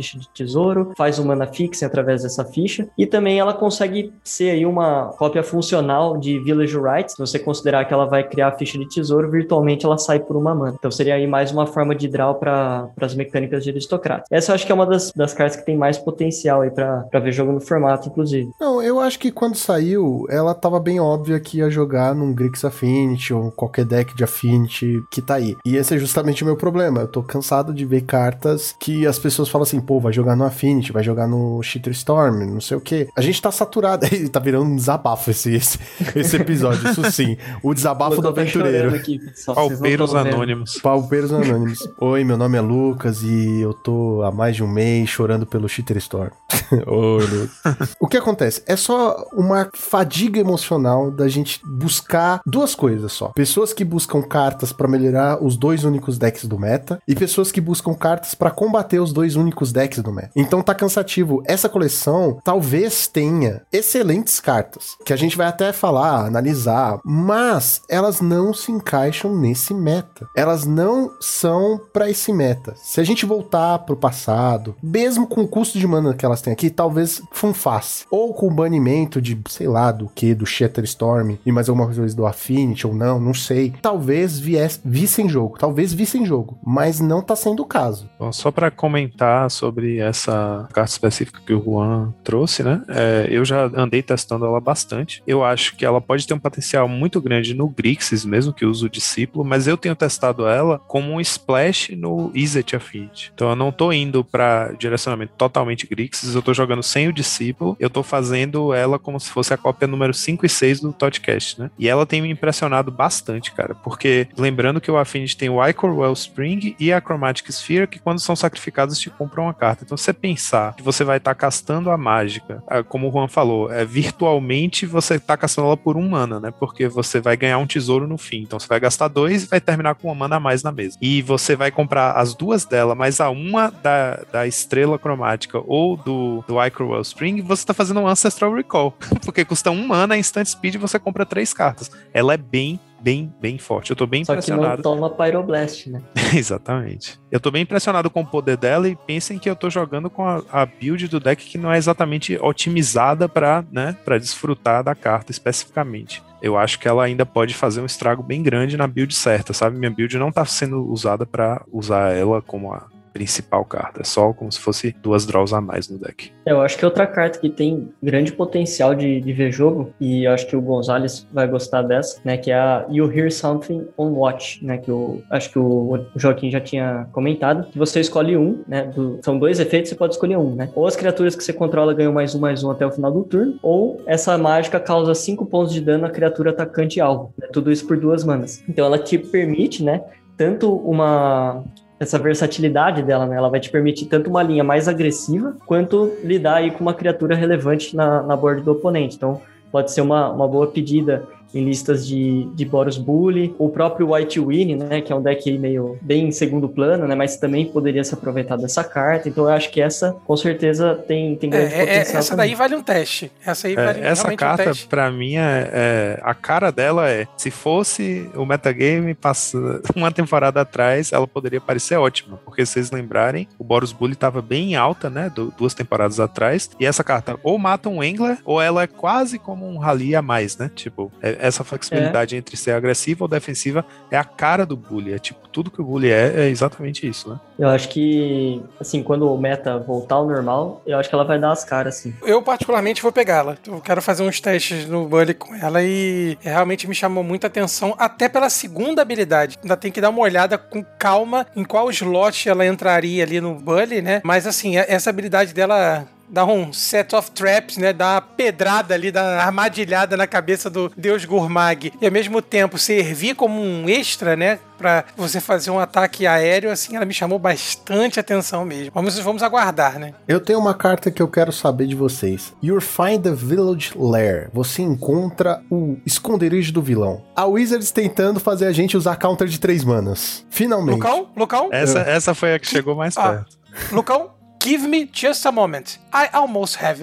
C: ficha de tesouro, faz um mana fixing através dessa ficha, e também ela consegue ser aí uma cópia funcional de Village Rites. Se você considerar que ela vai criar a ficha de tesouro, virtualmente ela sai por uma mana. Então seria aí mais uma forma de draw para as mecânicas de aristocrata. Essa eu acho que é uma das, das cartas que tem mais potencial aí para ver jogo no formato, inclusive.
B: Não, eu acho que quando saiu, ela tava bem óbvia que ia jogar num Grix Affinity ou qualquer deck de Affinity que tá aí. E esse é justamente o meu problema. Eu tô cansado de ver cartas que as pessoas falam assim, pô, vai jogar no Affinity, vai jogar no Shitter Storm, não sei o quê. A gente tá saturado. Tá virando um desabafo esse, esse, esse episódio, isso sim. O desabafo do aventureiro.
C: Aqui,
D: Palpeiros Anônimos.
B: Palpeiros Anônimos. Oi, meu nome é Lucas e eu tô há mais de um mês chorando pelo Shitter Storm. Oi, Lucas. O que acontece? É só uma fadiga emocional da gente buscar duas coisas só. Pessoas que buscam cartas pra melhorar os dois únicos decks do meta e pessoas que buscam cartas pra combater os dois únicos decks do meta. Então tá cansativo. Essa coleção talvez tenha excelentes cartas, que a gente vai até falar, analisar, mas elas não se encaixam nesse meta. Elas não são pra esse meta. Se a gente voltar pro passado, mesmo com o custo de mana que elas têm aqui, talvez funfasse. Ou com o banimento de, sei lá, do que, do Shatter Storm e mais alguma coisa do Affinity ou não, não sei. Talvez viesse, vissem jogo, talvez vissem jogo, mas não tá sendo o caso.
D: Bom, só pra comentar sobre essa carta específica que o Juan trouxe, né? É, eu já andei testando ela bastante. Eu acho que ela pode ter um potencial muito grande no Grixis, mesmo que use o Discípulo, mas eu tenho testado ela como um splash no Izzet Affinity. Então eu não tô indo pra direcionamento totalmente Grixis, eu tô jogando sem o Discípulo, eu tô fazendo ela como se fosse a cópia número cinco e seis do Totcast, né? E ela tem me impressionado bastante, cara, porque lembrando que o Affinity tem o Ichor Wellspring e a Chromatic Sphere, que quando são sacrificados te compram uma carta. Então se você pensar que você vai estar tá castando a mágica, como o Juan falou, é, virtualmente você tá castando ela por um mana, né? Porque você vai ganhar um tesouro no fim. Então você vai gastar dois e vai terminar com uma mana a mais na mesa. E você vai comprar as duas dela, mais a uma da, da estrela cromática ou do, do Ichor Wellspring, você tá fazendo um Ancestral Recall. Porque custa um mana, instant speed, você compra três cartas. Ela é bem bem, bem forte. Eu tô bem
C: Só
D: impressionado.
C: Só que não toma Pyroblast, né?
D: Exatamente. Eu tô bem impressionado com o poder dela e pensem que eu tô jogando com a, a build do deck que não é exatamente otimizada pra, né, pra desfrutar da carta especificamente. Eu acho que ela ainda pode fazer um estrago bem grande na build certa, sabe? Minha build não tá sendo usada pra usar ela como a principal carta, é só como se fosse duas draws a mais no deck.
C: Eu acho que outra carta que tem grande potencial de, de ver jogo, e eu acho que o Gonzalez vai gostar dessa, né, que é a You Hear Something on Watch, né, que eu acho que o Joaquim já tinha comentado, que você escolhe um, né, do, são dois efeitos, você pode escolher um, né, ou as criaturas que você controla ganham mais um, mais um até o final do turno, ou essa mágica causa cinco pontos de dano à criatura atacante alvo, né, tudo isso por duas manas. Então ela te permite, né, tanto uma... essa versatilidade dela, né? Ela vai te permitir tanto uma linha mais agressiva, quanto lidar aí com uma criatura relevante na, na board do oponente. Então, pode ser uma, uma boa pedida em listas de, de Boros Bully, o próprio White Winnie, né, que é um deck aí meio bem em segundo plano, né, mas também poderia se aproveitar dessa carta, então eu acho que essa, com certeza, tem, tem grande
E: é,
C: potencial.
E: Essa
C: também.
E: daí vale um teste. Essa aí vale
D: é, essa carta,
E: um teste.
D: Pra mim, é, é, a cara dela é, se fosse o metagame passa, uma temporada atrás, ela poderia parecer ótima, porque se vocês lembrarem, o Boros Bully tava bem alta, né, do, duas temporadas atrás, e essa carta ou mata um Angler, ou ela é quase como um rally a mais, né, tipo, é, essa flexibilidade é. entre ser agressiva ou defensiva é a cara do Bully, é tipo, tudo que o Bully é, é exatamente isso, né.
C: Eu acho que, assim, quando o meta voltar ao normal, eu acho que ela vai dar as caras, assim.
E: Eu, particularmente, vou pegá-la. Eu quero fazer uns testes no Bully com ela e realmente me chamou muita atenção, até pela segunda habilidade. Ainda tem que dar uma olhada com calma em qual slot ela entraria ali no Bully, né? Mas, assim, essa habilidade dela... dá um set of traps, né? Dá uma pedrada ali, dá uma armadilhada na cabeça do Deus Gurmag. E ao mesmo tempo servir como um extra, né? Pra você fazer um ataque aéreo, assim, ela me chamou bastante atenção mesmo. Vamos, vamos aguardar, né?
B: Eu tenho uma carta que eu quero saber de vocês. You find the village lair. Você encontra o esconderijo do vilão. A Wizards tentando fazer a gente usar counter de três manas. Finalmente.
E: Lucão? Lucão?
D: Essa, é. essa foi a que chegou mais
E: ah,
D: perto.
E: Lucão? Give me just a moment. I almost have it.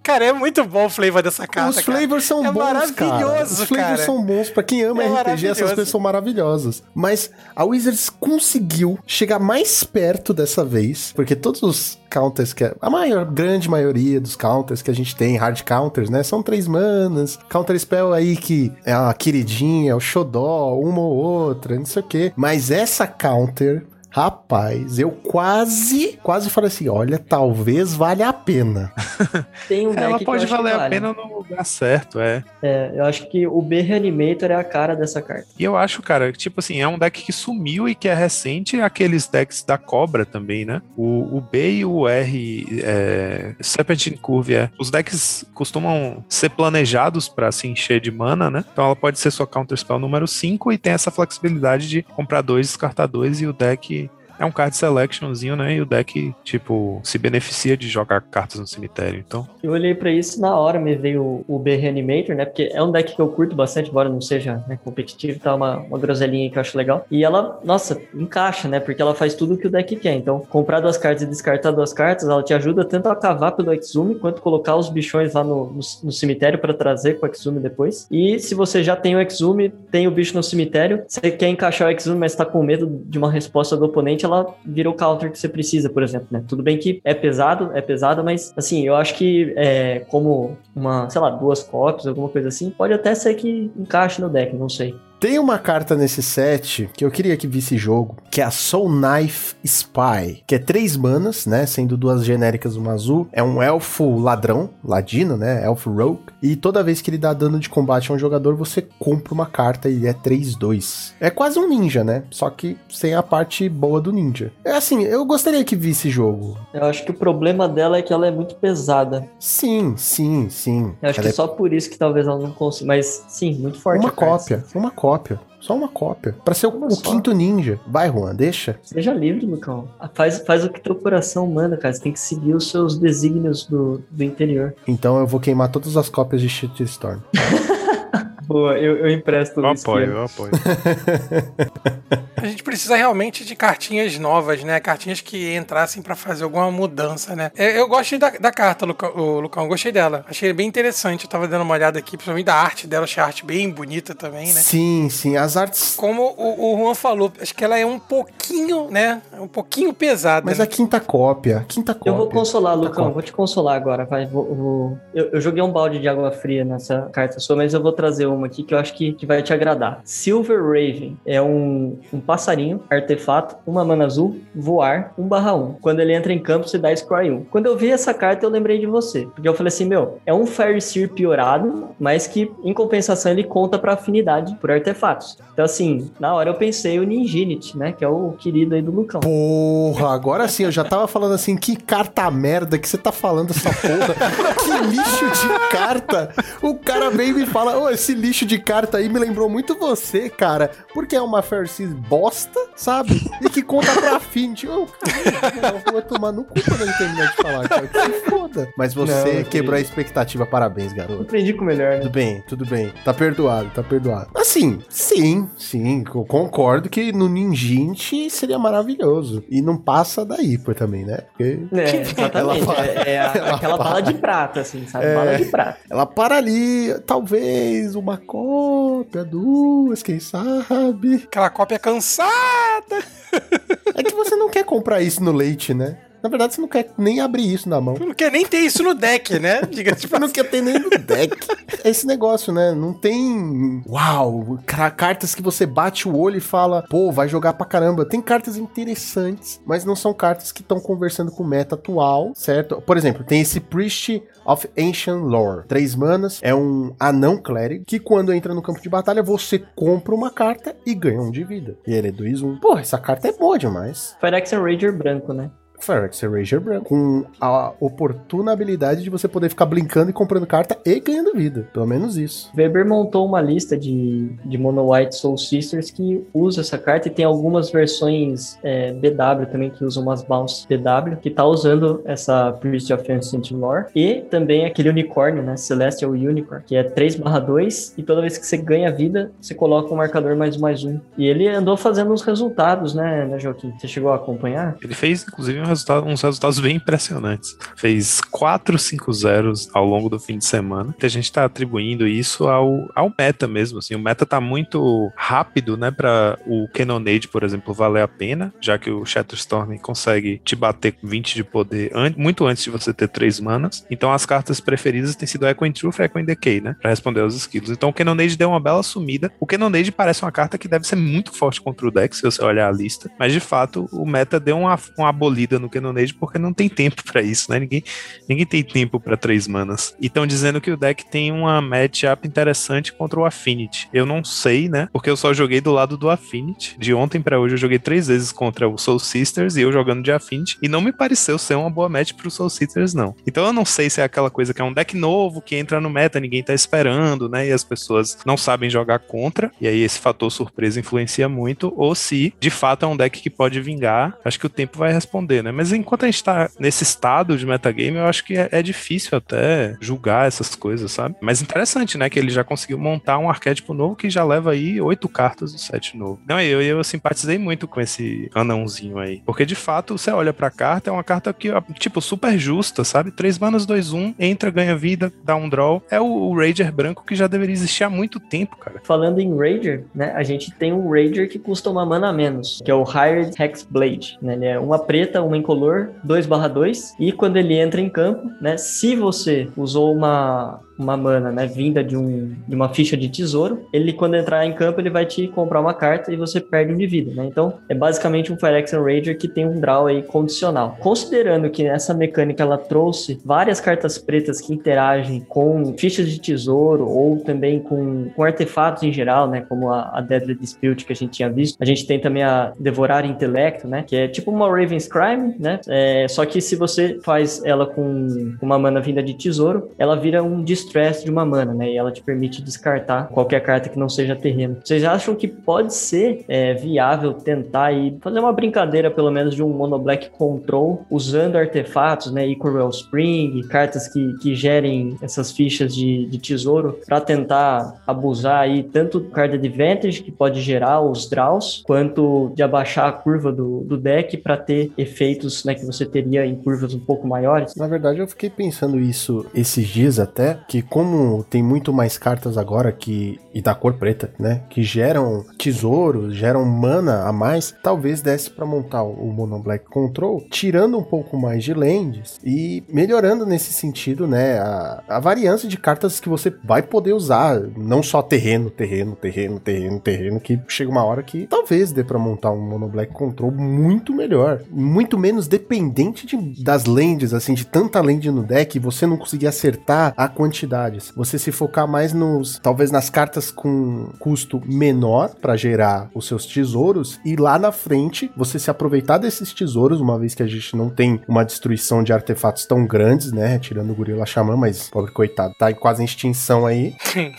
E: Cara, é muito bom o flavor dessa carta,
B: Os
E: cara.
B: flavors são
E: É
B: bons, cara.
E: maravilhoso,
B: Os flavors
E: cara.
B: são bons. Pra quem ama
E: É
B: R P G, essas
E: maravilhoso.
B: coisas são maravilhosas. Mas a Wizards conseguiu chegar mais perto dessa vez, porque todos os counters que... A maior, grande maioria dos counters que a gente tem, hard counters, né? São três manas. Counter spell aí que é a queridinha, o xodó, uma ou outra, não sei o quê. Mas essa counter... Rapaz, eu quase, quase falei assim, olha, talvez valha a pena.
C: Tem um deck
D: Ela
C: que
D: pode
C: eu acho
D: valer
C: que
D: a
C: vale.
D: pena no lugar certo, é.
C: É, eu acho que o B Reanimator é a cara dessa carta.
D: E eu acho, cara, que, tipo assim, é um deck que sumiu e que é recente, aqueles decks da Cobra também, né? O, o B e o R, é, Serpentine Curve, é. Os decks costumam ser planejados pra se encher de mana, né? Então ela pode ser sua Counter Spell número cinco e tem essa flexibilidade de comprar dois, descartar dois e o deck... É um card selectionzinho, né? E o deck, tipo, se beneficia de jogar cartas no cemitério, então...
C: Eu olhei pra isso, na hora me veio o, o B Reanimator, né? Porque é um deck que eu curto bastante, embora não seja, né, competitivo, tá uma, uma groselinha que eu acho legal. E ela, nossa, encaixa, né? Porque ela faz tudo o que o deck quer. Então, comprar duas cartas e descartar duas cartas, ela te ajuda tanto a cavar pelo Exhume, quanto colocar os bichões lá no, no, no cemitério pra trazer com o Exhume depois. E se você já tem o Exhume, tem o bicho no cemitério, você quer encaixar o Exhume, mas tá com medo de uma resposta do oponente, ela vira o counter que você precisa, por exemplo, né? Tudo bem que é pesado, é pesado, mas, assim, eu acho que é, como uma, sei lá, duas cópias, alguma coisa assim, pode até ser que encaixe no deck, não sei.
B: Tem uma carta nesse set que eu queria que visse jogo, que é a Soul Knife Spy, que é três manas, né, sendo duas genéricas uma azul. É um elfo ladrão, ladino, né, elfo rogue, e toda vez que ele dá dano de combate a um jogador, você compra uma carta e é três dois. É quase um ninja, né, só que sem a parte boa do ninja. É assim, eu gostaria que visse jogo.
C: Eu acho que o problema dela é que ela é muito pesada.
B: Sim, sim, sim.
C: Eu acho
B: Ela
C: que
B: é
C: é só por isso que talvez ela não consiga, mas sim, muito forte.
B: uma
C: a carta.
B: cópia, uma cópia. Só uma cópia. Pra ser o,
C: Olha
B: o
C: só.
B: quinto ninja. Vai, Juan, deixa.
C: Seja livre, Lucão. Faz, faz o que teu coração manda, cara. Você tem que seguir os seus desígnios do, do interior.
B: Então eu vou queimar todas as cópias de Shitstorm.
C: Boa, eu, eu empresto
D: Eu
C: o
D: apoio,
C: esquema.
D: eu apoio.
E: A gente precisa realmente de cartinhas novas, né? Cartinhas que entrassem pra fazer alguma mudança, né? Eu, eu gosto da, da carta, Lucão, o Lucão, eu gostei dela. Achei bem interessante. Eu tava dando uma olhada aqui, principalmente da arte dela. Achei a arte bem bonita também, né?
B: Sim, sim. As artes...
E: Como o, o Juan falou, acho que ela é um pouquinho, né? Um pouquinho pesada.
B: Mas
E: né?
B: a quinta cópia. A quinta cópia.
C: Eu vou consolar,
B: Quinta
C: Lucão.
B: cópia.
C: Vou te consolar agora. Vai, vou, vou- Eu, eu joguei um balde de água fria nessa carta sua, mas eu vou trazer uma aqui que eu acho que, que vai te agradar. Silver Raven é um, um passarinho, artefato, uma mana azul, voar, um barra um. Quando ele entra em campo, você dá Scry um. Quando eu vi essa carta, eu lembrei de você. Porque eu falei assim, meu, é um Fire Seer piorado, mas que, em compensação, ele conta pra afinidade por artefatos. Então, assim, na hora eu pensei o Ninjinity, né? Que é o querido aí do Lucão.
B: Porra, agora sim, eu já tava falando assim, que carta merda que você tá falando essa porra. Que lixo de carta. O cara vem e me fala, ô, esse lixo de carta aí me lembrou muito você, cara. Porque é uma Fairseas bosta, sabe? E que conta pra Affinity. Ô, cara, eu vou tomar no cu quando ele terminar de falar, cara. Que se foda. Mas você
C: Não,
B: quebrou a
C: querido.
B: expectativa, parabéns, garoto.
C: Aprendi com o melhor, né?
B: Tudo bem, tudo bem. Tá perdoado, tá perdoado. Assim, sim, sim, eu concordo que no Ninjinti seria maravilhoso. E não passa daí, por também, né? Porque
C: É, exatamente.
B: Ela fala-
C: é é a-
B: ela
C: aquela
B: fala-
C: bala de prata, assim, sabe?
B: É.
C: Bala de prata.
B: ela para ali, talvez uma cópia, duas, quem sabe.
E: Aquela cópia cansada.
B: É que você não quer comprar isso no leite, né? Na verdade, você não quer nem abrir isso na mão.
E: Não quer nem ter isso no deck, né? Diga-se de
B: Você não quer ter nem no deck. É esse negócio, né? Não tem... Uau! ca- Cartas que você bate o olho e fala, pô, vai jogar pra caramba. Tem cartas interessantes, mas não são cartas que estão conversando com o meta atual, certo? Por exemplo, tem esse Priest of Ancient Lore. Três manas, é um anão clérigo, que quando entra no campo de batalha, você compra uma carta e ganha um de vida. E ele é dois um. Pô, essa carta é boa demais.
C: Phyrexian Ranger branco, né?
B: Phyrexian Ranger branco, com a oportuna habilidade de você poder ficar brincando e comprando carta e ganhando vida. Pelo menos isso.
C: Weber montou uma lista de, de Mono White Soul Sisters que usa essa carta e tem algumas versões é, B W também que usam umas bounce B W que tá usando essa Priest of Ancient Lore e também aquele unicórnio, né? Celestial Unicorn, que é três barra dois e toda vez que você ganha vida, você coloca um marcador mais um mais um. E ele andou fazendo os resultados, né, né Joaquim? Você chegou a acompanhar?
D: Ele fez, inclusive, um resultado, uns resultados bem impressionantes. Fez quatro cinco zeros ao longo do fim de semana. A gente tá atribuindo isso ao, ao meta mesmo, assim. O meta tá muito rápido, né, pra o Cannonade, por exemplo, valer a pena, já que o Shatterstorm consegue te bater com vinte de poder an- muito antes de você ter três manas. Então as cartas preferidas têm sido Echo in Truth e Echo in Decay, né, pra responder aos skills. Então o Cannonade deu uma bela sumida. O Cannonade parece uma carta que deve ser muito forte contra o deck, se você olhar a lista, mas de fato o meta deu uma, uma abolida no Cannonade porque não tem tempo pra isso, né, ninguém, ninguém tem tempo pra três manas. E estão dizendo que o deck tem uma matchup interessante contra o Affinity. Eu não sei, né, porque eu só joguei do lado do Affinity. De ontem pra hoje eu joguei três vezes contra o Soul Sisters e eu jogando de Affinity, e não me pareceu ser uma boa match pro Soul Sisters, não. Então eu não sei se é aquela coisa que é um deck novo, que entra no meta, ninguém tá esperando, né, e as pessoas não sabem jogar contra, e aí esse fator surpresa influencia muito, ou se de fato é um deck que pode vingar. Acho que o tempo vai responder, né, mas enquanto a gente tá nesse estado de metagame, eu acho que é, é difícil até julgar essas coisas, sabe? Mas interessante, né, que ele já conseguiu montar um arquétipo novo que já leva aí oito cartas do set novo. Não, eu, eu simpatizei muito com esse anãozinho aí, porque de fato você olha pra carta, é uma carta que, tipo, super justa, sabe? três manas, dois um, entra, ganha vida, dá um draw. É o, o Rager branco que já deveria existir há muito tempo, cara.
C: Falando em Rager, né, a gente tem um Rager que custa uma mana a menos, que é o Hired Hexblade, né? Ele é uma preta, uma incolor, dois barra dois, e quando ele entra em campo, né, se você usou uma... uma mana, né, vinda de, um, de uma ficha de tesouro, ele, quando entrar em campo, ele vai te comprar uma carta e você perde um de vida, né? Então, é basicamente um Phyrexian Rager que tem um draw aí condicional. Considerando que essa mecânica, ela trouxe várias cartas pretas que interagem com fichas de tesouro ou também com, com artefatos em geral, né, como a, a Deadly Dispute que a gente tinha visto. A gente tem também a Devorar Intelecto, né, que é tipo uma Raven's Crime, né? É, só que se você faz ela com uma mana vinda de tesouro, ela vira um Distress de uma mana, né? E ela te permite descartar qualquer carta que não seja terreno. Vocês acham que pode ser é, viável tentar aí fazer uma brincadeira, pelo menos, de um Mono Black Control usando artefatos, né? Ichor Wellspring, cartas que, que gerem essas fichas de, de tesouro para tentar abusar aí tanto do card advantage, que pode gerar os draws, quanto de abaixar a curva do, do deck para ter efeitos, né, que você teria em curvas um pouco maiores?
B: Na verdade, eu fiquei pensando isso esses dias até, que como tem muito mais cartas agora que, e da cor preta, né, que geram tesouros, geram mana a mais, talvez desse pra montar o Mono Black Control, tirando um pouco mais de lands e melhorando nesse sentido, né, a, a variância de cartas que você vai poder usar, não só terreno, terreno, terreno, terreno, terreno, que chega uma hora que talvez dê pra montar um Mono Black Control muito melhor, muito menos dependente de, das lands, assim, de tanta land no deck, e você não conseguir acertar a quantidades. Você se focar mais nos, talvez nas cartas com custo menor para gerar os seus tesouros, e lá na frente você se aproveitar desses tesouros, uma vez que a gente não tem uma destruição de artefatos tão grandes, né, tirando o Gorila Xamã, mas pobre coitado, tá quase em extinção aí.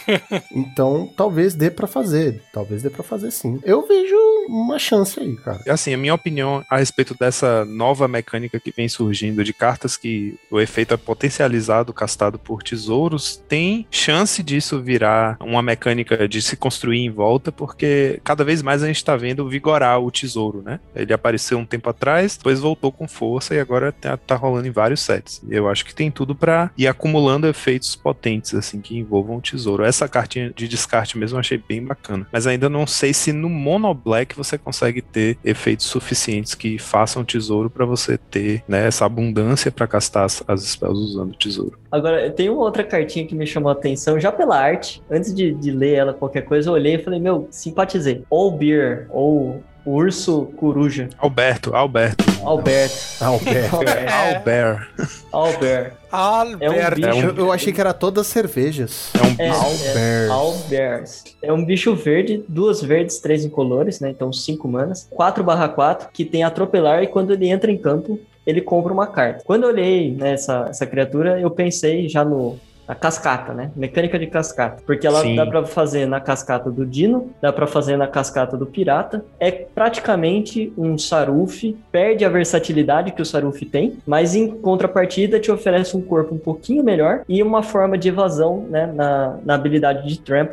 B: Então, talvez dê pra fazer, talvez dê pra fazer sim. Eu vejo uma chance aí, cara.
D: Assim, a minha opinião a respeito dessa nova mecânica que vem surgindo de cartas que o efeito é potencializado, castado por tesouros, tem chance disso virar uma mecânica de se construir em volta, porque cada vez mais a gente tá vendo vigorar o tesouro, né? Ele apareceu um tempo atrás, depois voltou com força e agora tá, tá rolando em vários sets. Eu acho que tem tudo pra ir acumulando efeitos potentes, assim, que envolvam o tesouro. Essa cartinha de descarte mesmo eu achei bem bacana, mas ainda não sei se no Mono Black você consegue ter efeitos suficientes que façam tesouro pra você ter, né, essa abundância pra castar as, as spells usando o tesouro.
C: Agora, tem uma outra cartinha que me chamou a atenção, já pela arte. Antes de, de ler ela, qualquer coisa, eu olhei e falei, meu, simpatizei. Owlbear, ou Urso Coruja.
D: Alberto, Alberto.
C: Alberto.
B: Alberto.
D: Albert.
C: Albert.
E: Alberto.
C: É um bicho...
B: Eu, eu achei que era todas cervejas.
D: É um
C: É, é,
B: Albert.
C: Albert. É um bicho verde, duas verdes, três incolores, né? Então cinco manas. quatro barra quatro, que tem atropelar, e quando ele entra em campo, ele compra uma carta. Quando eu olhei, né, essa, essa criatura, eu pensei já no... a cascata, né? Mecânica de cascata. Porque ela
D: Sim.
C: dá pra fazer na cascata do Dino, dá pra fazer na cascata do Pirata. É praticamente um Saruf, perde a versatilidade que o Saruf tem, mas em contrapartida te oferece um corpo um pouquinho melhor e uma forma de evasão, né, na, na habilidade de Trample,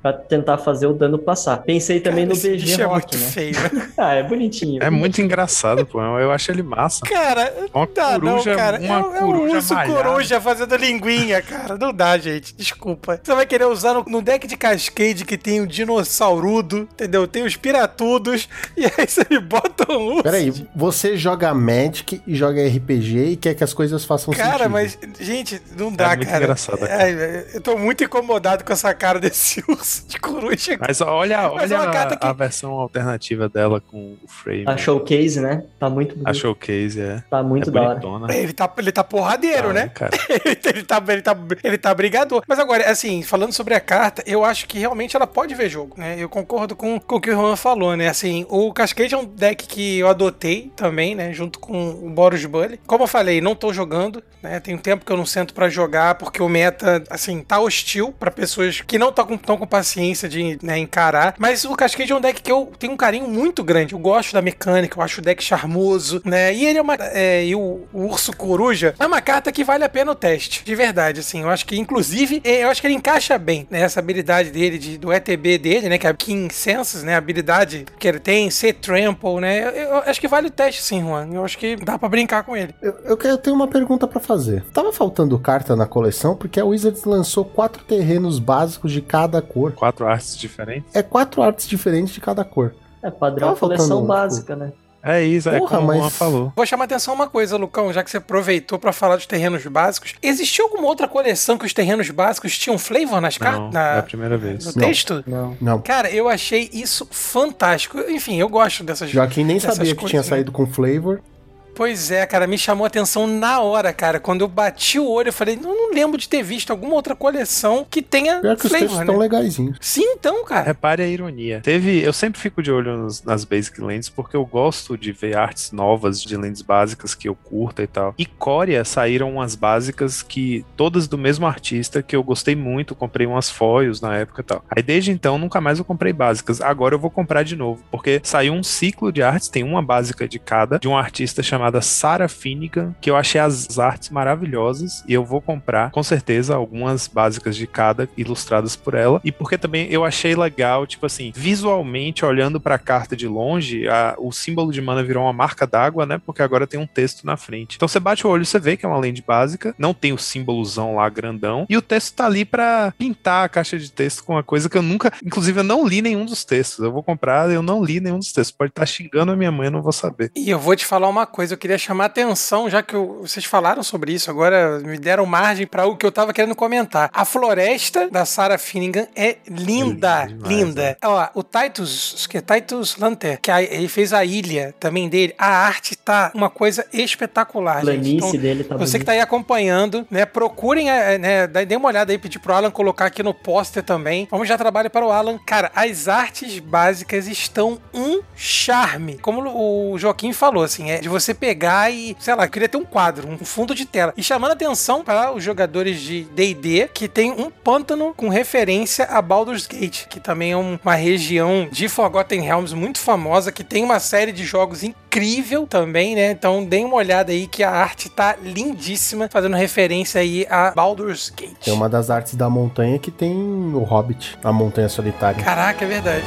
C: pra tentar fazer o dano passar. Pensei também
E: Cara,
C: no
E: esse
C: B G
E: bicho é
C: Rock,
E: muito
C: né?
E: feio, né?
C: Ah, é bonitinho.
D: É muito engraçado, pô. Eu acho ele massa.
E: Cara,
D: Uma
E: não dá
D: coruja-
E: não, cara.
D: uma
E: é, um- é um
D: coruja
E: urso
D: malhada.
E: coruja fazendo linguinha, cara. Não dá, gente. Desculpa. Você vai querer usar no, no deck de Cascade que tem o dinossaurudo, entendeu? Tem os piratudos, e aí você me bota um urso.
B: Peraí, você joga Magic e joga R P G e quer que as coisas façam
E: Cara,
B: sentido.
E: mas, gente, não dá,
D: É muito
E: cara.
D: engraçado,
E: É, eu tô muito incomodado com essa cara desse urso de coruja.
D: Mas olha,
E: Mas é
D: olha
E: uma carta
D: a,
E: que-
D: a versão alternativa dela com o frame.
C: A showcase, né? Tá muito bonito.
D: A showcase, é.
C: Tá muito
D: é
C: da hora.
D: bonitona.
E: Ele tá, ele tá porradeiro,
D: Tá,
E: né?
D: cara.
E: ele, tá, ele, tá, ele tá brigador. Mas agora, assim, falando sobre a carta, eu acho que realmente ela pode ver jogo, né? Eu concordo com, com o que o Juan falou, né? Assim, o Cascade é um deck que eu adotei também, né? Junto com o Boros Bully. Como eu falei, não tô jogando, né? Tem um tempo que eu não sento pra jogar, porque o meta, assim, tá hostil pra pessoas que não estão com, tão com paciência de, né, encarar. Mas o Cascade é um deck que eu tenho um carinho muito grande. Eu gosto da mecânica, eu acho o deck charmoso, né? E ele é uma... É, e o, o Urso Coruja é uma carta que vale a pena o teste, de verdade, assim. Eu acho que, inclusive, eu acho que ele encaixa bem, né? Essa habilidade dele, de, do E T B dele, né? Que é a King Senses, né? A habilidade que ele tem, ser Trample, né? Eu, eu acho que vale o teste, sim, Juan. Eu acho que dá pra brincar com ele.
B: Eu, eu, eu tenho uma pergunta pra fazer. Tava faltando carta na coleção porque a Wizards lançou quatro terrenos básicos de cada cor.
D: Quatro artes diferentes.
B: É quatro artes diferentes de cada cor.
C: É padrão
B: Tava
C: coleção
B: faltando,
C: básica, né?
D: É isso, é
B: Porra,
D: como o Juan
B: mas-
D: falou.
E: Vou chamar atenção uma coisa, Lucão, já que você aproveitou pra falar dos terrenos básicos. Existiu alguma outra coleção que os terrenos básicos tinham flavor nas
D: Não,
E: cartas?
D: é a primeira vez.
E: No texto?
C: Não.
B: Não.
E: Cara, eu achei isso fantástico. Enfim, eu gosto dessas
B: Joaquim nem
E: dessas
B: sabia que
E: coisas,
B: tinha
E: né?
B: saído com flavor.
E: Pois é, cara, me chamou a atenção na hora, cara. Quando eu bati o olho, eu falei, não, não lembro de ter visto alguma outra coleção que tenha
B: Pior que os textos
E: flavor,
B: estão
E: né?
B: legaisinhos.
E: Sim, então, cara.
D: Repare a ironia. Teve, eu sempre fico de olho nos- nas Basic Lands porque eu gosto de ver artes novas de lands básicas que eu curta e tal. E Coria saíram umas básicas que todas do mesmo artista que eu gostei muito, comprei umas foils na época e tal. Aí desde então nunca mais eu comprei básicas. Agora eu vou comprar de novo, porque saiu um ciclo de artes, tem uma básica de cada, de uma artista chamada Sarah Finnegan, que eu achei as artes maravilhosas e eu vou comprar com certeza algumas básicas de cada ilustradas por ela. E porque também eu achei legal, tipo assim, visualmente olhando pra carta de longe, a- o símbolo de mana virou uma marca d'água, né? Porque agora tem um texto na frente. Então você bate o olho, você vê que é uma land básica, não tem o símbolozão lá grandão, e o texto tá ali pra pintar a caixa de texto com uma coisa que eu nunca, inclusive eu não li nenhum dos textos. Eu vou comprar, eu não li nenhum dos textos. Pode estar xingando a minha mãe, eu não vou saber.
E: E eu vou te falar uma coisa, eu queria chamar atenção, já que eu- vocês falaram sobre isso, agora me deram margem para o que eu tava querendo comentar. A floresta da Sarah Finnegan é linda,
D: É linda
E: linda.
D: demais,
E: Ó, o Titus, que é Titus Lanter, que a- ele fez a ilha também dele, a arte tá uma coisa espetacular,
C: A
E: gente.
C: planície
E: Então,
C: dele tá
E: você que
C: bonita.
E: tá aí acompanhando, né, procurem, é, né, dá- dê uma olhada aí, pedir pro Alan colocar aqui no pôster também. Vamos já trabalho para o Alan. Cara, as artes básicas estão um charme. Como o Joaquim falou, assim, é de você pegar e, sei lá, eu queria ter um quadro, um fundo de tela. E chamando atenção para os jogadores de D e D, que tem um pântano com referência a Baldur's Gate, que também é um- uma região de Forgotten Realms muito famosa, que tem uma série de jogos incrível também, né? Então deem uma olhada aí que a arte tá lindíssima, fazendo referência aí a Baldur's Gate.
B: Tem uma das artes da montanha que tem o Hobbit, a montanha solitária.
E: Caraca, é verdade.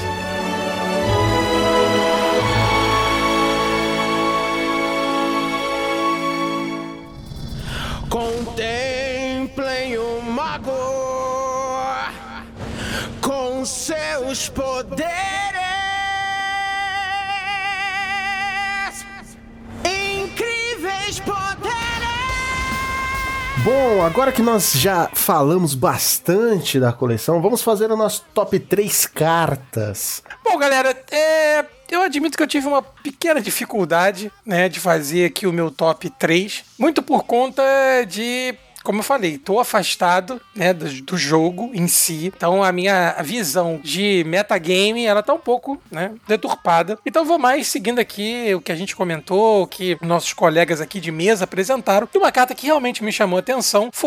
H: Contemplem o mago com seus poderes, incríveis poderes.
B: Bom, agora que nós já falamos bastante da coleção, vamos fazer o nosso top três cartas.
E: Bom, galera, é, eu admito que eu tive uma pequena dificuldade, né, de fazer aqui o meu top três, muito por conta de, como eu falei, tô afastado, né, do, do jogo em si, então a minha visão de metagame, ela tá um pouco, né, deturpada. Então vou mais seguindo aqui o que a gente comentou, o que nossos colegas aqui de mesa apresentaram. E uma carta que realmente me chamou a atenção foi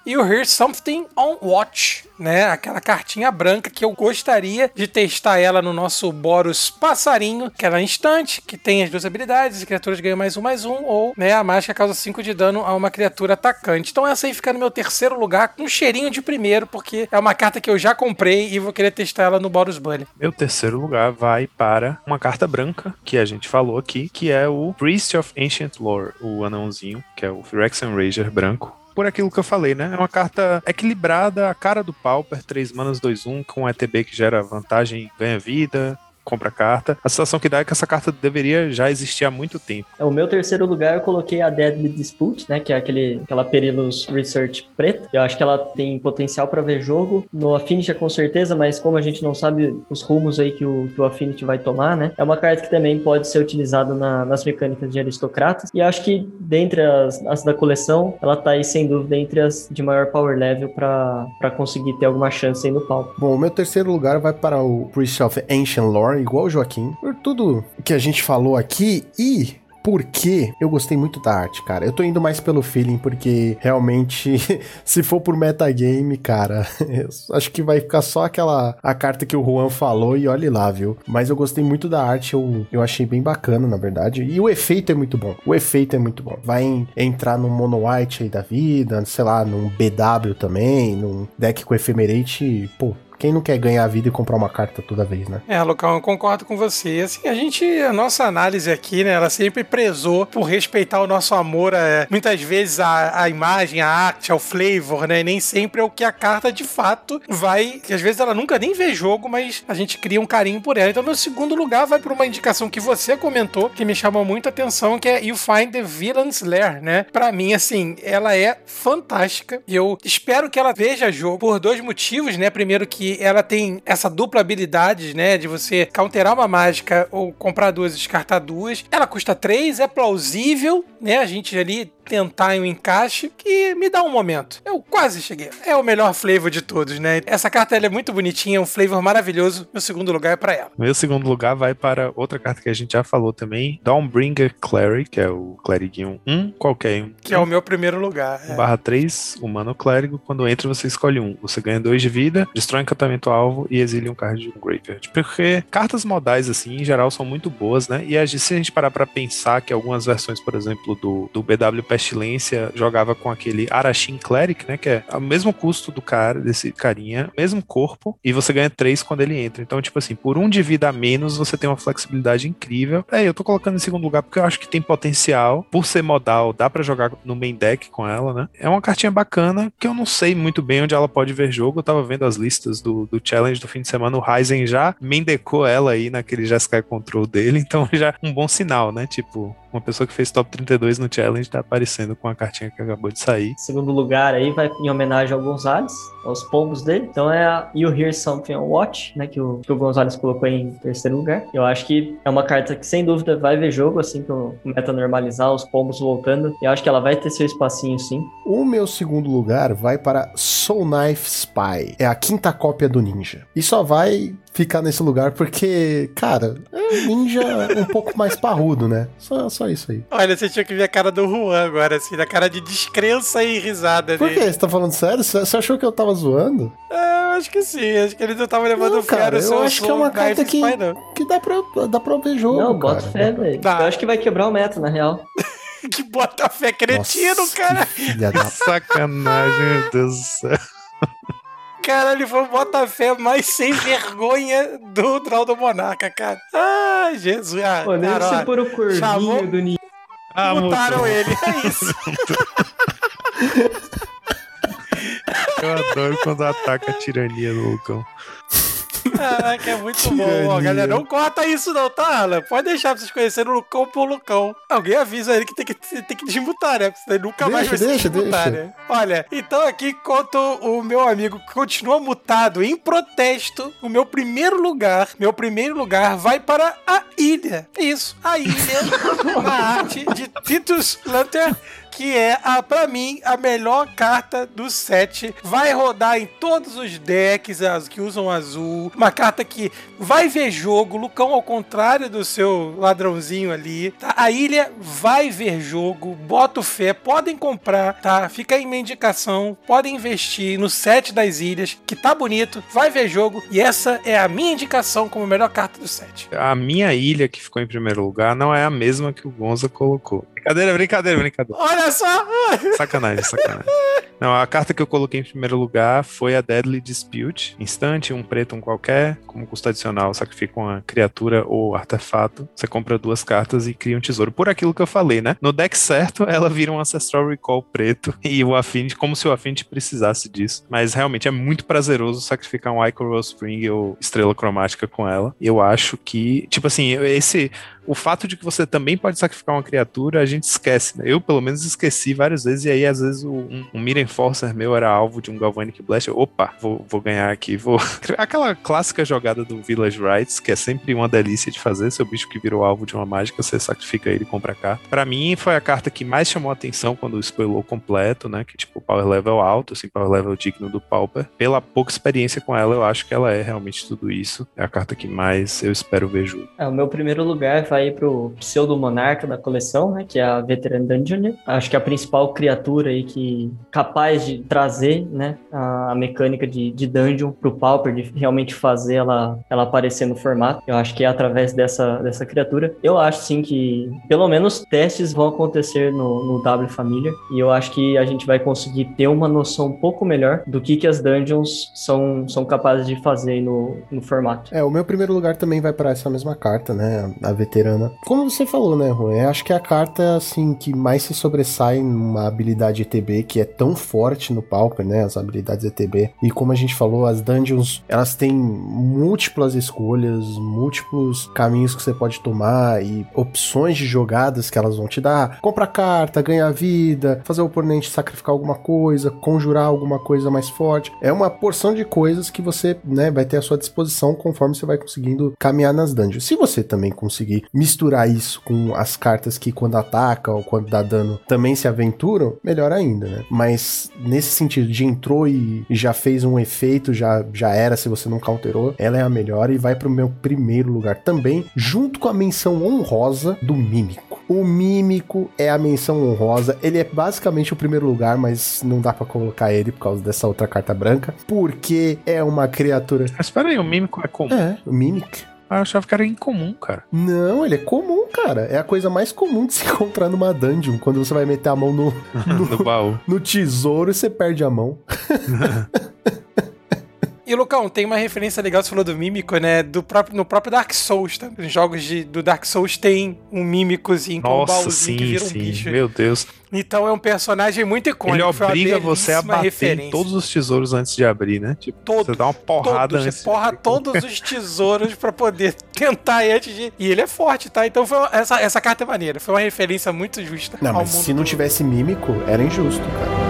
E: You Hear Something on Watch, né? Aquela cartinha branca que eu gostaria de testar ela no nosso Boros Passarinho, que ela é instante, que tem as duas habilidades, as criaturas ganham mais um, mais um, ou, né, a mágica causa cinco de dano a uma criatura atacante. Então essa aí fica no meu terceiro lugar, com um cheirinho de primeiro, porque é uma carta que eu já comprei e vou querer testar ela no Boros Bully.
D: Meu terceiro lugar vai para uma carta branca, que a gente falou aqui, que é o Priest of Ancient Lore, o anãozinho, que é o Phyrexian Rager branco. Por aquilo que eu falei, né? É uma carta equilibrada, a cara do Pauper, três manas, dois um, com E T B que gera vantagem, ganha vida, compra a carta. A sensação que dá é que essa carta deveria já existir há muito tempo.
C: O meu terceiro lugar eu coloquei a Deadly Dispute, né, que é aquele, aquela Perilous Research preta. Eu acho que ela tem potencial para ver jogo. No Affinity com certeza, mas como a gente não sabe os rumos aí que o, que o Affinity vai tomar, né, é uma carta que também pode ser utilizada na, nas mecânicas de aristocratas. E acho que dentre as, as da coleção, ela tá aí sem dúvida entre as de maior power level para conseguir ter alguma chance aí no palco.
B: Bom, o meu terceiro lugar vai para o Priest of Ancient Lore, igual o Joaquim, por tudo que a gente falou aqui e porque eu gostei muito da arte, cara. Eu tô indo mais pelo feeling, porque realmente, se for por metagame, cara, acho que vai ficar só aquela a carta que o Juan falou e olhe lá, viu? Mas eu gostei muito da arte, eu, eu achei bem bacana, na verdade. E o efeito é muito bom. O efeito é muito bom. Vai em, entrar num Mono White aí da vida, sei lá, num B W também, num deck com Ephemerate, pô. Quem não quer ganhar a vida e comprar uma carta toda vez, né?
E: É, Lucão, eu concordo com você. Assim, a gente, a nossa análise aqui, né, ela sempre prezou por respeitar o nosso amor, é, muitas vezes a, a imagem, a arte, ao flavor, né, e nem sempre é o que a carta de fato vai, que às vezes ela nunca nem vê jogo, mas a gente cria um carinho por ela. Então, meu segundo lugar vai para uma indicação que você comentou, que me chamou muita atenção, que é You Find the Villain's Lair, né? Pra mim, assim, ela é fantástica e eu espero que ela veja jogo por dois motivos, né? Primeiro que ela tem essa dupla habilidade, né, de você counterar uma mágica ou comprar duas e descartar duas. Ela custa três, é plausível, né, a gente ali tentar em um encaixe, que me dá um momento. Eu quase cheguei. É o melhor flavor de todos, né? Essa carta ela é muito bonitinha, é um flavor maravilhoso. Meu segundo lugar é pra ela.
D: Meu segundo lugar vai para outra carta que a gente já falou também, Dawnbringer Cleric, que é o cleriguinho um, qualquer um.
E: Que é o meu primeiro lugar.
D: um barra três, humano clérigo. Quando entra, você escolhe um. Você ganha dois de vida, destrói um encantamento alvo e exilia um card de um graveyard. Porque cartas modais, assim, em geral, são muito boas, né? E a gente, se a gente parar pra pensar que algumas versões, por exemplo, do, do B W Pestilência jogava com aquele Arashin Cleric, né? Que é o mesmo custo do cara, desse carinha, mesmo corpo, e você ganha três quando ele entra. Então, tipo assim, por um de vida a menos, você tem uma flexibilidade incrível. É, eu tô colocando em segundo lugar porque eu acho que tem potencial. Por ser modal, dá pra jogar no main deck com ela, né? É uma cartinha bacana que eu não sei muito bem onde ela pode ver jogo. Eu tava vendo as listas do, do challenge do fim de semana, o Ryzen já mendecou ela aí naquele Jeskai Control dele, então já um bom sinal, né? Tipo, uma pessoa que fez top trinta e dois no challenge tá aparecendo com a cartinha que acabou de sair.
C: Segundo lugar aí vai em homenagem ao Gonzalez, aos pombos dele. Então é a You Hear Something on Watch, né, que o, que o Gonzalez colocou em terceiro lugar. Eu acho que é uma carta que sem dúvida vai ver jogo assim que o meta normalizar, os pombos voltando. Eu acho que ela vai ter seu espacinho sim.
B: O meu segundo lugar vai para Soul Knife Spy. É a quinta cópia do Ninja. E só vai ficar nesse lugar porque, cara, é um ninja um pouco mais parrudo, né? Só, só isso aí.
E: Olha, você tinha que ver a cara do Juan agora, assim, da cara de descrença e risada
B: Por
E: dele.
B: quê? Você tá falando sério? Você achou que eu tava zoando?
E: É, eu acho que sim, acho que ele não tava levando
B: Não, cara,
E: fé no
B: eu acho que é uma carta que,
E: Spy, não.
B: que dá pra, dá pra ver jogo,
C: Não,
B: cara.
C: bota fé, velho.
E: Tá.
C: Eu acho que vai quebrar o meta, na real.
E: Que bota fé cretino,
B: Nossa,
E: cara.
B: que filha da...
D: Sacanagem, meu Deus do céu.
E: Caralho, foi o bota-fé mais sem vergonha do Draw do Monarca, cara. Ai, Jesus. Ah,
C: Pô, deve
E: cara,
C: ser
E: ó,
C: por o corvinho
E: chamou-
C: do ninja.
D: Ah,
E: mutaram
D: mudou.
E: ele, é isso.
D: Eu adoro quando ataca a tirania do Lucão.
E: Caraca, é muito bom. Ó, galera, não corta isso não, tá, Alan? Pode deixar pra vocês conhecerem o Lucão por Lucão. Alguém avisa ele que tem que, tem que desmutar, né? Porque senão ele nunca mais vai
B: Deixa,
E: se
B: deixa,
E: desmutar,
B: deixa.
E: né? Olha, então aqui, enquanto o meu amigo continua mutado em protesto, o meu primeiro lugar, meu primeiro lugar vai para a ilha. Isso, a ilha, na arte de Titus Lanter, que é, a, pra mim, a melhor carta do set. Vai rodar em todos os decks as que usam azul. Uma carta que vai ver jogo. Lucão, ao contrário do seu ladrãozinho ali, tá? A ilha vai ver jogo. Boto fé. Podem comprar, tá? Fica aí minha indicação. Podem investir no set das ilhas, que tá bonito. Vai ver jogo. E essa é a minha indicação como melhor carta do set.
D: A minha ilha, que ficou em primeiro lugar, não é a mesma que o Gonza colocou. Brincadeira, brincadeira, brincadeira.
E: Olha só!
D: Sacanagem, sacanagem. Não, a carta que eu coloquei em primeiro lugar foi a Deadly Dispute. Instante, um preto, um qualquer. Como custo adicional, sacrifica uma criatura ou artefato. Você compra duas cartas e cria um tesouro. Por aquilo que eu falei, né? No deck certo, ela vira um Ancestral Recall preto. E o Affinity, como se o Affinity precisasse disso. Mas realmente é muito prazeroso sacrificar um Ichor Spring ou Estrela Cromática com ela. Eu acho que, tipo assim, esse... O fato de que você também pode sacrificar uma criatura, a gente esquece, né? Eu, pelo menos, esqueci várias vezes, e aí, às vezes, um, um Mirror Enforcer meu era alvo de um Galvanic Blast. Opa, vou, vou ganhar aqui, vou... Aquela clássica jogada do Village Rites, que é sempre uma delícia de fazer, seu bicho que virou alvo de uma mágica, você sacrifica ele e compra a carta. Pra mim, foi a carta que mais chamou a atenção quando spoilou completo, né? Que, tipo, power level alto, assim, power level digno do Pauper. Pela pouca experiência com ela, eu acho que ela é realmente tudo isso. É a carta que mais eu espero ver jogo.
C: É, o meu primeiro lugar vai pro pseudo-monarca da coleção, né, que é a Veteran Dungeoneer. Acho que é a principal criatura aí que capaz de trazer, né, a, a mecânica de, de dungeon pro Pauper, de realmente fazer ela, ela aparecer no formato. Eu acho que é através dessa, dessa criatura. Eu acho, sim, que pelo menos testes vão acontecer no, no W Familiar, e eu acho que a gente vai conseguir ter uma noção um pouco melhor do que, que as dungeons são, são capazes de fazer no, no formato.
B: É, o meu primeiro lugar também vai para essa mesma carta, né, a veterana. Como você falou, né, Juan? Eu acho que é a carta, assim, que mais se sobressai numa habilidade E T B que é tão forte no Pauper, né, as habilidades E T B. E como a gente falou, as dungeons, elas têm múltiplas escolhas, múltiplos caminhos que você pode tomar e opções de jogadas que elas vão te dar. Comprar carta, ganhar vida, fazer o oponente sacrificar alguma coisa, conjurar alguma coisa mais forte. É uma porção de coisas que você, né, vai ter à sua disposição conforme você vai conseguindo caminhar nas dungeons. Se você também conseguir misturar isso com as cartas que quando ataca ou quando dá dano também se aventuram, melhor ainda, né? Mas nesse sentido de entrou e já fez um efeito, já, já era, se você não counterou, ela é a melhor e vai pro meu primeiro lugar também, junto com a menção honrosa do Mímico. O Mímico é a menção honrosa, ele é basicamente o primeiro lugar, mas não dá pra colocar ele por causa dessa outra carta branca, porque é uma criatura...
D: Mas espera aí, o Mímico é comum?
B: É, o Mimic.
D: Ah, eu achava que era incomum, cara.
B: Não, ele é comum, cara. É a coisa mais comum de se encontrar numa dungeon. Quando você vai meter a mão no, no,
D: no baú.
B: No tesouro, você perde a mão.
E: E, Lucão, tem uma referência legal, você falou do Mímico, né? Do próprio, no próprio Dark Souls, tá? Os jogos de, do Dark Souls tem um Mímicozinho com um baúzinho
D: sim,
E: que vira um
D: sim,
E: bicho.
D: Meu Deus.
E: Então é um personagem muito icônico.
D: Ele obriga você a bater
E: referência.
D: em todos os tesouros antes de abrir, né? Tipo,
E: Todos,
D: você dá uma porrada
E: todos,
D: antes
E: você porra
D: de...
E: todos os tesouros pra poder tentar antes de... E ele é forte, tá? Então foi uma... essa, essa carta é maneira. Foi uma referência muito justa.
B: Não,
E: ao
B: mas
E: mundo
B: se não
E: do...
B: tivesse Mímico, era injusto, cara.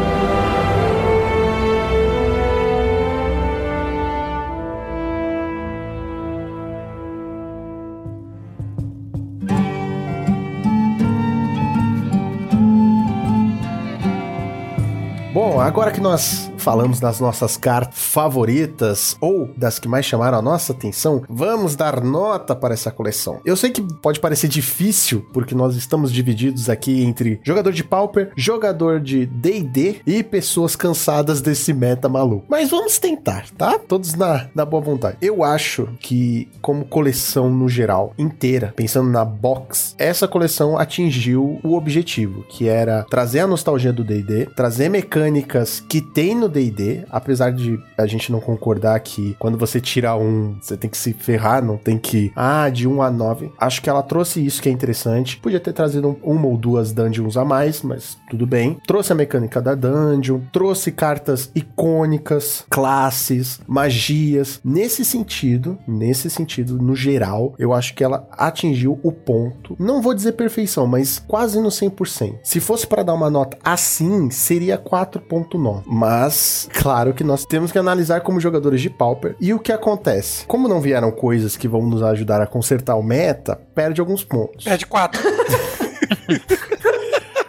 B: Bom, agora que nós falamos das nossas cartas favoritas ou das que mais chamaram a nossa atenção, vamos dar nota para essa coleção. Eu sei que pode parecer difícil, porque nós estamos divididos aqui entre jogador de Pauper, jogador de D e D e pessoas cansadas desse meta maluco. Mas vamos tentar, tá? Todos na, na boa vontade. Eu acho que, como coleção no geral, inteira, pensando na box, essa coleção atingiu o objetivo, que era trazer a nostalgia do D e D, trazer mecânicas que tem no D e D, apesar de a gente não concordar que quando você tira um, você tem que se ferrar, não tem que, ah, de um a nove. Acho que ela trouxe isso que é interessante. Podia ter trazido um, uma ou duas dungeons a mais, mas tudo bem. Trouxe a mecânica da dungeon, trouxe cartas icônicas, classes, magias. Nesse sentido, nesse sentido, no geral, eu acho que ela atingiu o ponto, não vou dizer perfeição, mas quase no cem por cento. Se fosse para dar uma nota assim, seria quatro ponto nove. Mas, claro que nós temos que analisar como jogadores de Pauper. E o que acontece? Como não vieram coisas que vão nos ajudar a consertar o meta, perde alguns pontos.
E: Perde quatro.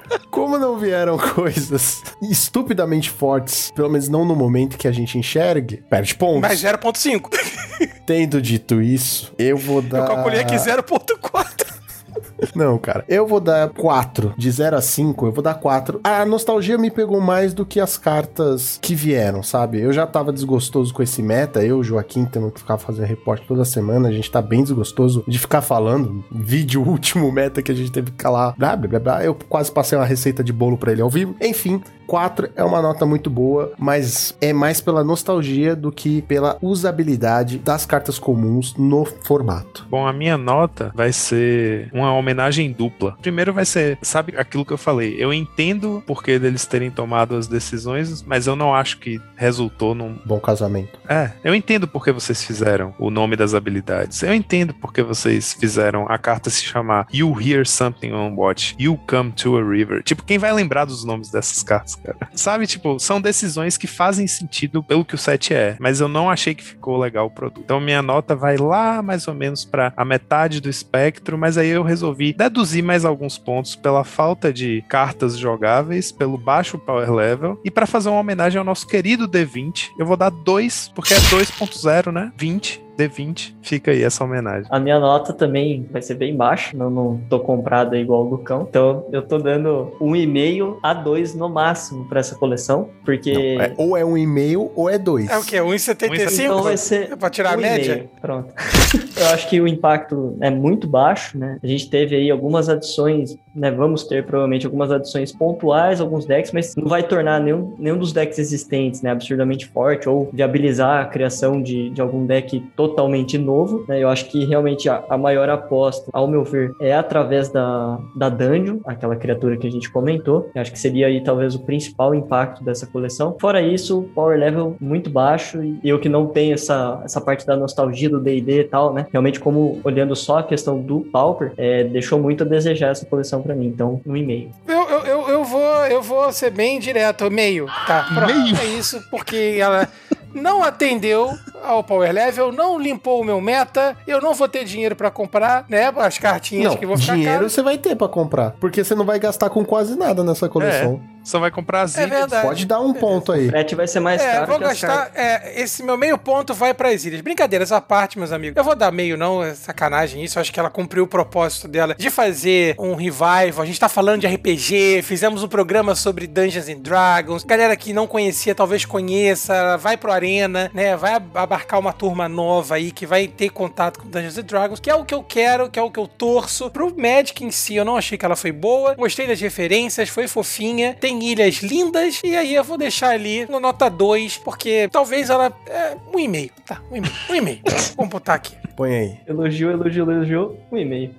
B: Como não vieram coisas estupidamente fortes, pelo menos não no momento que a gente enxergue, perde pontos.
E: Mas zero ponto cinco.
B: Tendo dito isso, eu vou dar...
E: Eu calculei aqui zero ponto quatro.
B: Não, cara. Eu vou dar quatro. De zero a cinco, eu vou dar quatro. A nostalgia me pegou mais do que as cartas que vieram, sabe? Eu já tava desgostoso com esse meta. Eu, Joaquim, tendo que ficar fazendo reporte toda semana. A gente tá bem desgostoso de ficar falando. Vídeo último meta que a gente teve que calar. Blá, blá, blá, blá. Eu quase passei uma receita de bolo pra ele ao vivo. Enfim, quatro é uma nota muito boa, mas é mais pela nostalgia do que pela usabilidade das cartas comuns no formato.
D: Bom, a minha nota vai ser uma homenagem dupla. Primeiro vai ser, sabe aquilo que eu falei? Eu entendo o porquê deles terem tomado as decisões, mas eu não acho que resultou num...
B: Bom casamento.
D: É, eu entendo porque vocês fizeram o nome das habilidades. Eu entendo porque vocês fizeram a carta se chamar You Hear Something on Watch, You Come to a River. Tipo, quem vai lembrar dos nomes dessas cartas, cara? Sabe, tipo, são decisões que fazem sentido pelo que o set é, mas eu não achei que ficou legal o produto. Então minha nota vai lá mais ou menos pra a metade do espectro, mas aí eu resolvi deduzir mais alguns pontos pela falta de cartas jogáveis, pelo baixo power level, e pra fazer uma homenagem ao nosso querido D vinte, eu vou dar dois, porque é dois ponto zero, né? vinte. D vinte, fica aí essa homenagem.
C: A minha nota também vai ser bem baixa, eu não tô comprada igual o Lucão, então eu tô dando um e meio a dois no máximo pra essa coleção, porque...
B: Não, é, ou é um e-mail ou é dois.
E: É o quê? um e setenta e cinco?
C: Então vai ser
E: É pra tirar
C: um
E: a média?
C: e meio, pronto. Eu acho que o impacto é muito baixo, né? A gente teve aí algumas adições, né? Vamos ter provavelmente algumas adições pontuais, alguns decks, mas não vai tornar nenhum, nenhum dos decks existentes, né, absurdamente forte, ou viabilizar a criação de, de algum deck totalmente novo, né? Eu acho que realmente a, a maior aposta, ao meu ver, é através da, da Dungeon, aquela criatura que a gente comentou. Eu acho que seria aí talvez o principal impacto dessa coleção. Fora isso, power level muito baixo, e eu que não tenho essa, essa parte da nostalgia do D e D e tal, né? Realmente, como olhando só a questão do Pauper, é, deixou muito a desejar essa coleção pra mim, então um e meio.
E: Eu, eu, eu, eu, vou, eu vou ser bem direto, meio. Tá, pronto.
B: Meio?
E: É isso, porque ela não atendeu ao power level, não limpou o meu meta, eu não vou ter dinheiro pra comprar, né, as cartinhas
B: Não,
E: que vão ficar
B: dinheiro
E: caras.
B: você vai ter pra comprar, porque você não vai gastar com quase nada nessa coleção.
D: É, só vai comprar as
E: É
D: ilhas.
E: verdade.
B: Pode dar um ponto aí.
C: O frete vai ser mais
E: É,
C: caro
E: vou
C: que as
E: gastar.
C: cartas.
E: É, esse meu meio ponto vai para as ilhas. Brincadeiras à parte, meus amigos. Eu vou dar meio, não, é sacanagem isso. Eu acho que ela cumpriu o propósito dela de fazer um revival. A gente tá falando de R P G, fizemos um programa sobre Dungeons and Dragons. Galera que não conhecia, talvez conheça, vai pro Arena, né? Vai abarcar uma turma nova aí que vai ter contato com Dungeons and Dragons, que é o que eu quero, que é o que eu torço. Pro Magic em si, eu não achei que ela foi boa. Gostei das referências, foi fofinha. Tem ilhas lindas. E aí eu vou deixar ali no nota dois, porque talvez ela... É, um e meio, tá, um e meio, um e meio. Vamos botar aqui.
B: Põe aí.
C: Elogio, elogio, elogio, um e meio.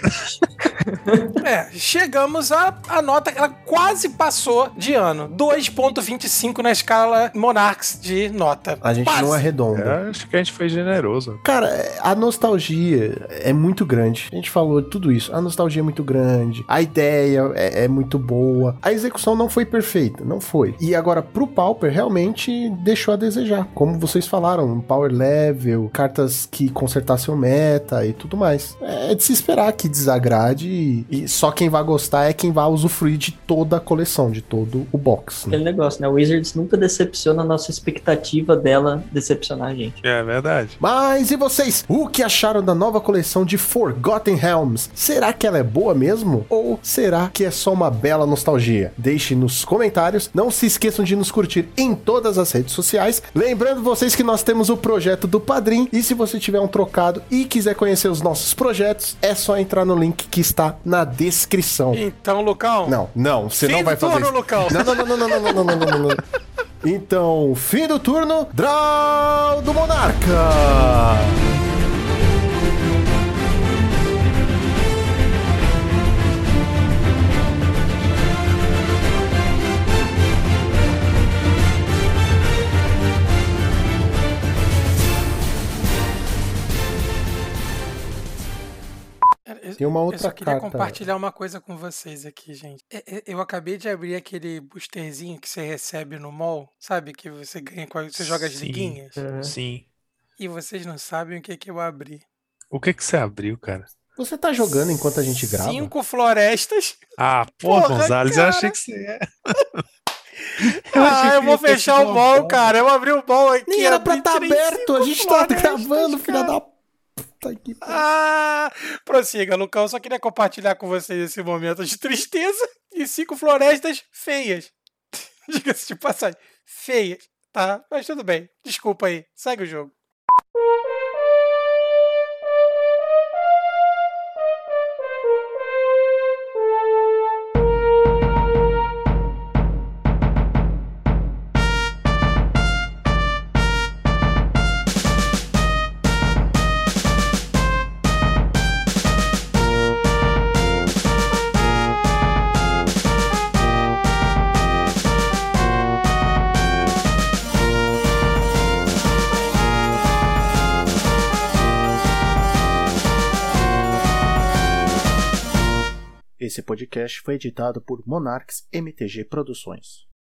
E: É, chegamos à, à nota que ela quase passou de ano. dois ponto vinte e cinco na escala Monarchs de nota.
B: A gente
E: Quase.
B: não arredonda.
D: Eu acho que a gente foi generoso.
B: Cara, a nostalgia é muito grande. A gente falou de tudo isso. A nostalgia é muito grande. A ideia é, é muito boa. A execução não foi perfeita. Não foi. E agora, pro Pauper, realmente deixou a desejar. Como vocês falaram, um power level, cartas que consertassem o meta e tudo mais. É de se esperar que desagrade e, e só quem vai gostar é quem vai usufruir de toda a coleção, de todo o box. Né?
C: Aquele negócio, né? O Wizards nunca decepciona a nossa expectativa dela decepcionar a gente.
D: É verdade.
B: Mas e vocês? O que acharam da nova coleção de Forgotten Realms? Será que ela é boa mesmo? Ou será que é só uma bela nostalgia? Deixe nos comentários. Não se esqueçam de nos curtir em todas as redes sociais. Lembrando vocês que nós temos o projeto do Padrim. E se você tiver um trocado e quiser conhecer os nossos projetos, é só entrar no link que está na descrição.
E: Então, Lucão...
B: Não, não, você
E: Fim
B: não vai
E: do
B: fazer
E: turno,
B: isso.
E: Lucão.
B: Não, não, não, não, não, não, não, não, não, não, não. Então, fim do turno, draw do Monarca. Tem uma outra
E: eu só queria
B: carta.
E: compartilhar uma coisa com vocês aqui, gente. É, é, Eu acabei de abrir aquele boosterzinho que você recebe no mall, sabe? Que você ganha quando você joga as
D: Sim.
E: liguinhas.
C: Uhum.
D: Sim.
E: E vocês não sabem o que, que eu abri.
D: O que que você abriu, cara?
B: Você tá jogando enquanto a gente grava?
E: Cinco florestas.
D: Ah, porra,
E: Porra,
D: Gonzalez,
E: cara.
D: eu achei que você ia.
E: Ah, eu vou
D: que ia
E: fechar o
D: uma
E: mall,
D: bola.
E: cara. Eu abri o mall aqui.
B: Nem era pra
E: abri,
B: estar
E: tirei
B: aberto,
E: cinco
B: a gente tá
E: florestas,
B: gravando, filha
E: cara.
B: da puta que pariu.
E: Ah, prossiga, Lucão. Eu só queria compartilhar com vocês esse momento de tristeza e cinco florestas feias. Diga-se de passagem, feias, tá? Mas tudo bem. Desculpa aí. Segue o jogo.
B: Esse podcast foi editado por Monarchs M T G Produções.